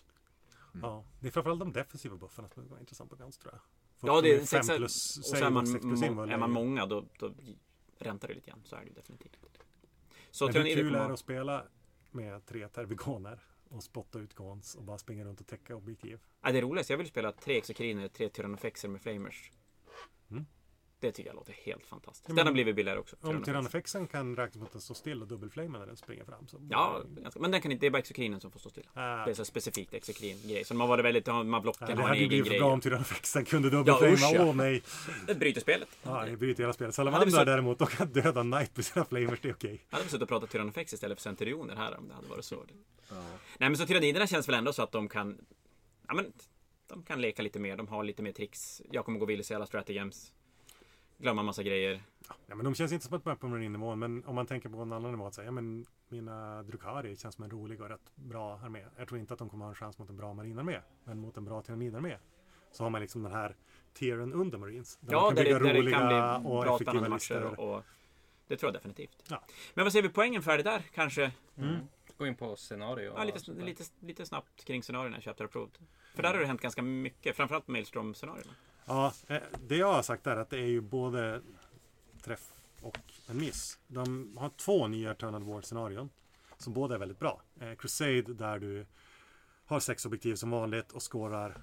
Ja, det är framförallt de defensiva buffarna som är intressant på Guns tror jag. För Ja, att det de är fem sex, plus och så save är man, sex plus må, invul är man ju- många då, då räntar det lite grann, så är det ju definitivt. Så Men hur tyrannider kul kommer är ha- det att spela med tre tervigoner och spotta ut gons och bara springa runt och täcka objektiv? Ja, det är roligast. Jag vill spela tre exokriner, tre tyrannofexer med flamers. Mm. Det tycker jag låter helt fantastiskt. Ja, men- Den har blivit billigare också. Om Tyrannofexen kan räknas mot att stå still och dubbelflame när den springer fram. Så Ja, ganska, men den kan inte, det är bara exokrinen som får stå stilla. Ah, Det är så specifikt exokrin-grej. Så de har varit väldigt, de har blocken ja, det har en hade ju egen blivit för grej. bra om Tyrannofexen kunde Ja, dubbelflama. usch, ja. Åh nej. Det bryter spelet. Ja, det bryter hela spelet. Ja, det är Salamandra så- däremot, de kan döda Knight med sina flamers, det är okej. Jag hade suttit och pratat Tyrannofex istället för Centurioner här om det hade varit så. Ja. Nej, men så Tyranniderna känns väl ändå så att de kan, ja men, de kan leka lite mer. De har lite mer tricks. Jag kommer gå vilse i alla stratagems. Glömma massa grejer. Ja, men de känns inte som att de är på marinnivån, men om man tänker på en annan nivå att säga, ja, men mina Drukari känns som en rolig och rätt bra armé. Jag tror inte att de kommer ha en chans mot en bra marinarmé, men mot en bra tyrannidarmé så har man liksom den här tieren under Marines. Där Ja, man kan där det, bygga där det roliga kan bli och bra effektiva spännande matcher. listor. Och, och, det tror jag definitivt. Ja. Men vad ser vi poängen för det där? Kanske Mm. Gå in på scenario. ja, lite, och- lite, lite snabbt kring scenarierna i Chapter Approved. För där har det hänt ganska mycket. Framförallt Maelstrom-scenarierna. Ja, eh, det jag har sagt är att det är ju både träff och en miss. De har två nya Eternal War-scenarion som båda är väldigt bra. Eh, Crusade där du har sex objektiv som vanligt och skårar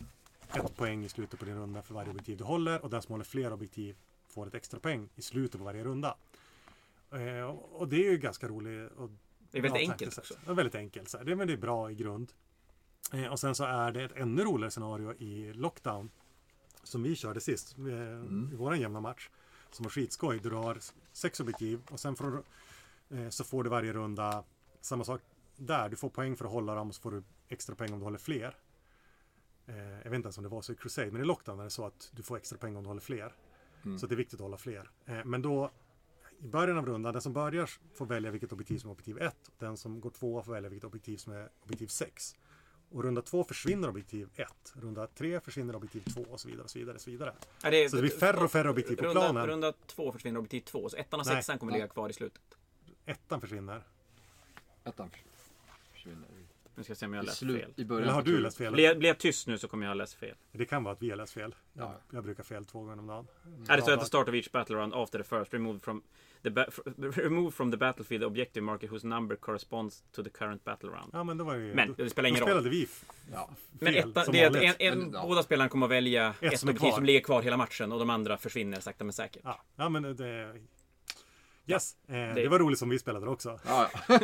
ett poäng i slutet på din runda för varje objektiv du håller, och den som håller fler objektiv får ett extra poäng i slutet på varje runda. Eh, och och det är ju ganska roligt. Och Det är väldigt bra enkelt taktiskt också. sätt. Ja, väldigt enkelt. Så här. Det, men det är bra i grund. Eh, och sen så är det ett ännu roligare scenario i Lockdown som vi körde sist eh, Mm. i våran jämna match. Som var skitskoj. Du har sex objektiv och sen får, eh, så får du varje runda samma sak där. Du får poäng för att hålla dem och så får du extra poäng om du håller fler. Eh, jag vet inte ens om det var så i Crusade, men i Lockdown är det så att du får extra poäng om du håller fler. Mm. Så det är viktigt att hålla fler. Eh, men då i början av rundan, den som börjar får välja vilket objektiv som är objektiv ett. Den som går två får välja vilket objektiv som är objektiv sex. Och runda två försvinner objektiv ett. Runda tre försvinner objektiv två och så vidare. Och så vidare, och så vidare. Ja, det är, Så det blir färre och färre objektiv på runda, planen. Runda två försvinner objektiv två. Så ettan och Nej. sexan kommer Nej. ligga kvar i slutet. Ettan försvinner. Ettan försvinner. Nu ska jag se om jag har I, läst slut, fel. I början Eller har på du turen. läst fel? Blir, blir jag tyst nu så kommer jag ha läst fel. Det kan vara att vi har läst fel. Jag, Ja. jag brukar fel två gånger om dagen. Är det så att the start of each battle round after the first remove from the ba- remove from the battlefield objective marker whose number corresponds to the current battle round. Ja, men då var ju... Men då, det spelar då ingen roll. spelade vi f- Ja. Men fel, ettan, som det är att vanligt. en, en, Men, ja. båda spelarna kommer att välja Ett ett som är objektiv kvar. som ligger kvar hela matchen och de andra försvinner sakta men säkert. Ja, ja, men det... Yes, eh, det... det- var roligt som vi spelade också. Ja, ja.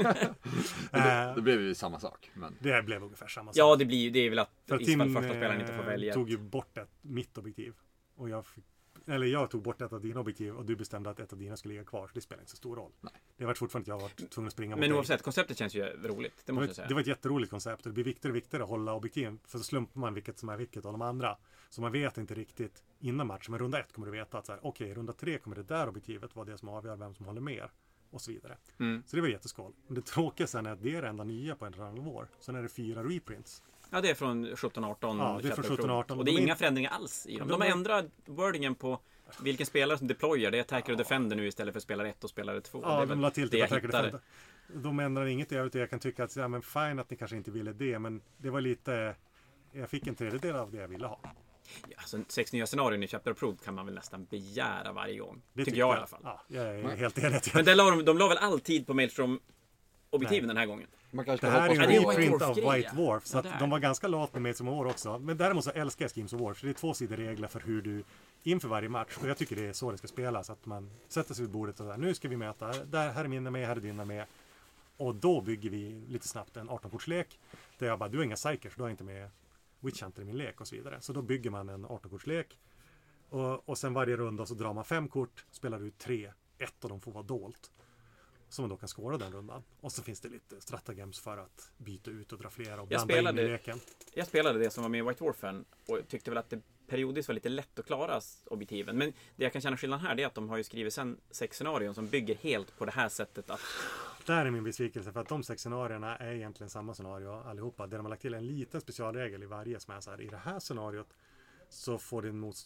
Eh, Det blev ju samma sak. Men det blev ungefär samma sak. Ja, det blir ju, det är väl att För i Tim fall första spelaren inte får eh, välja. tog ju bort ett, mitt objektiv. Och jag fick, eller jag tog bort ett av dina objektiv och du bestämde att ett av dina skulle ligga kvar. Så det spelar inte så stor roll. Nej. Det var fortfarande att jag var tvungen att springa mot Men dig. oavsett, konceptet känns ju roligt. Det Det måste var, jag ett, säga. det var ett jätteroligt koncept. Det blir viktigare och viktigare att hålla objektiven. För så slumpar man vilket som är vilket av de andra. Så man vet inte riktigt innan matchen. Men runda ett kommer du veta att så här, okej, i runda tre kommer det där objektivet vara det som avgör vem som håller mer. Och så vidare. Mm. Så det var jätteskål. Men det tråkiga sen är att det är det enda nya på en Eternal War. Sen är det fyra reprints. Ja, det är från sjutton arton. Ja, det är från sjutton arton. Och det är De är- inga förändringar alls i dem. De De har är- ändrat wordingen på vilken spelare som deployar. Det är attacker och defender nu istället för spelare ett och spelare två. Ja, det är de väl la till det typ jag Attack hittade. Defender. De ändrar inget i övrigt. Jag kan tycka att, ja men fine att ni kanske inte ville det. Men det var lite... Jag fick en tredjedel av det jag ville ha. Ja, alltså, sex nya scenarion i Chapter Approved kan man väl nästan begära varje gång. Det tycker jag, i alla fall. Ja, jag är Nej. helt enig. Men där la de, de la väl all tid på Maelstrom-objektiven den här gången? man kanske Det ska här är hoppas en det är på... White reprint av Dwarf-grej, White ja. Dwarf. Så Ja, att det är. de var ganska lat med Mates of War också. Men däremot så älskar jag Schemes of War. Så det är två sidor regler för hur du inför varje match. Och jag tycker det är så det ska spelas. Att man sätter sig vid bordet och säger nu ska vi möta. Där, här är mina med, här är dina med. Och då bygger vi lite snabbt en arton-kortslek. Där jag bara, du har inga psykers, du har inte med Witch Hunter i min lek och så vidare. Så då bygger man en arton-kortslek. Och, och sen varje runda så drar man fem kort, spelar ut tre. Ett av dem får vara dolt. Så man då kan skåra den rundan. Och så finns det lite stratagems för att byta ut och dra flera och blanda spelade- in i leken. Jag spelade det som var med i White Dwarfen och tyckte väl att det periodiskt var lite lätt att klara objektiven. Men det jag kan känna skillnad här är att de har ju skrivit sen sex scenarion som bygger helt på det här sättet att Där är min besvikelse för att de sex scenarierna är egentligen samma scenario allihopa. Där de har lagt till en liten specialregel i varje som är så här, i det här scenariot så får din mot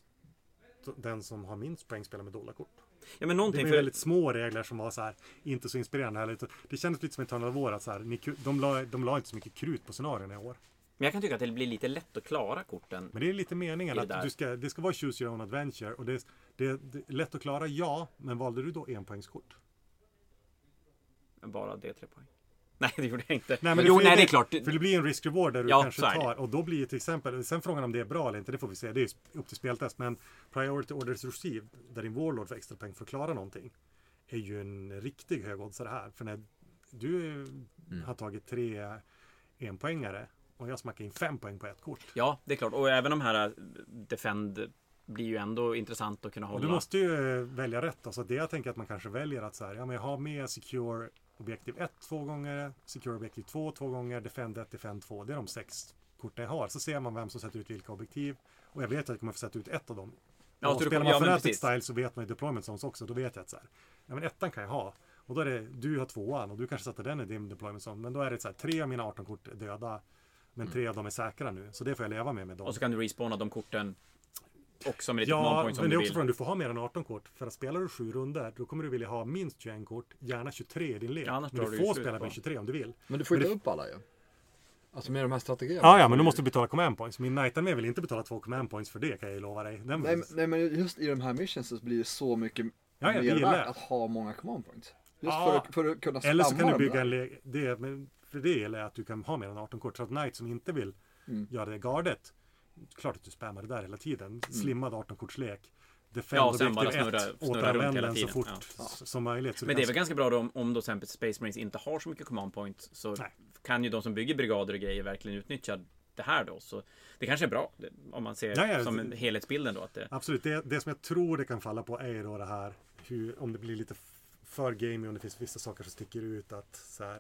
den som har minst poäng spela med dollarkort. ja men Det någonting var för väldigt små regler som var så här, inte så inspirerande heller. Det kändes lite som Eternal War att så här, ni, de, la, de la inte så mycket krut på scenarierna i år. men jag kan tycka att det blir lite lätt att klara korten. Men det är lite meningen Det är att där. du ska, det ska vara choose your own adventure. Och det, det, det är lätt att klara, ja. Men valde du då en poängskort? Bara D tre poäng. Nej, det gjorde jag inte. Nej, men jo, det, nej, det är klart. För det blir en risk-reward där du Ja, kanske så är det. tar. Och då blir ju till exempel, sen frågan om det är bra eller inte, det får vi se. Det är ju upp till speltest. Men Priority Orders Received, där din Warlord får extra poäng för att klara någonting, är ju en riktig högoddsare här. För när du mm. har tagit tre enpoängare och jag smackar in fem poäng på ett kort. Ja, det är klart. Och även de här Defend blir ju ändå intressant att kunna hålla. Och du måste ju välja rätt. Alltså det jag tänker att man kanske väljer att så här, ja men jag har med Secure Objektiv ett två gånger, Secure Objektiv två två gånger, Defend ett, Defend två. Det är de sex korten jag har. Så ser man vem som sätter ut vilka objektiv. Och jag vet att jag kommer få sätta ut ett av dem. Ja, och så spelar du, man ja, Fanatic Style så vet man ju Deployment Zones också. Då vet jag att så här, ja men ettan kan jag ha. Och då är det, du har tvåan och du kanske sätter den i din Deployment Zone. Men då är det så här, tre av mina arton kort är döda. Men tre av dem är säkra nu. Så det får jag leva med med dem. Och så kan du respawna de korten också med lite ja, command points om men det du är vill. också från att du får ha mer än arton kort. För att spelar du sju runder, då kommer du vilja ha minst tjugoett kort, gärna tjugotre i din lek. Ja, annars men drar du du ju får slut spela på. med tjugotre om du vill. Men du får Men inte det- upp alla ju. Alltså med de här strategierna. Ja, ja, men då måste du betala command points. Min Night Army vill inte betala två command points för det, kan jag ju lova dig. Den Nej, men- nej men just i de här missions så blir det så mycket Ja, ja, det mer gillar värt jag. att ha många command points. Just Ja. för, att, för att kunna spamma Eller så kan du dem bygga där. en le- det, men för det gäller att du kan ha mer än arton kort. Så att Knight som inte vill Mm. göra det gardet, klart att du spammar det där hela tiden. Slimmad arton-kortslek. Defend Ja, och sen objektiv bara snurra- ett, snurra återanvänd runt hela den så tiden. fort Ja. s- som möjligt. Så Men du det är kan- väl ganska bra då om, om då till exempel Space Marines inte har så mycket command points, så Nej. kan ju de som bygger brigader och grejer verkligen utnyttja det här då. Så det kanske är bra det- om man ser Ja, ja, som det- en helhetsbilden då. Att det, Absolut, det, det som jag tror det kan falla på är ju då det här hur, om det blir lite f- för gaming, om det finns vissa saker som sticker ut att så här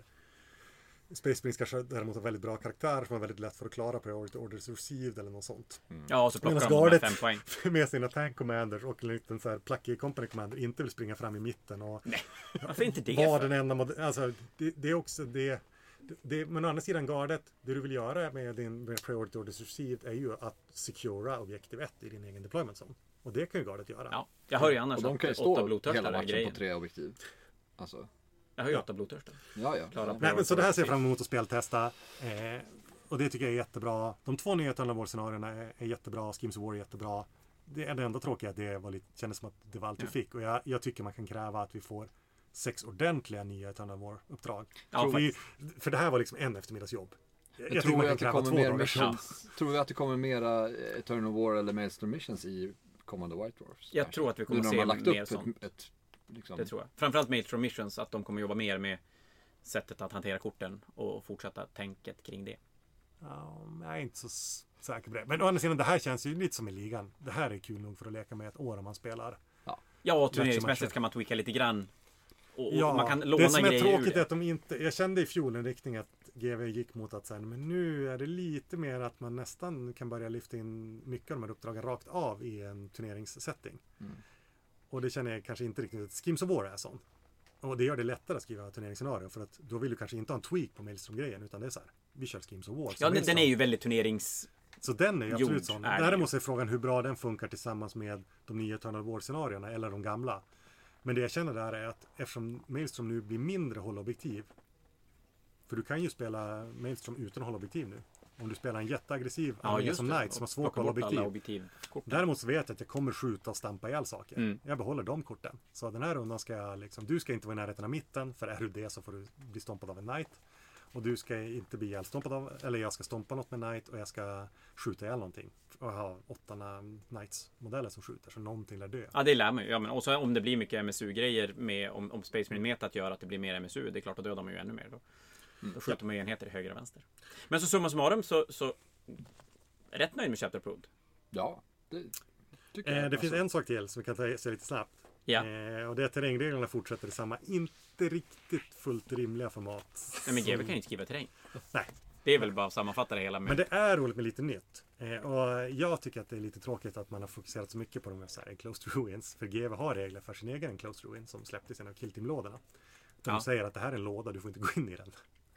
Space Marines kanske däremot har väldigt bra karaktär som är väldigt lätt för att klara Priority Orders Received eller något sånt. ja, och så plockar Medan de de här gardet fem poäng. med sina tank commanders och en liten så här plucky company commander inte vill springa fram i mitten och Varför inte det? vara för? den enda mod- alltså det, det är också det, det men å andra sidan gardet, det du vill göra med din med Priority Orders Received är ju att secura objektiv ett i din egen deployment zone. Och det kan ju gardet göra. Ja, jag hör ju annars Och de kan ju att åtta stå hela blodtörstar är matchen grejen. på tre objektiv. Alltså, Jag hör ju Ja. åtta blodtörstar. ja ja. Klara ja. Nej, men så det här ser jag fram emot att speltesta. Eh, och det tycker jag är jättebra. De två nya Eternal War-scenarierna är, är jättebra. Schemes of War är jättebra. Det är det enda tråkiga att det var lite, kändes som att det var allt vi Ja. fick. Och jag, jag tycker man kan kräva att vi får sex ordentliga nya Eternal War-uppdrag. Ja, för, vi, faktiskt. för det här var liksom en eftermiddagsjobb. Jag, Jag jag tycker tror man vi kan att det kräva kommer två mer dagars jobb. missions. Tror vi att det kommer mera eh, Eternal War eller Maelstrom missions i kommande White Dwarfs? Jag kanske? tror att vi kommer Nu när se de har lagt mer upp sånt. ett, ett liksom, Det tror jag. Framförallt Maelstrom Missions, att de kommer jobba mer med sättet att hantera korten och fortsätta tänket kring det. Ja, jag är inte så s- säker på det. Men å andra sidan, det här känns ju lite som i ligan. Det här är kul nog för att leka med ett år om man spelar. Ja, och matcher. turneringsmässigt kan man tweaka lite grann. Och, och Ja, man kan det låna som är grejer ur tråkigt är det. att de inte, jag kände i fjol en riktning att G V gick mot att säga, men nu är det lite mer att man nästan kan börja lyfta in mycket av de här uppdragen rakt av i en turneringssetting. Mm. Och det känner jag kanske inte riktigt att Schemes of War är sån. Och det gör det lättare att skriva turneringsscenario för att då vill du kanske inte ha en tweak på Maelstrom-grejen utan det är så här, vi kör Schemes of War. Ja, som den, Maelstrom. den är ju väldigt turnerings... Så den är ju absolut gjord, sån. är det Däremot är frågan hur bra den funkar tillsammans med de nya Eternal War-scenarierna eller de gamla. Men det jag känner där är att eftersom Maelstrom nu blir mindre hållobjektiv. För du kan ju spela Maelstrom utan hållobjektiv nu. Om du spelar en jätteaggressiv Ja, armé just som det. Knight som har Och svårt att plocka hålla bort alla objektiv. objektivkort. Däremot så vet jag att jag kommer skjuta och stampa ihjäl saker. Mm. Jag behåller de korten. Så den här rundan ska jag liksom, du ska inte vara i närheten av mitten. För är du det så får du bli stompad av en Knight. Och du ska inte bli ihjälstompad av, eller jag ska stompa något med Knight och jag ska skjuta ihjäl någonting. Och jag har åtta Knights-modeller som skjuter, så någonting lär dö. Ja, det lär man ju. Ja, men, och så om det blir mycket M S U-grejer med om, om Space Marine Meta att göra att det blir mer M S U, det är klart att dödar man ju ännu mer då. Då skjuter man ju enheter höger och vänster. Men så summa summarum så, så rätt nöjd med Chapter Approved. Ja, det tycker Eh, jag. det finns Alltså, en sak till som vi kan ta se lite snabbt. Ja. Eh, och det är att terrängreglerna fortsätter i samma, inte riktigt fullt rimliga format. Nej, men G V som- kan ju inte skriva terräng. Nej. Det är väl bara att sammanfatta det hela med... Men det är roligt med lite nytt. Eh, och jag tycker att det är lite tråkigt att man har fokuserat så mycket på de här, så här Enclosed Ruins. För G V har regler för sin egen Enclosed Ruin som släpptes i en av Killteam-lådorna. Där Ja. de säger att det här är en låda, du får inte gå in i den.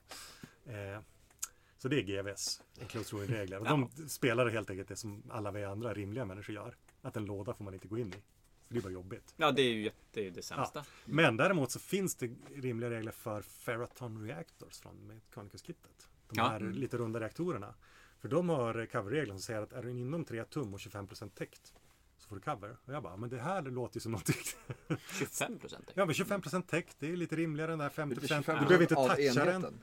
Eh, så det är G Vs Enclosed Ruin-regler. Och de spelar helt enkelt det som alla vi andra rimliga människor gör. Att en låda får man inte gå in i. För det är bara jobbigt. Ja, det är ju jätte, det, är ju det sämsta. Men däremot så finns det rimliga regler för Ferraton Reactors från Mechanicus-kittet. De Ja. här lite runda reaktorerna. För de har coverregler som säger att är du inom tre tum och tjugofem procent täckt så får du cover. Och jag bara, men det här låter ju som någonting. tjugofem procent. Ja, men tjugofem procent täckt, det är lite rimligare än den där femtio procent. tjugofem Du behöver inte av toucha den. enheten.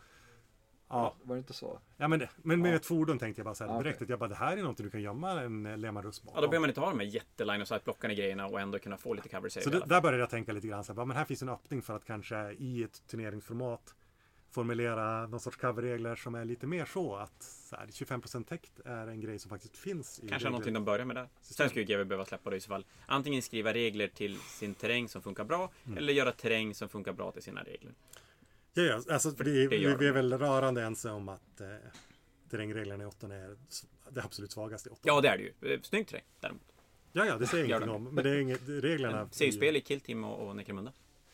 Ja. Var det inte så? Ja, men, men med Ja. ett fordon tänkte jag bara så här Ja, direkt okej. att jag bara, det här är någonting du kan gömma en eh, Lemarus Ja, då behöver man inte ha de här jätte-line of sight-blockande grejerna och ändå kunna få lite cover save. Så i det, alla fall. där började jag tänka lite grann så här, bara, men här finns en öppning för att kanske i ett turneringsformat formulera någon sorts coverregler som är lite mer så att så här, tjugofem procent täckt är en grej som faktiskt finns i Kanske regler. någonting de börjar med där. Sen skulle ju G W behöva släppa det i så fall. Antingen skriva regler till sin terräng som funkar bra. Mm. Eller göra terräng som funkar bra till sina regler. Ja, ja, alltså, För vi, det gör vi, vi är de. väl rörande ense om att eh, terrängreglerna i åttan är s- det absolut svagaste i åttan. Ja, det är det ju. Eh, Snyggt terräng däremot. ja, ja, det säger jag Gör ingenting de. om. Men det är inget, reglerna... Segspel i Kill Team och, och Necromunda.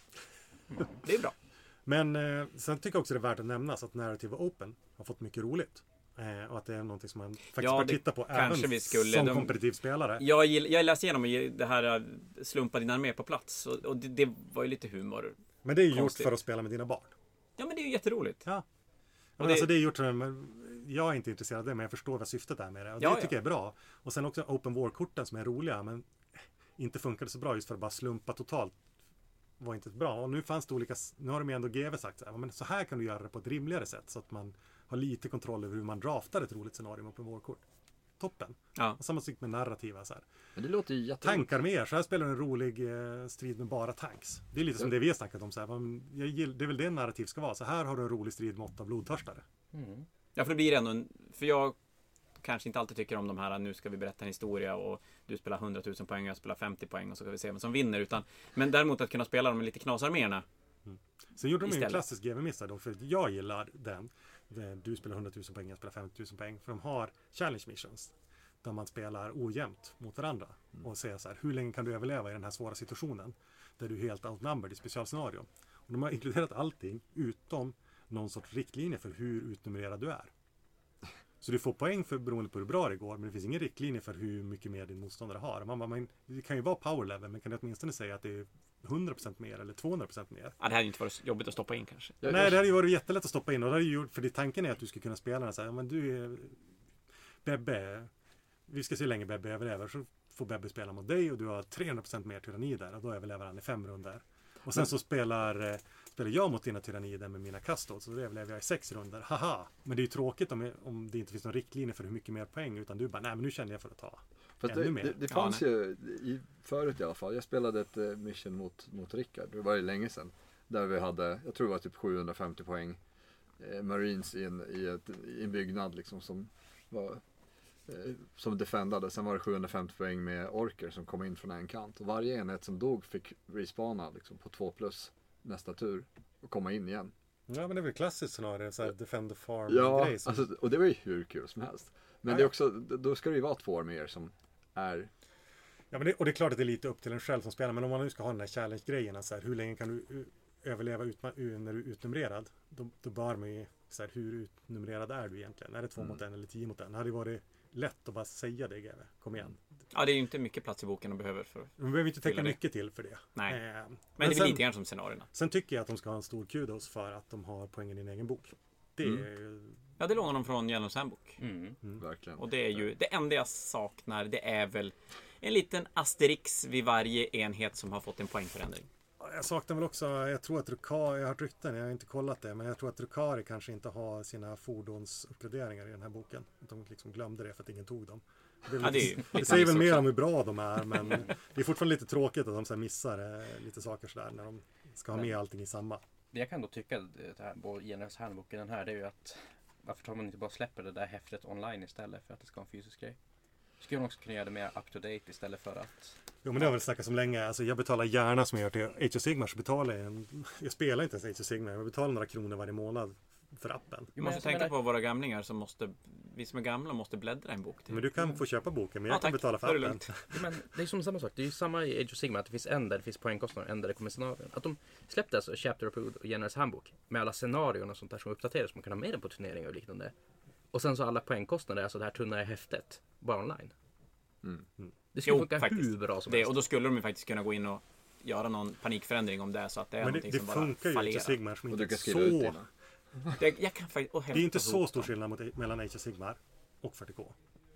Det är bra. Men eh, sen tycker jag också det är värt att nämnas att Narrative Open har fått mycket roligt. Eh, och att det är någonting som man faktiskt Ja, bör det titta på kanske även vi skulle. som De- kompetitiv spelare. Jag, gill, jag läste igenom det här eh, slumpa din armé på plats. Och, och det, det var ju lite humor. Men det är ju gjort Konstigt. för att spela med dina barn. Ja, men det är ju jätteroligt. Ja. Men det- alltså det är gjort för, men jag är inte intresserad av det, men jag förstår vad syftet är med det. Och Ja, det ja. tycker jag är bra. Och sen också Open War-korten som är roliga, men inte funkade så bra just för att bara slumpa totalt. Var inte så bra. Och nu fanns det olika, nu har de ju ändå G W sagt så här, men så här kan du göra det på ett rimligare sätt så att man har lite kontroll över hur man draftar ett roligt scenario med Open War-kort. Toppen. Ja. Och samma sak med narrativa så här. Men det låter ju jätteroligt. Tankar med er, så här spelar du en rolig eh, strid med bara tanks. Det är lite som Ja. det vi har snackat om så här. men Jag gill, det är väl det en narrativ ska vara. Så här har du en rolig strid med åtta blodtörstare. Mm. Ja, för det blir ändå en... För jag kanske inte alltid tycker om de här, nu ska vi berätta en historia och du spelar hundratusen poäng och jag spelar femtio poäng och så ska vi se vem som vinner. Utan, men däremot att kunna spela de med lite knasarméerna. Sen gjorde de ju en Istället. klassisk G W-missa då, för jag gillar den. Du spelar hundratusen poäng, jag spelar femtio tusen poäng. För de har challenge missions. Där man spelar ojämnt mot varandra. Och säger så här, hur länge kan du överleva i den här svåra situationen? Där du är helt outnumbered i specialscenario. Och de har inkluderat allting utom någon sorts riktlinje för hur utnumrerad du är. Så du får poäng för beroende på hur bra det går, men det finns ingen riktlinje för hur mycket mer din motståndare har. Man bara, man, det kan ju vara power level, men kan du åtminstone säga att det är hundra procent mer eller tvåhundra procent mer? Ja, det hade ju inte varit så jobbigt att stoppa in kanske. Jag- Nej, jag- det hade ju varit jättelätt att stoppa in. Och det hade ju gjort, för det tanken är att du ska kunna spela den så här, ja, men du är Bebbe, vi ska se hur länge Bebbe överlever, så får Bebbe spela mot dig och du har trehundra procent mer tyranni där och då överlever han i fem runder. Och sen så spelar, eh, spelar jag mot dina tyrannider med mina custodes och då överlever jag i sex runder. Haha! Men det är ju tråkigt om, om det inte finns någon riktlinje för hur mycket mer poäng, utan du bara, nej men nu känner jag för att ta. Fast ännu det, mer. det, det Ja, fanns ju i, förut i alla fall. Jag spelade ett eh, mission mot, mot Rickard. Det var ju länge sedan. Där vi hade, jag tror det var typ sjuhundrafemtio poäng eh, Marines i en, i, ett, i en byggnad liksom som var eh, som defendade. Sen var det sjuhundrafemtio poäng med orker som kom in från en kant. Och varje enhet som dog fick respawna liksom, på två plus nästa tur och komma in igen. Ja, men det är väl klassiskt scenario, så här defend the farm Ja, grej. Som, alltså, och det var ju hur kul som helst. Men Ja, det är ja. också, då ska det ju vara två arméer som är ja, men det, och det är klart att det är lite upp till en själv som spelar, men om man nu ska ha den här challenge-grejerna, så här, hur länge kan du uh, överleva ut, uh, när du är utnumrerad? Då, då bör man ju, så här, hur utnumrerad är du egentligen? Är det två Mm. mot en eller tio mot en? Det hade ju varit lätt att bara säga det, G W. Kom igen. Ja, det är ju inte mycket plats i boken de behöver för. Man behöver inte tänka Fylla det. mycket till för det. Nej. Eh, Men, men det är sen, väl lite grann som scenarierna. sen tycker jag att de ska ha en stor kudos för att de har poängen i din egen bok. Det Mm. är Ja, det lånar de från Jennons handbok. Mm. verkligen. Och det är ju det enda jag saknar. Det är väl en liten asterix vid varje enhet som har fått en poängförändring. Jag saknar väl också, jag tror att Rukari, jag har hört rykten, jag har inte kollat det, men jag tror att Rukari kanske inte har sina fordonsuppgraderingar i den här boken. Att de liksom glömde det för att ingen tog dem. Det, är Ja, väl det är lite, ju det lite säger väl miss mer också. om hur bra de är, men det är fortfarande lite tråkigt att de så här missar eh, lite saker sådär när de ska ha med allting i samma. Det jag kan då tycka, det här, på Jennens handboken den här, det är ju att varför tar man inte bara släpper det där häftet online istället för att det ska vara en fysisk grej? Skulle man också kunna göra det mer up to date istället för att... Jo, men det har väl snackats om länge. Alltså, jag betalar gärna som jag gör till Age of Sigmar, så betalar jag en, jag spelar inte ens Age of Sigmar, jag betalar några kronor varje månad för appen. Vi måste jag tänka menar- på våra gamlingar som måste, vi som är gamla måste bläddra en bok till. Men du kan få köpa boken, men Ja, jag kan tack. betala för Då är det appen. lugnt. Ja, men det är som samma sak, det är ju samma i Age of Sigmar att det finns en där det finns poängkostnader och en där det kommer scenarion. Att de släppte alltså Chapter of Wood och Generals handbok med alla scenarion och sånt där som uppdateras som man kan ha med den på turneringar och liknande. Och sen så alla poängkostnader, alltså det här tunna häftet, bara online. Mm. Det skulle Jo, funka faktiskt. hur bra som Det, helst. och då skulle de ju faktiskt kunna gå in och göra någon panikförändring om det är så att det är Men det, någonting det som bara funkar ju i Age fallerar. of Sigmar som Och inte du är kan skriva ut så... dina. Det, jag kan faktiskt, och Det är inte häfta så ihop stor dem. skillnad mot, mellan Age of Sigmar och fyrtio K.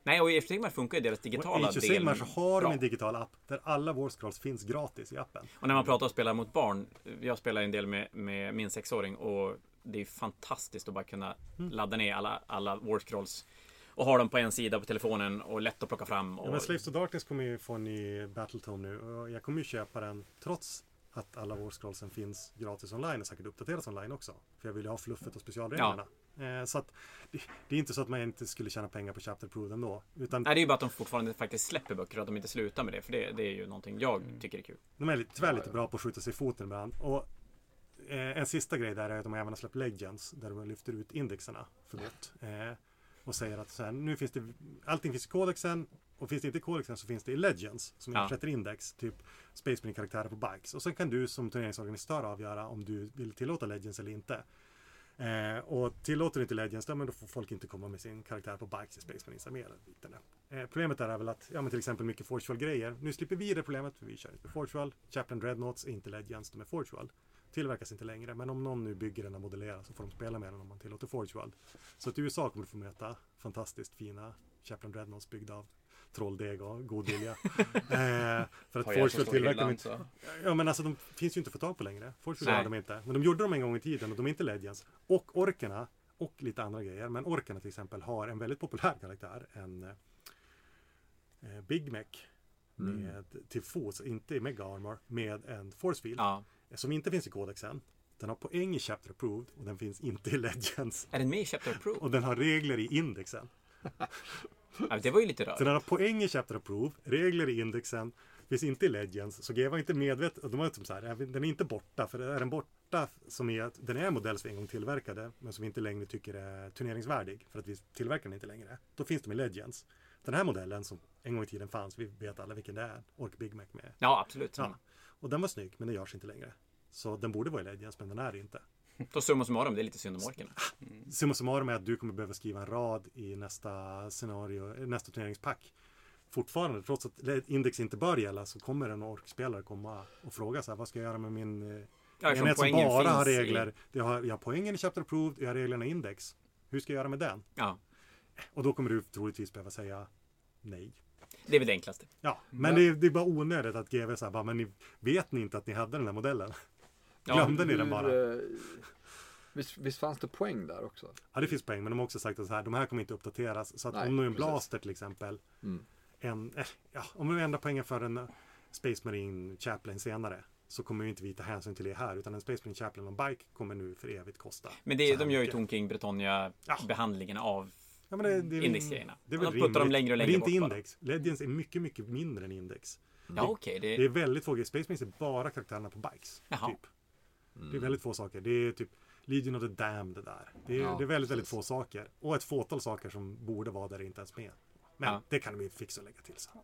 Nej, och i Age of Sigmar funkar ju deras digitala Age of del Sigmar så har de bra. en digital app där alla War Scrolls finns gratis i appen. Och när man pratar och spelar mot barn, jag spelar en del med, med min sexåring och det är fantastiskt att bara kunna Mm. ladda ner alla, alla War Scrolls och ha dem på en sida på telefonen och lätt att plocka fram. Och... Ja, men Slaves to Darkness kommer ju få en ny Battletome nu och jag kommer ju köpa den trots att alla War Scrollsen finns gratis online och säkert uppdateras online också. För jag vill ju ha fluffet och specialreglerna. Eh, så att det, det är inte så att man inte skulle tjäna pengar på Chapter Approved ändå. Utan Nej, det är ju bara att de fortfarande faktiskt släpper böcker och att de inte slutar med det. För det, det är ju någonting jag Mm. tycker är kul. de är lite, tyvärr lite bra på att skjuta sig i foten ibland. Och eh, en sista grej där är att de även har släppt Legends där de lyfter ut indexerna för gott. Eh, och säger att så här, nu finns det, allting finns i kodexen och finns det inte i kodexen så finns det i Legends som Ja. ersätter index, typ Space Marine-karaktärer på bikes. Och sen kan du som turneringsorganisatör avgöra om du vill tillåta Legends eller inte. Eh, och tillåter du inte Legends, då, men då får folk inte komma med sin karaktär på bikes i Space Marines armé eller liknande. Eh, problemet är väl att, ja men till exempel mycket Forgewall-grejer. Nu slipper vi det problemet för vi kör inte Forgewall. Chaplain Dreadnoughts är inte Legends, de är Forgewall. Tillverkas inte längre, men om någon nu bygger den och modellerar så får de spela med den om man tillåter Forgewall. Så att i U S A kommer du få möta fantastiskt fina Chaplain Dreadnoughts byggda av trolldeg och god vilja. eh, för att Har jag så Forgewall stor tillverkar hyllan, inte. så. Ja men alltså de finns ju inte att få tag på längre. Forgewall Nej. har de inte. Men de gjorde dem en gång i tiden och de är inte Legends. Och orkerna och lite andra grejer. Men orkerna till exempel har en väldigt populär karaktär. En eh, Big Mech med till fots, inte i Mega Armor, med en Force Field. Ja. Som inte finns i kodexen. Den har poäng i Chapter Approved och den finns inte i Legends. Är den med i Chapter Approved? Och den har regler i indexen. Ja, det var ju lite Så rörigt. den har poäng i Chapter Approved, regler i indexen, finns inte i Legends. Så G var inte medveten, och de var typ så här, den är inte borta, för är den borta som är att den är en modell som en gång tillverkade, men som vi inte längre tycker är turneringsvärdig, för att vi tillverkar den inte längre. Då finns de i Legends. Den här modellen som en gång i tiden fanns, vi vet alla vilken det är, Ork Big Mac med. Ja, absolut. Ja. Och den var snygg, men den görs inte längre. Så den borde vara i Legends, men den är det inte. Då summa summarum, det är lite synd om orkerna. Summa summarum är att du kommer behöva skriva en rad i nästa scenario, nästa turneringspack. Fortfarande, trots att index inte bör gälla, så kommer en orkspelare komma och fråga så här, vad ska jag göra med min eh, Ja, eftersom enhet som poängen bara har finns i- regler. Jag har, jag har poängen i Chapter Approved, jag har reglerna i index. Hur ska jag göra med den? Ja, Och då kommer du troligtvis behöva säga nej. det är väl det enklaste. Ja, men det, är, det är bara onödigt att G V säger, men ni, vet ni inte att ni hade den här modellen? Ja, Glömde ni den bara? Hur, eh, visst, visst fanns det poäng där också? Ja, det finns poäng, men de har också sagt att så här, de här kommer inte uppdateras. Så att Nej, om nu är en precis. blaster till exempel, Mm. en, eh, ja, om du ändrar poängen för en Space Marine Chaplain senare, så kommer ju inte vi ta hänsyn till det här, utan en Space Marine Chaplain och Bike kommer nu för evigt kosta. Men så det, här de gör ju mycket. Tonking Bretonia Ja. behandlingen av Ja, men det, det är väl- indexgrejerna. Det är De väl puttar dem rimligt. längre och Men längre det är inte bort bara. index. Legends är mycket, mycket mindre än index. Ja, okej. Det det... är väldigt få grejer. Space Marines är bara karaktärerna på bikes. Jaha. Typ. Det är väldigt få saker. Det är typ Legion of the Damned där. Det är, Ja, det är väldigt, väldigt precis. få saker. Och ett fåtal saker som borde vara där inte ens med. Men Ja. det kan vi fixa och lägga till sen.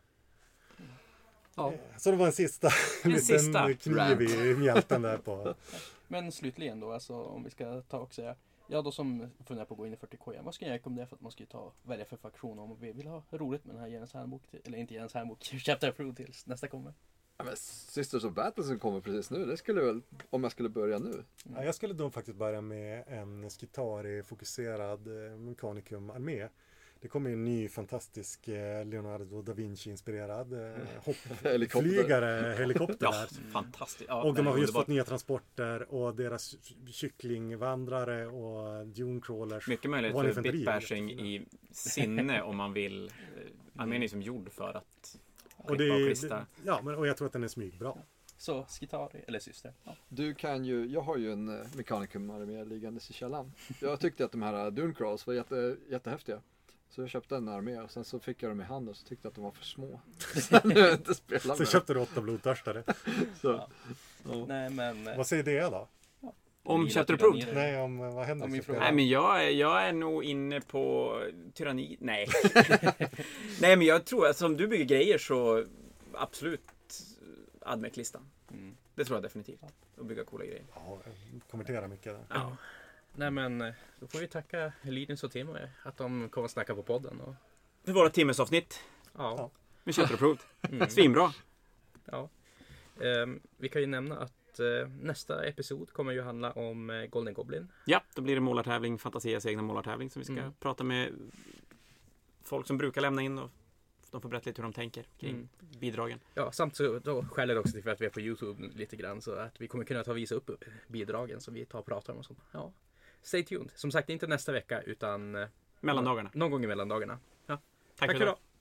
Ja. Så det var en sista En liten sista kniv rant. i mjälten där på. Men slutligen då, alltså om vi ska ta och säga. Jag då som funderar på att gå in i fyrtio K igen. Vad ska jag rekommendera för att man ska ta välja för faktion om vi vill ha roligt med den här Jens handbok till, eller inte Jens handbok, Chapter Approved tills nästa kommer. Ja, men Sisters of Battle som kommer precis nu, det skulle väl, om jag skulle börja nu. Ja, jag skulle då faktiskt börja med en Skitari-fokuserad eh, Mechanicum-armé. Det kommer en ny fantastisk eh, Leonardo da Vinci-inspirerad eh, Helikopter. hoppflygare helikopter Ja, där. fantastiskt. Ja, Och de nej, har just underbart. fått nya transporter och deras kycklingvandrare och dunecrawlers. Mycket möjligt och för infanteri. bitbashing i sinne om man vill. Eh, Armén är som gjord för att och, klippa och det, klistra. det, ja, men, och jag tror att den är smygbra. Så Skitari, eller syster. Ja. Du kan ju, jag har ju en uh, Mechanicum-armé liggandes i källaren. Jag tyckte att de här Dunecrawls var jätte, jättehäftiga. Så jag köpte en armé och sen så fick jag dem i handen och så tyckte jag att de var för små. Så nu har jag inte spelat Sen med. köpte du åtta blodtörstare. Så, Ja. ja. Nej men... eh, Vad säger det då? Om Gillar Chapter tyrannier. Approved? Nej, om vad händer? Om min så fråga- spelar- Nej, men jag, är- jag är nog inne på tyranni. Nej. Nej, men jag tror att om du bygger grejer så absolut Admec-listan. Mm. Det tror jag definitivt. Att bygga coola grejer. Ja, kommentera mycket där. Ja. Nej men eh, då får vi tacka Linus och Timo eh, att de kom och snacka på podden. Och, För våra timmesavsnitt ja. Ja. med Chapter Approved. Mm. Svinbra. Ja. Ehm, vi kan ju nämna att eh, nästa episod kommer ju handla om eh, Golden Goblin. Ja, då blir det målartävling, Fantasias egna målartävling som vi ska Mm. prata med folk som brukar lämna in och de får berätta lite hur de tänker kring Mm. bidragen. Ja, samt så då skäller det också till för att vi är på YouTube lite grann så att vi kommer kunna ta och visa upp bidragen som vi tar och pratar om och sånt. Ja, stay tuned. Som sagt, inte nästa vecka utan eh, Mellandagarna. någon gång i mellandagarna. Ja. Tack, Tack för idag.